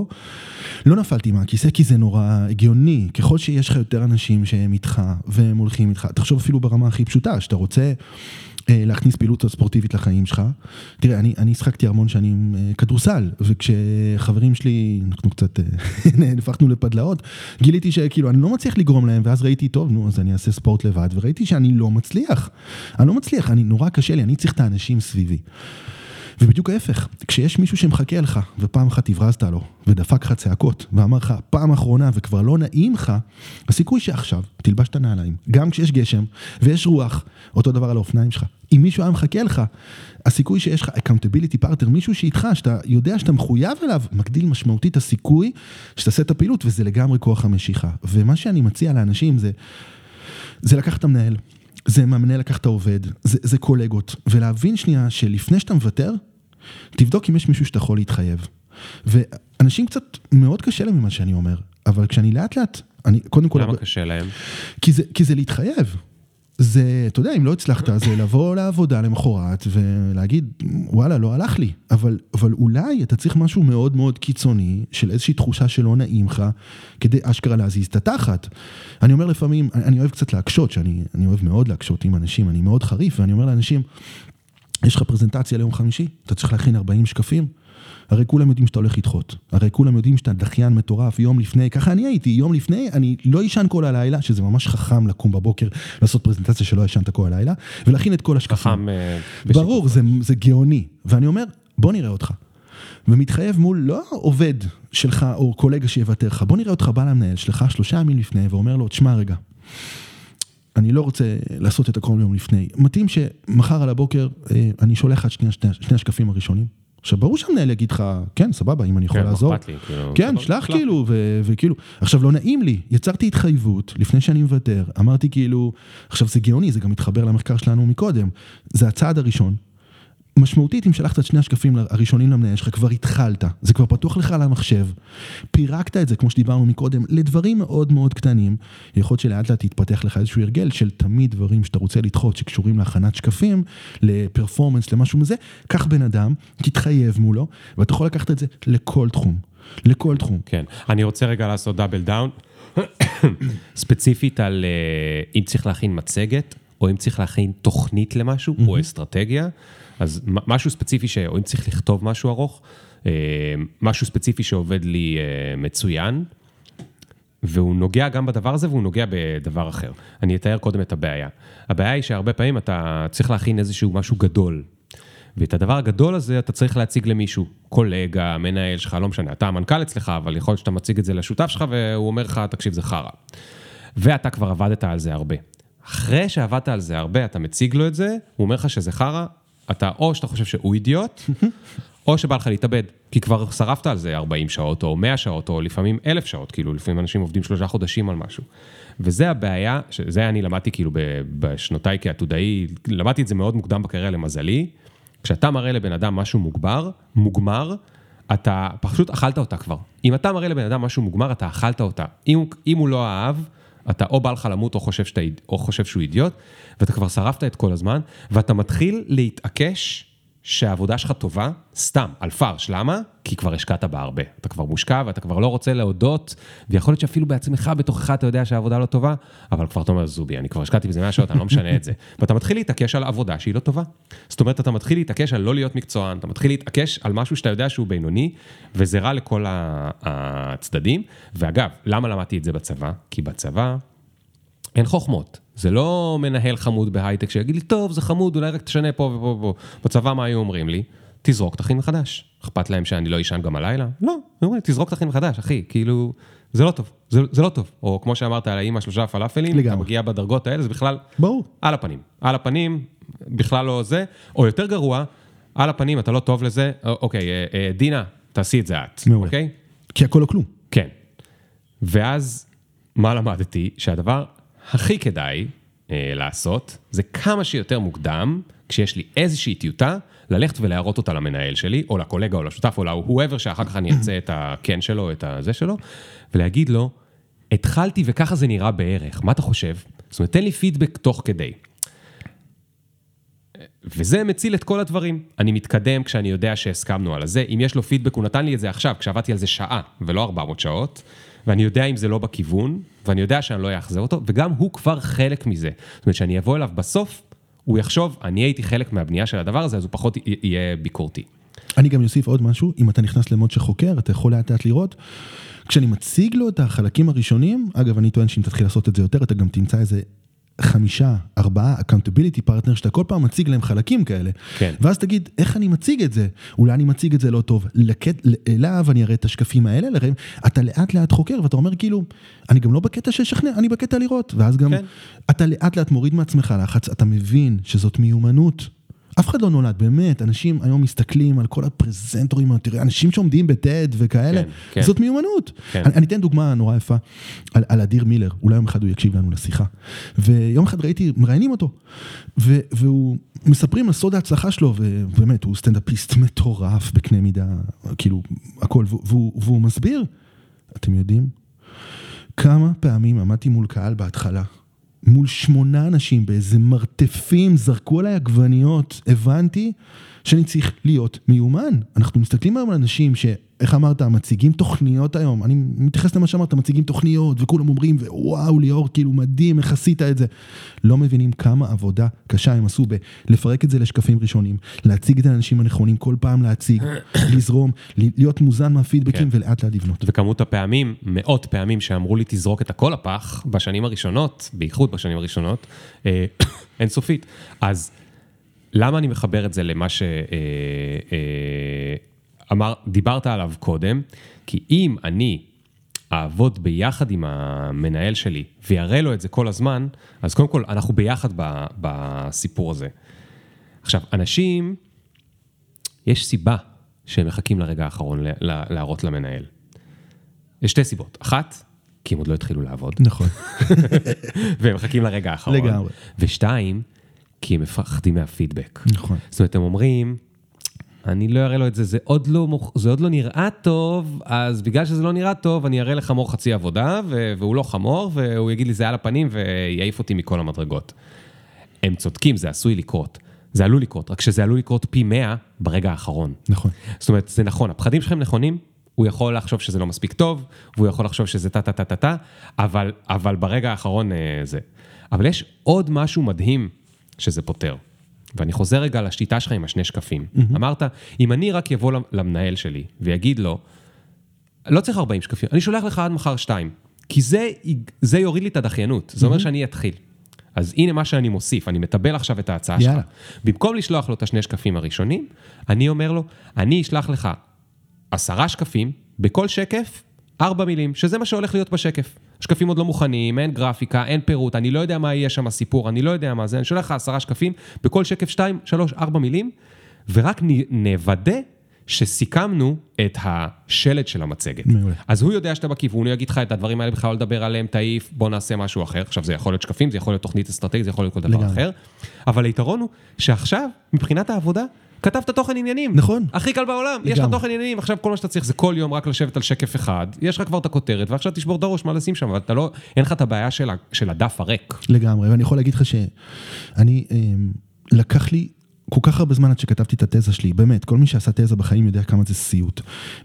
לא נפלתי מהכיסא, כי זה נורא הגיוני, ככל שיש לך יותר אנשים שהם איתך, והם הולכים איתך, תחשוב אפילו ברמה הכי פשוטה, שאתה רוצה להכניס פעילות ספורטיבית לחיים שלך. תראה, אני, אני שחקתי המון שנים כדורסל, וכשחברים שלי, אנחנו קצת נפחנו לפדלאות, גיליתי שכאילו אני לא מצליח לגרום להם, ואז ראיתי, טוב, נו, אז אני אעשה ספורט לבד, וראיתי שאני לא מצליח. אני לא מצליח, אני נורא קשה לי, אני צריך את האנשים סביבי. ובדיוק ההפך, כשיש מישהו שמחכה לך, ופעם אחת הברזת לו, ודפק לך צעקות, ואמר לך, פעם אחרונה, וכבר לא נעים לך, הסיכוי שעכשיו תלבש את הנעליים, גם כשיש גשם, ויש רוח, אותו דבר על האופניים שלך. אם מישהו היה מחכה לך, הסיכוי שיש לך accountability partner, מישהו שאיתך, שאתה יודע שאתה מחויב אליו, מגדיל משמעותית הסיכוי שתעשה את הפעילות, וזה לגמרי כוח המשיכה. ומה שאני מציע לאנשים זה, זה לקחת את המנהל. זה מהמנהל לקח את העובד, זה, זה קולגות, ולהבין שנייה שלפני שאתה מוותר, תבדוק אם יש מישהו שאתה יכול להתחייב. ואנשים קצת מאוד קשה להם ממה שאני אומר, אבל כשאני לאט לאט, אני קודם כל... למה לב... קשה להם? כי זה, כי זה להתחייב. זה, אתה יודע, אם לא הצלחת, זה לבוא לעבודה למחרת ולהגיד, וואלה, לא הלך לי. אבל, אבל אולי אתה צריך משהו מאוד מאוד קיצוני, של איזושהי תחושה שלא נעים לך, כדי אשכרה להזיז את התחת. אני אומר לפעמים, אני, אני אוהב קצת להקשות, שאני, אני אוהב מאוד להקשות עם אנשים, אני מאוד חריף, ואני אומר לאנשים, יש לך פרזנטציה ליום חמישי, אתה צריך להכין ארבעים שקפים, הרי כולם יודעים שאתה הולך לדחות, הרי כולם יודעים שאתה דחיין מטורף יום לפני, ככה אני הייתי, יום לפני, אני לא ישן כל הלילה, שזה ממש חכם לקום בבוקר, לעשות פרזנטציה שלא ישנת כל הלילה, ולהכין את כל השקפים. חכם... ברור, זה, זה גאוני, ואני אומר, בוא נראה אותך. ומתחייב מול לא עובד שלך או קולגה שיוותר לך, בוא נראה אותך בא למנהל שלך שלושה ימים לפני, ואומר לו, תשמע רגע, אני לא רוצה לעשות את הכל יום לפני. מתאים שמחר על הבוקר, אני שולח את שני, שני, שני השקפים הראשונים, עכשיו, ברור שהמנהל יגיד לך, כן, סבבה, אם אני יכול לעזור. כן, שלח כאילו, וכאילו, עכשיו לא נעים לי, יצרתי התחייבות, לפני שאני מוותר, אמרתי כאילו, עכשיו זה גאוני, זה גם מתחבר למחקר שלנו מקודם, זה הצעד הראשון, משמעותית, אם שלחת את שני השקפים הראשונים למנהל שלך, כבר התחלת, זה כבר פתוח לך על המחשב, פירקת את זה, כמו שדיברנו מקודם, לדברים מאוד מאוד קטנים, יכול להיות שלאט לאט תתפתח לך איזשהו הרגל, של תמיד דברים שאתה רוצה לדחות, שקשורים להכנת שקפים, לפרפורמנס, למשהו מזה, קח בן אדם, תתחייב מולו, ואתה יכול לקחת את זה לכל תחום, לכל תחום. כן, אני רוצה רגע לעשות דאבל דאון, ספציפית על אם צריך להכין מצגת, או אם צריך להכין תוכנית למשהו, mm-hmm. או אסטרטגיה, אז משהו ספציפי, ש... או אם צריך לכתוב משהו ארוך, משהו ספציפי שעובד לי מצוין, והוא נוגע גם בדבר הזה, והוא נוגע בדבר אחר. אני אתאר קודם את הבעיה. הבעיה היא שהרבה פעמים אתה צריך להכין איזשהו משהו גדול, ואת הדבר הגדול הזה אתה צריך להציג למישהו, קולגה, מנהל שלך, לא משנה, אתה המנכ"ל אצלך, אבל יכול להיות שאתה מציג את זה לשותף שלך, והוא אומר לך, תקשיב, זה חרה. ואתה כבר עבדת על זה הרבה. אחרי שעבדת על זה הרבה, אתה מציג לו את זה, הוא אומר לך שזה חרה, אתה או שאתה חושב שהוא אידיוט, או שבא לך להתאבד, כי כבר שרפת על זה ארבעים שעות, או מאה שעות, או לפעמים אלף שעות, כאילו לפעמים אנשים עובדים שלושה חודשים על משהו. וזה הבעיה, שזה אני למדתי כאילו בשנותיי כעתודאי, למדתי את זה מאוד מוקדם בקריירה למזלי, כשאתה מראה לבן אדם משהו מוגבר, מוגמר, אתה פשוט אכלת אותה כבר. אם אתה מראה לבן אדם משהו מוגמר, אתה אכלת אותה. אם, אם הוא לא אהב, אתה או בא לך למות או חושב, שאתה, או חושב שהוא אידיוט, ואתה כבר שרפת את כל הזמן, ואתה מתחיל להתעקש שהעבודה שלך טובה, סתם, על פרש. למה? כי כבר השקעת בה הרבה. אתה כבר מושקע ואתה כבר לא רוצה להודות, ויכול להיות שאפילו בעצמך בתוכך אתה יודע שהעבודה לא טובה, אבל כבר אתה אומר, זובי, אני כבר השקעתי בזה מאה שעות, אני לא משנה את זה. ואתה מתחיל להתעקש על עבודה שהיא לא טובה. זאת אומרת, אתה מתחיל להתעקש על לא להיות מקצוען, אתה מתחיל להתעקש על משהו שאתה יודע שהוא בינוני, וזה רע לכל הצדדים. ואגב, למה למדתי את זה בצבא? כי בצבא אין חוכמות. זה לא מנהל חמוד בהייטק שיגיד לי, טוב, זה חמוד, אולי רק תשנה פה ופה ופה. בצבא מה היו אומרים לי? תזרוק, תכין מחדש. אכפת להם שאני לא ישן גם הלילה? לא, הם אומרים, תזרוק, תכין מחדש, אחי, כאילו, זה לא טוב, זה, זה לא טוב. או כמו שאמרת על האמא שלושה פלאפלים, אתה מגיע בדרגות האלה, זה בכלל, ברור. על הפנים. על הפנים, בכלל לא זה, או יותר גרוע, על הפנים, אתה לא טוב לזה, אוקיי, דינה, תעשי את זה את, אוקיי? כי הכל או כלום. כן. ואז, מה למדתי? שהדבר הכי כדאי אה, לעשות, זה כמה שיותר מוקדם, כשיש לי איזושהי טיוטה, ללכת ולהראות אותה למנהל שלי, או לקולגה, או לשותף, או ל-whoever, שאחר כך אני ארצה את הכן שלו, את הזה שלו, ולהגיד לו, התחלתי וככה זה נראה בערך, מה אתה חושב? זאת אומרת, תן לי פידבק תוך כדי. וזה מציל את כל הדברים. אני מתקדם כשאני יודע שהסכמנו על זה, אם יש לו פידבק, הוא נתן לי את זה עכשיו, כשעבדתי על זה שעה, ולא ארבע מאות שעות, ואני יודע אם זה לא בכיוון, ואני יודע שאני לא יחזר אותו, וגם הוא כבר חלק מזה. זאת אומרת, שאני אבוא אליו בסוף, הוא יחשוב, אני הייתי חלק מהבנייה של הדבר הזה, אז הוא פחות יהיה ביקורתי. אני גם יוסיף עוד משהו, אם אתה נכנס למוד שחוקר, אתה יכול לאט לאט לראות, כשאני מציג לו את החלקים הראשונים, אגב, אני טוען שאם תתחיל לעשות את זה יותר, אתה גם תמצא איזה חמישה, ארבעה, accountability partner, שאתה כל פעם מציג להם חלקים כאלה. כן. ואז תגיד, איך אני מציג את זה? אולי אני מציג את זה לא טוב. אליו אני אראה את השקפים האלה, לראים, אתה לאט לאט חוקר, ואתה אומר כאילו, אני גם לא בקטע ששכנע, אני בקטע לראות. ואז גם, כן. אתה לאט לאט מוריד מעצמך לחץ, אתה מבין שזאת מיומנות. אף אחד לא נולד, באמת, אנשים היום מסתכלים על כל הפרזנטורים, תראה, אנשים שעומדים בטד וכאלה, כן, כן. זאת מיומנות. כן. אני, אני אתן דוגמה נורא יפה, על, על אדיר מילר, אולי יום אחד הוא יקשיב לנו לשיחה, ויום אחד ראיתי, מראיינים אותו, ו, והוא מספרים על סוד ההצלחה שלו, ובאמת, הוא סטנדאפיסט מטורף בקנה מידה, כאילו, הכל, והוא, והוא מסביר, אתם יודעים, כמה פעמים עמדתי מול קהל בהתחלה, מול שמונה אנשים באיזה מרתפים, זרקו עליי עגבניות, הבנתי שאני צריך להיות מיומן. אנחנו מסתכלים היום על אנשים ש, איך אמרת, מציגים תוכניות היום, אני מתייחס למה שאמרת, מציגים תוכניות, וכולם אומרים, וואו, ליאור, כאילו מדהים, איך עשית את זה. לא מבינים כמה עבודה קשה הם עשו בלפרק את זה לשקפים ראשונים, להציג את האנשים הנכונים, כל פעם להציג, לזרום, להיות מוזן מהפידבקים, כן. ולאט לאט לבנות. וכמות הפעמים, מאות פעמים שאמרו לי, תזרוק את הכל הפח, בשנים הראשונות, בייחוד בשנים הראשונות, אינסופית. אז למה אני מחבר את זה למה ש... אמר, דיברת עליו קודם, כי אם אני אעבוד ביחד עם המנהל שלי, ויראה לו את זה כל הזמן, אז קודם כל, אנחנו ביחד ב, בסיפור הזה. עכשיו, אנשים, יש סיבה שהם מחכים לרגע האחרון להראות למנהל. יש שתי סיבות. אחת, כי הם עוד לא התחילו לעבוד. נכון. והם מחכים לרגע האחרון. לגמרי. ושתיים, כי הם מפחדים מהפידבק. נכון. זאת אומרת, הם אומרים, אני לא אראה לו את זה, זה עוד לא, זה עוד לא נראה טוב, אז בגלל שזה לא נראה טוב, אני אראה לחמור חצי עבודה, והוא לא חמור, והוא יגיד לי זה על הפנים, ויעיף אותי מכל המדרגות. הם צודקים, זה עשוי לקרות. זה עלול לקרות, רק שזה עלול לקרות פי מאה ברגע האחרון. נכון. זאת אומרת, זה נכון, הפחדים שלכם נכונים, הוא יכול לחשוב שזה לא מספיק טוב, והוא יכול לחשוב שזה טה-טה-טה-טה, אבל, אבל ברגע האחרון זה. אבל יש עוד משהו מדהים שזה פותר. ואני חוזר רגע לשיטה שלך עם השני שקפים. Mm-hmm. אמרת, אם אני רק יבוא למנהל שלי ויגיד לו, לא צריך ארבעים שקפים, אני שולח לך עד מחר שתיים, כי זה, זה יוריד לי את הדחיינות, זה אומר mm-hmm. שאני אתחיל. אז הנה מה שאני מוסיף, אני מטבל עכשיו את ההצעה שלך. במקום לשלוח לו את השני שקפים הראשונים, אני אומר לו, אני אשלח לך עשרה שקפים, בכל שקף, ארבע מילים, שזה מה שהולך להיות בשקף. שקפים עוד לא מוכנים, אין גרפיקה, אין פירוט, אני לא יודע מה יהיה שם הסיפור, אני לא יודע מה זה, אני שולח לך עשרה שקפים, בכל שקף שתיים, שלוש, ארבע מילים, ורק נוודא שסיכמנו את השלט של המצגת. מעולה. אז הוא יודע שאתה בכיוון, הוא יגיד לך את הדברים האלה, בכלל לא לדבר עליהם, תעיף, בוא נעשה משהו אחר. עכשיו זה יכול להיות שקפים, זה יכול להיות תוכנית אסטרטגית, זה יכול להיות כל דבר לגמרי. אחר. אבל היתרון הוא שעכשיו, מבחינת העבודה, כתבת תוכן עניינים. נכון. הכי קל בעולם. לגמרי. יש לך תוכן עניינים, עכשיו כל מה שאתה צריך זה כל יום רק לשבת על שקף אחד, יש לך כבר את הכותרת, ועכשיו תשבור את הראש מה לשים שם, אבל אתה לא, אין לך את הבעיה של, של הדף הריק. לגמרי, ואני יכול להגיד לך שאני, לקח לי כל כך הרבה זמן עד שכתבתי את התזה שלי, באמת, כל מי שעשה תזה בחיים יודע כמה זה סיוט.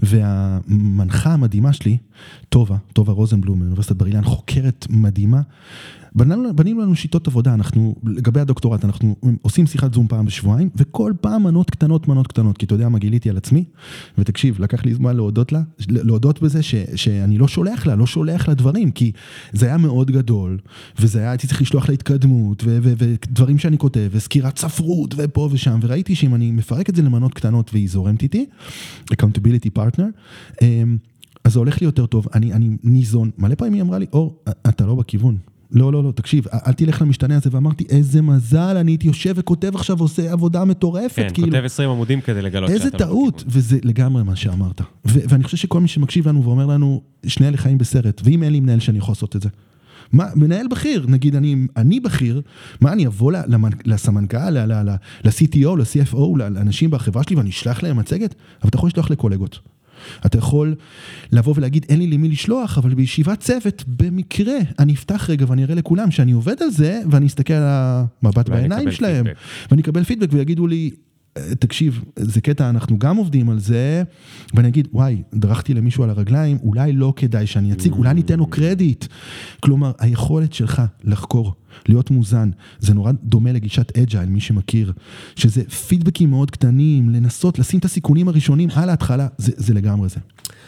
והמנחה המדהימה שלי, טובה, טובה רוזנבלום, מאוניברסיטת בר אילן, חוקרת מדהימה, בנינו, בנינו לנו שיטות עבודה, אנחנו, לגבי הדוקטורט, אנחנו עושים שיחת זום פעם בשבועיים, וכל פעם מנות קטנות, מנות קטנות, כי אתה יודע מה גיליתי על עצמי, ותקשיב, לקח לי זמן להודות לה, להודות בזה ש, שאני לא שולח לה, לא שולח לה דברים, כי זה היה מאוד גדול, וזה היה, הייתי צריך לשלוח לה התקדמות, ו, ו, ודברים שאני כותב, וסקירת ספרות, ופה ושם, וראיתי שאם אני מפרק את זה למנות קטנות, והיא זורמת איתי, accountability partner, אז זה הולך לי יותר טוב, אני, אני ניזון, מלא פעמים היא אמרה לי, אור, אתה לא בכיוון. לא, לא, לא, תקשיב, אל תלך למשתנה הזה, ואמרתי, איזה מזל, אני הייתי יושב וכותב עכשיו, ועושה עבודה מטורפת, כן, כאילו. כותב עשרים עמודים כדי לגלות שאתה... איזה טעות, וזה לגמרי מה שאמרת. ו- ואני חושב שכל מי שמקשיב לנו ואומר לנו, שני אלה חיים בסרט, ואם אין לי מנהל שאני יכול לעשות את זה. מה, מנהל בכיר, נגיד, אני, אני בכיר, מה, אני אבוא לסמנכ"ל, ל-סי טי או, ל-סי אף או, לאנשים בחברה שלי, ואני אשלח להם מצגת, אבל אתה יכול לשלוח לקולגות. אתה יכול לבוא ולהגיד, אין לי למי לשלוח, אבל בישיבת צוות, במקרה, אני אפתח רגע ואני אראה לכולם שאני עובד על זה, ואני אסתכל על המבט בעיניים שלהם, ואני אקבל פידבק ויגידו לי, תקשיב, זה קטע, אנחנו גם עובדים על זה, ואני אגיד, וואי, דרכתי למישהו על הרגליים, אולי לא כדאי שאני אציג, אולי ניתן לו קרדיט. כלומר, היכולת שלך לחקור, להיות מוזן, זה נורא דומה לגישת אג'ייל, מי שמכיר, שזה פידבקים מאוד קטנים, לנסות, לשים את הסיכונים הראשונים על ההתחלה, זה, זה לגמרי זה.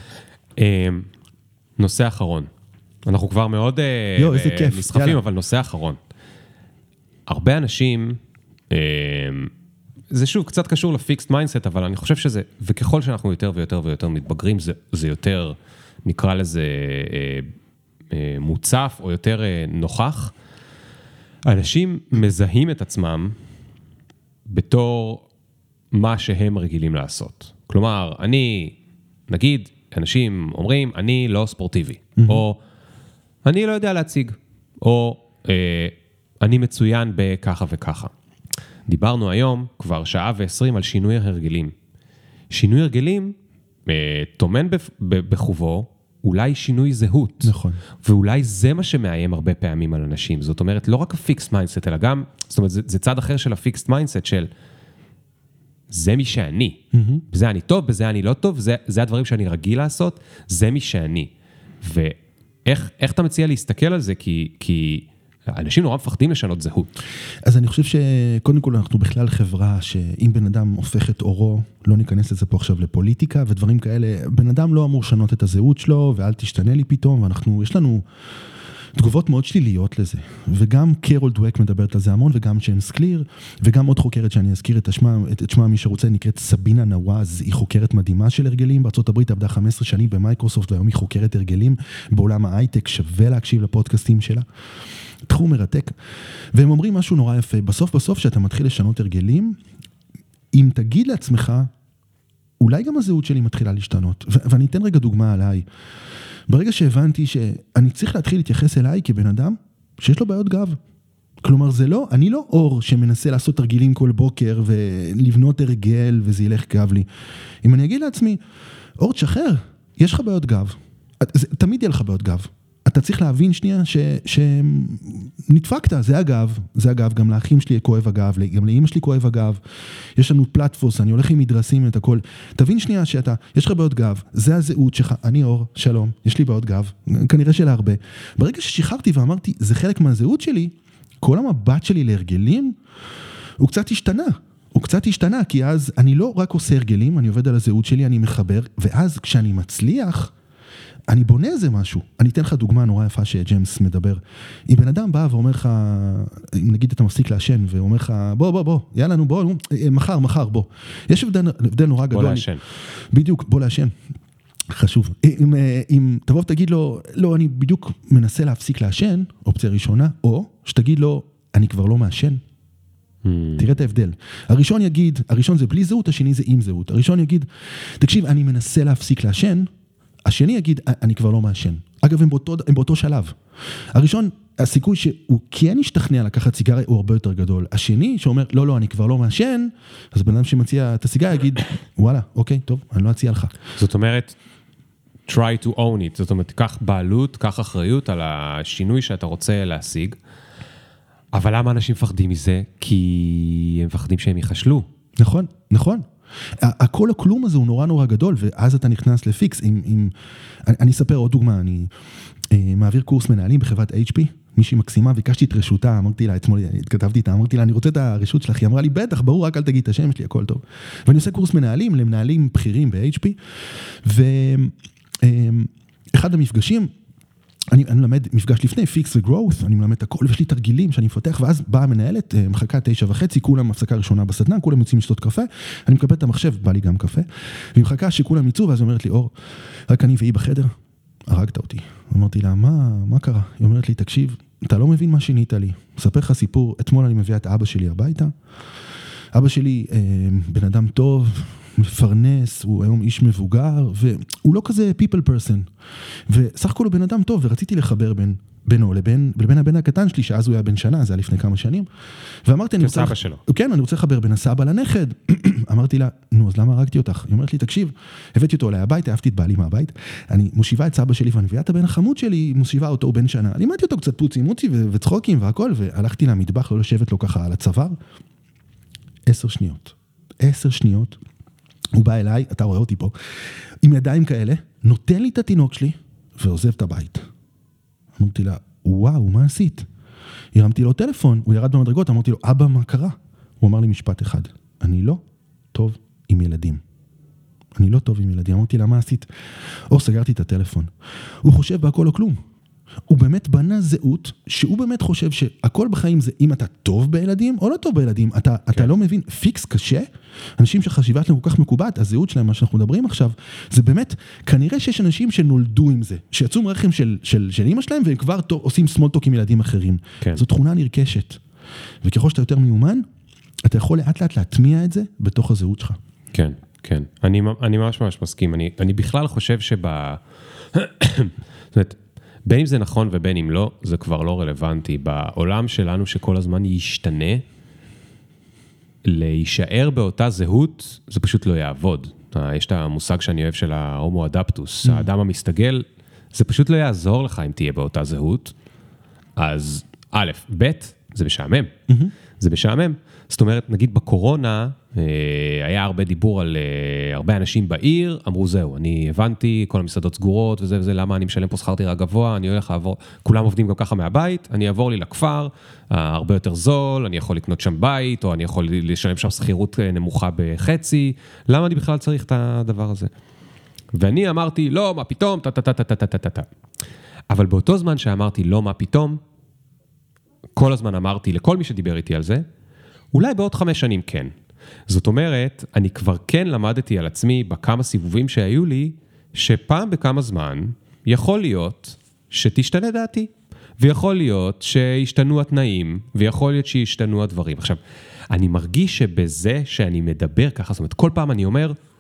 נושא אחרון. אנחנו כבר מאוד יו, איזה כיף. נסחפים, אבל נושא אחרון. הרבה אנשים... זה שוב קצת קשור לפיקסט מיינדסט, אבל אני חושב שזה, וככל שאנחנו יותר ויותר ויותר מתבגרים, זה, זה יותר, נקרא לזה, אה, אה, מוצף או יותר אה, נוכח. אנשים מזהים את עצמם בתור מה שהם רגילים לעשות. כלומר, אני, נגיד, אנשים אומרים, אני לא ספורטיבי, mm-hmm. או אני לא יודע להציג, או אה, אני מצוין בככה וככה. דיברנו היום כבר שעה ועשרים על שינוי הרגלים. שינוי הרגלים אה, תומן בחובו אולי שינוי זהות. נכון. ואולי זה מה שמאיים הרבה פעמים על אנשים. זאת אומרת, לא רק הפיקסט מיינדסט, אלא גם, זאת אומרת, זה, זה צד אחר של הפיקסט מיינדסט של זה מי שאני. Mm-hmm. בזה אני טוב, בזה אני לא טוב, זה, זה הדברים שאני רגיל לעשות, זה מי שאני. ואיך, איך אתה מציע להסתכל על זה? כי, כי אנשים נורא מפחדים לשנות זהות. אז אני חושב שקודם כל אנחנו בכלל חברה שאם בן אדם הופך את אורו, לא ניכנס לזה פה עכשיו לפוליטיקה ודברים כאלה, בן אדם לא אמור לשנות את הזהות שלו ואל תשתנה לי פתאום, ואנחנו, יש לנו תגובות מאוד שליליות לזה, וגם קרול דווק מדברת על זה המון, וגם ג'יימס קליר, וגם עוד חוקרת שאני אזכיר את שמה, את שמה מי שרוצה, נקראת סבינה נואז, היא חוקרת מדהימה של הרגלים, בארצות הברית עבדה חמש עשרה שנים במייקרוסופט, והיום היא חוקרת הרגלים בעולם ההייטק, שווה להקשיב לפודקאסטים שלה. תחום מרתק, והם אומרים משהו נורא יפה, בסוף בסוף שאתה מתחיל לשנות הרגלים, אם תגיד לעצמך, אולי גם הזהות שלי מתחילה להשתנות, ו- ואני אתן רגע דוגמה עליי, ברגע שהבנתי שאני צריך להתחיל להתייחס אליי כבן אדם, שיש לו בעיות גב, כלומר, זה לא, אני לא אור שמנסה לעשות תרגילים כל בוקר ולבנות הרגל וזה ילך גב לי. אם אני אגיד לעצמי, אור, תשחרר, יש לך בעיות גב. תמיד יהיה לך בעיות גב. אתה צריך להבין שנייה שנדפקת, זה הגב, זה הגב, גם לאחים שלי כואב הגב, גם לאמא שלי כואב הגב, יש לנו פלטפוס, אני הולך עם מדרסים את הכל, תבין שנייה שאתה, יש לך בעיות גב, זה הזהות שלך, אני אור, שלום, יש לי בעיות גב, כנראה שלה הרבה. ברגע ששחררתי ואמרתי, זה חלק מהזהות שלי, כל המבט שלי להרגלים, הוא קצת השתנה, הוא קצת השתנה, כי אז אני לא רק עושה הרגלים, אני עובד על הזהות שלי, אני מחבר, ואז כשאני מצליח, אני בונה איזה משהו. אני אתן לך דוגמה נורא יפה שג'יימס מדבר. אם בן אדם בא ואומר לך, אם נגיד אתה מפסיק לעשן, ואומר לך, בוא, בוא, בוא, יאללה, נו, בוא, מחר, מחר, בוא. יש הבדל, הבדל נורא גדול. בוא לעשן. בדיוק, בוא לעשן. חשוב. אם, אם תבוא ותגיד לו, לא, אני בדיוק מנסה להפסיק לעשן, אופציה ראשונה, או שתגיד לו, אני כבר לא מעשן. Hmm. תראה את ההבדל. הראשון יגיד, הראשון זה בלי זהות, השני זה עם זהות. הראשון יגיד, תקשיב, אני מנסה להפסיק לעשן, השני יגיד, אני כבר לא מעשן. אגב, הם באותו, הם באותו שלב. הראשון, הסיכוי שהוא כן ישתכנע לקחת סיגריה הוא הרבה יותר גדול. השני שאומר, לא, לא, אני כבר לא מעשן, אז בן אדם שמציע את הסיגריה יגיד, וואלה, אוקיי, טוב, אני לא אציע לך. זאת אומרת, try to own it. זאת אומרת, קח בעלות, קח אחריות על השינוי שאתה רוצה להשיג. אבל למה אנשים מפחדים מזה? כי הם מפחדים שהם יחשלו. נכון, נכון. הכל הכלום הזה הוא נורא נורא גדול, ואז אתה נכנס לפיקס. עם, עם, אני, אני אספר עוד דוגמה, אני אה, מעביר קורס מנהלים בחברת אייץ' פי, מישהי מקסימה, ביקשתי את רשותה, אמרתי לה, אתמול התכתבתי איתה, אמרתי לה, אני רוצה את הרשות שלך, היא אמרה לי, בטח, ברור, רק אל תגיד את השם שלי, הכל טוב. ואני עושה קורס מנהלים, למנהלים בכירים ב-אייץ' פי, ואחד המפגשים, אני, אני מלמד מפגש לפני, פיקס וגרוות, אני מלמד את הכל, ויש לי תרגילים שאני מפתח, ואז באה המנהלת, מחכה תשע וחצי, כולם הפסקה ראשונה בסדנה, כולם יוצאים לשתות קפה, אני מקבל את המחשב, בא לי גם קפה, והיא מחכה שכולם יצאו, ואז היא אומרת לי, אור, רק אני והיא בחדר, הרגת אותי. אמרתי לה, מה, מה קרה? היא אומרת לי, תקשיב, אתה לא מבין מה שינית לי. מספר לך סיפור, אתמול אני מביאה את אבא שלי הביתה, אבא שלי, אה, בן אדם טוב, מפרנס, הוא היום איש מבוגר, והוא לא כזה people person, וסך הכל הוא בן אדם טוב, ורציתי לחבר בין, בינו לבין, לבין הבן הקטן שלי, שאז הוא היה בן שנה, זה היה לפני כמה שנים, ואמרתי, אני רוצה, שלו. כן, אני רוצה לחבר בין הסבא לנכד, אמרתי לה, נו, אז למה הרגתי אותך? היא אומרת לי, תקשיב, הבאתי אותו אליי הבית, אהבתי את בעלי מהבית, אני מושיבה את סבא שלי, ואני מביאה את הבן החמוד שלי, מושיבה אותו, הוא בן שנה, לימדתי אותו קצת פוצי מוצי וצחוקים והכל, והלכתי למטבח, לא לשבת לו ככה על הצוואר, עשר שניות, עשר שניות, הוא בא אליי, אתה רואה אותי פה, עם ידיים כאלה, נותן לי את התינוק שלי, ועוזב את הבית. אמרתי לה, וואו, מה עשית? הרמתי לו טלפון, הוא ירד במדרגות, אמרתי לו, אבא, מה קרה? הוא אמר לי משפט אחד, אני לא טוב עם ילדים. אני לא טוב עם ילדים. אמרתי לה, מה עשית? או, סגרתי את הטלפון. הוא חושב בהכל או כלום. הוא באמת בנה זהות, שהוא באמת חושב שהכל בחיים זה אם אתה טוב בילדים או לא טוב בילדים. אתה, כן. אתה לא מבין, פיקס קשה, אנשים שחשיבה שלהם כל כך מקובעת, הזהות שלהם, מה שאנחנו מדברים עכשיו, זה באמת, כנראה שיש אנשים שנולדו עם זה, שיצאו מרחם של, של, של אמא שלהם, והם כבר טוב, עושים סמולטוק עם ילדים אחרים. כן. זו תכונה נרכשת. וככל שאתה יותר מיומן, אתה יכול לאט לאט להטמיע את זה בתוך הזהות שלך. כן, כן. אני, אני ממש ממש מסכים. אני, אני בכלל חושב שב... זאת אומרת, בין אם זה נכון ובין אם לא, זה כבר לא רלוונטי. בעולם שלנו שכל הזמן ישתנה, להישאר באותה זהות, זה פשוט לא יעבוד. יש את המושג שאני אוהב של ההומו אדפטוס, האדם המסתגל, זה פשוט לא יעזור לך אם תהיה באותה זהות. אז א', ב', זה משעמם. זה משעמם. זאת אומרת, נגיד בקורונה, היה הרבה דיבור על הרבה אנשים בעיר, אמרו זהו, אני הבנתי, כל המסעדות סגורות וזה וזה, למה אני משלם פה שכר דירה גבוה, אני הולך לעבור, כולם עובדים גם ככה מהבית, אני אעבור לי לכפר, הרבה יותר זול, אני יכול לקנות שם בית, או אני יכול לשלם שם שכירות נמוכה בחצי, למה אני בכלל צריך את הדבר הזה? ואני אמרתי, לא, מה פתאום, טה-טה-טה-טה-טה-טה-טה. אבל באותו זמן שאמרתי, לא, מה פתאום, כל הזמן אמרתי לכל מי שדיבר איתי על זה, אולי בעוד חמש שנים כן. זאת אומרת, אני כבר כן למדתי על עצמי בכמה סיבובים שהיו לי, שפעם בכמה זמן יכול להיות שתשתנה דעתי, ויכול להיות שישתנו התנאים, ויכול להיות שישתנו הדברים. עכשיו, אני מרגיש שבזה שאני מדבר ככה, זאת אומרת, כל פעם אני אומר,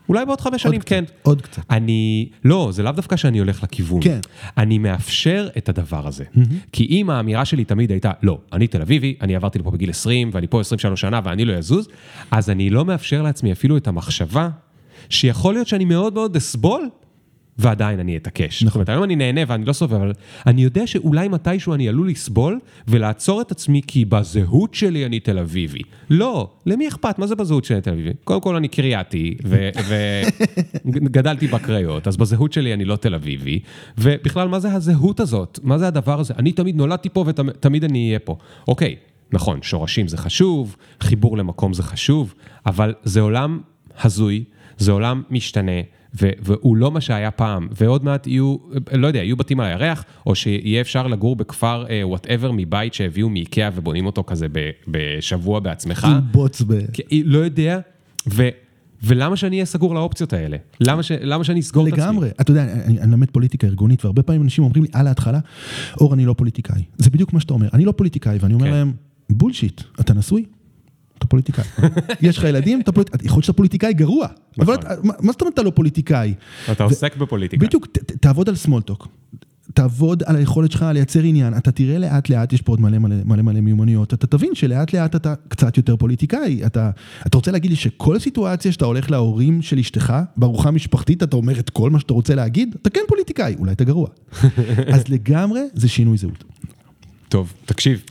אולי בעוד חמש שנים, כן. עוד קצת. אני, לא, זה לאו דווקא שאני הולך לכיוון. כן. אני מאפשר את הדבר הזה. כי אם האמירה שלי תמיד הייתה, לא, אני תל אביבי, אני עברתי לפה בגיל עשרים, ואני פה עשרים ושלוש שנה, ואני לא יזוז, אז אני לא מאפשר לעצמי אפילו את המחשבה, שיכול להיות שאני מאוד מאוד אסבול, ועדיין אני אתעקש. זאת אומרת, היום אני נהנה ואני לא סובב, אבל אני יודע שאולי מתישהו אני עלול לסבול, ולעצור את עצמי, כי בזהות שלי אני תל אביבי. לא, למי אכפת? מה זה בזהות שלי תל אביבי? קודם כל אני קרייתי, וגדלתי בקריות, אז בזהות שלי אני לא תל אביבי, ובכלל, מה זה הזהות הזאת? מה זה הדבר הזה? אני תמיד נולדתי פה ותמיד אני אהיה פה. אוקיי, נכון, שורשים זה חשוב, חיבור למקום זה חשוב, אבל זה עולם הזוי, זה עולם משתנה, והוא לא מה שהיה פעם, ועוד מעט יהיו, לא יודע, יהיו בתים על הירח, או שיהיה אפשר לגור בכפר whatever מבית שהביאו מאיקאה ובונים אותו כזה בשבוע בעצמך. עם בוץ ב... לא יודע, ולמה שאני אהיה סגור לאופציות האלה? למה שאני אסגור את עצמי? לגמרי, אתה יודע, אני למד פוליטיקה ארגונית, והרבה פעמים אנשים אומרים לי, על ההתחלה, אור, אני לא פוליטיקאי. זה בדיוק מה שאתה אומר, אני לא פוליטיקאי, ואני אומר להם, בולשיט, אתה נשוי? אתה פוליטיקאי. יש לך ילדים, אתה פוליטיקאי. יכול להיות שאתה פוליטיקאי גרוע. אבל מה זאת אומרת אתה לא פוליטיקאי? אתה עוסק בפוליטיקה. בדיוק, תעבוד על סמולטוק. תעבוד על היכולת שלך לייצר עניין. אתה תראה לאט לאט, יש פה עוד מלא מלא מלא מיומנויות. אתה תבין שלאט לאט אתה קצת יותר פוליטיקאי. אתה רוצה להגיד לי שכל סיטואציה שאתה הולך להורים של אשתך, בארוחה משפחתית, אתה אומר את כל מה שאתה רוצה להגיד, אתה כן פוליטיקאי, אולי אתה גרוע. אז לגמרי זה שינוי זהות. טוב, תקשיב.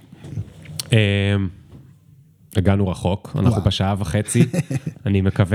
הגענו רחוק, אנחנו וואו. בשעה וחצי, אני מקווה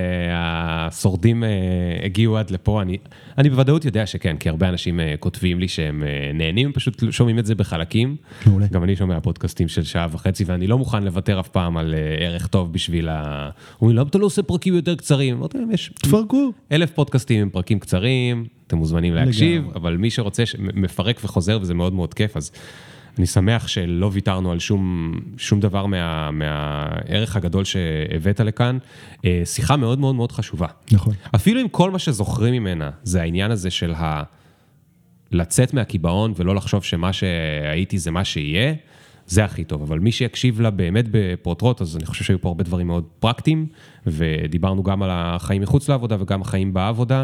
שהשורדים הגיעו עד לפה, אני, אני בוודאות יודע שכן, כי הרבה אנשים כותבים לי שהם נהנים, פשוט שומעים את זה בחלקים, מעולה. גם אני שומע פודקאסטים של שעה וחצי, ואני לא מוכן לוותר אף פעם על ערך טוב בשביל ה... אומרים, למה אתה לא עושה פרקים יותר קצרים? אמרתי להם, יש תפרקו. אלף פודקאסטים עם פרקים קצרים, אתם מוזמנים להקשיב, לגמרי. אבל מי שרוצה מפרק וחוזר, וזה מאוד מאוד כיף, אז... אני שמח שלא ויתרנו על שום, שום דבר מה, מהערך הגדול שהבאת לכאן. שיחה מאוד מאוד מאוד חשובה. נכון. אפילו אם כל מה שזוכרים ממנה, זה העניין הזה של ה... לצאת מהקיבעון ולא לחשוב שמה שהייתי זה מה שיהיה, זה הכי טוב. אבל מי שיקשיב לה באמת בפרוטרוט, אז אני חושב שהיו פה הרבה דברים מאוד פרקטיים, ודיברנו גם על החיים מחוץ לעבודה וגם החיים בעבודה.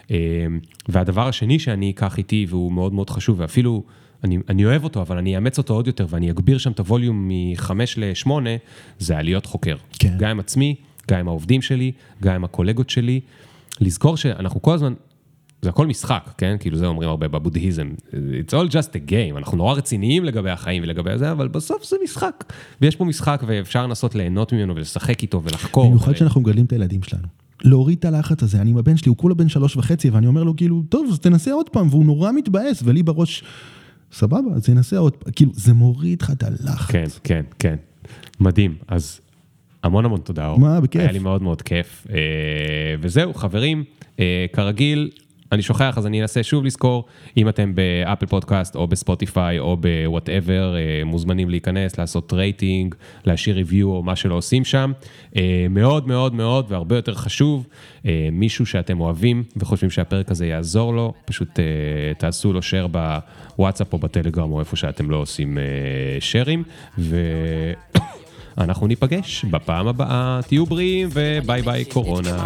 והדבר השני שאני אקח איתי, והוא מאוד מאוד חשוב, ואפילו... אני, אני אוהב אותו, אבל אני אאמץ אותו עוד יותר, ואני אגביר שם את הווליום מחמש לשמונה, זה עליות חוקר. כן. גם עם עצמי, גם עם העובדים שלי, גם עם הקולגות שלי. לזכור שאנחנו כל הזמן, זה הכל משחק, כן? כאילו זה אומרים הרבה בבודהיזם. It's all just a game. אנחנו נורא רציניים לגבי החיים ולגבי זה, אבל בסוף זה משחק. ויש פה משחק, ואפשר לנסות ליהנות ממנו ולשחק איתו ולחקור. במיוחד שאנחנו מגדלים את הילדים שלנו. להוריד את הלחץ הזה. אני עם הבן שלי, הוא כולה בן שלוש וחצי, ואני אומר לו, כאילו, טוב, אז תנסה עוד פעם, והוא נורא מתבאס, ולי בראש, סבבה, אז ינסה עוד, כאילו, זה מוריד לך את הלחץ. כן, כן, כן. מדהים. אז המון המון תודה, אור. מה, בכיף. היה לי מאוד מאוד כיף. וזהו, חברים, כרגיל, אני שוכח, אז אני אנסה שוב לזכור, אם אתם באפל פודקאסט או בספוטיפיי או בוואטאבר, מוזמנים להיכנס, לעשות רייטינג, להשאיר ריוויו או מה שלא עושים שם. מאוד מאוד מאוד והרבה יותר חשוב, מישהו שאתם אוהבים וחושבים שהפרק הזה יעזור לו, פשוט תעשו לו share בוואטסאפ או בטלגרם או איפה שאתם לא עושים share'ים, ו... אנחנו ניפגש בפעם הבאה, תהיו בריאים וביי ביי קורונה.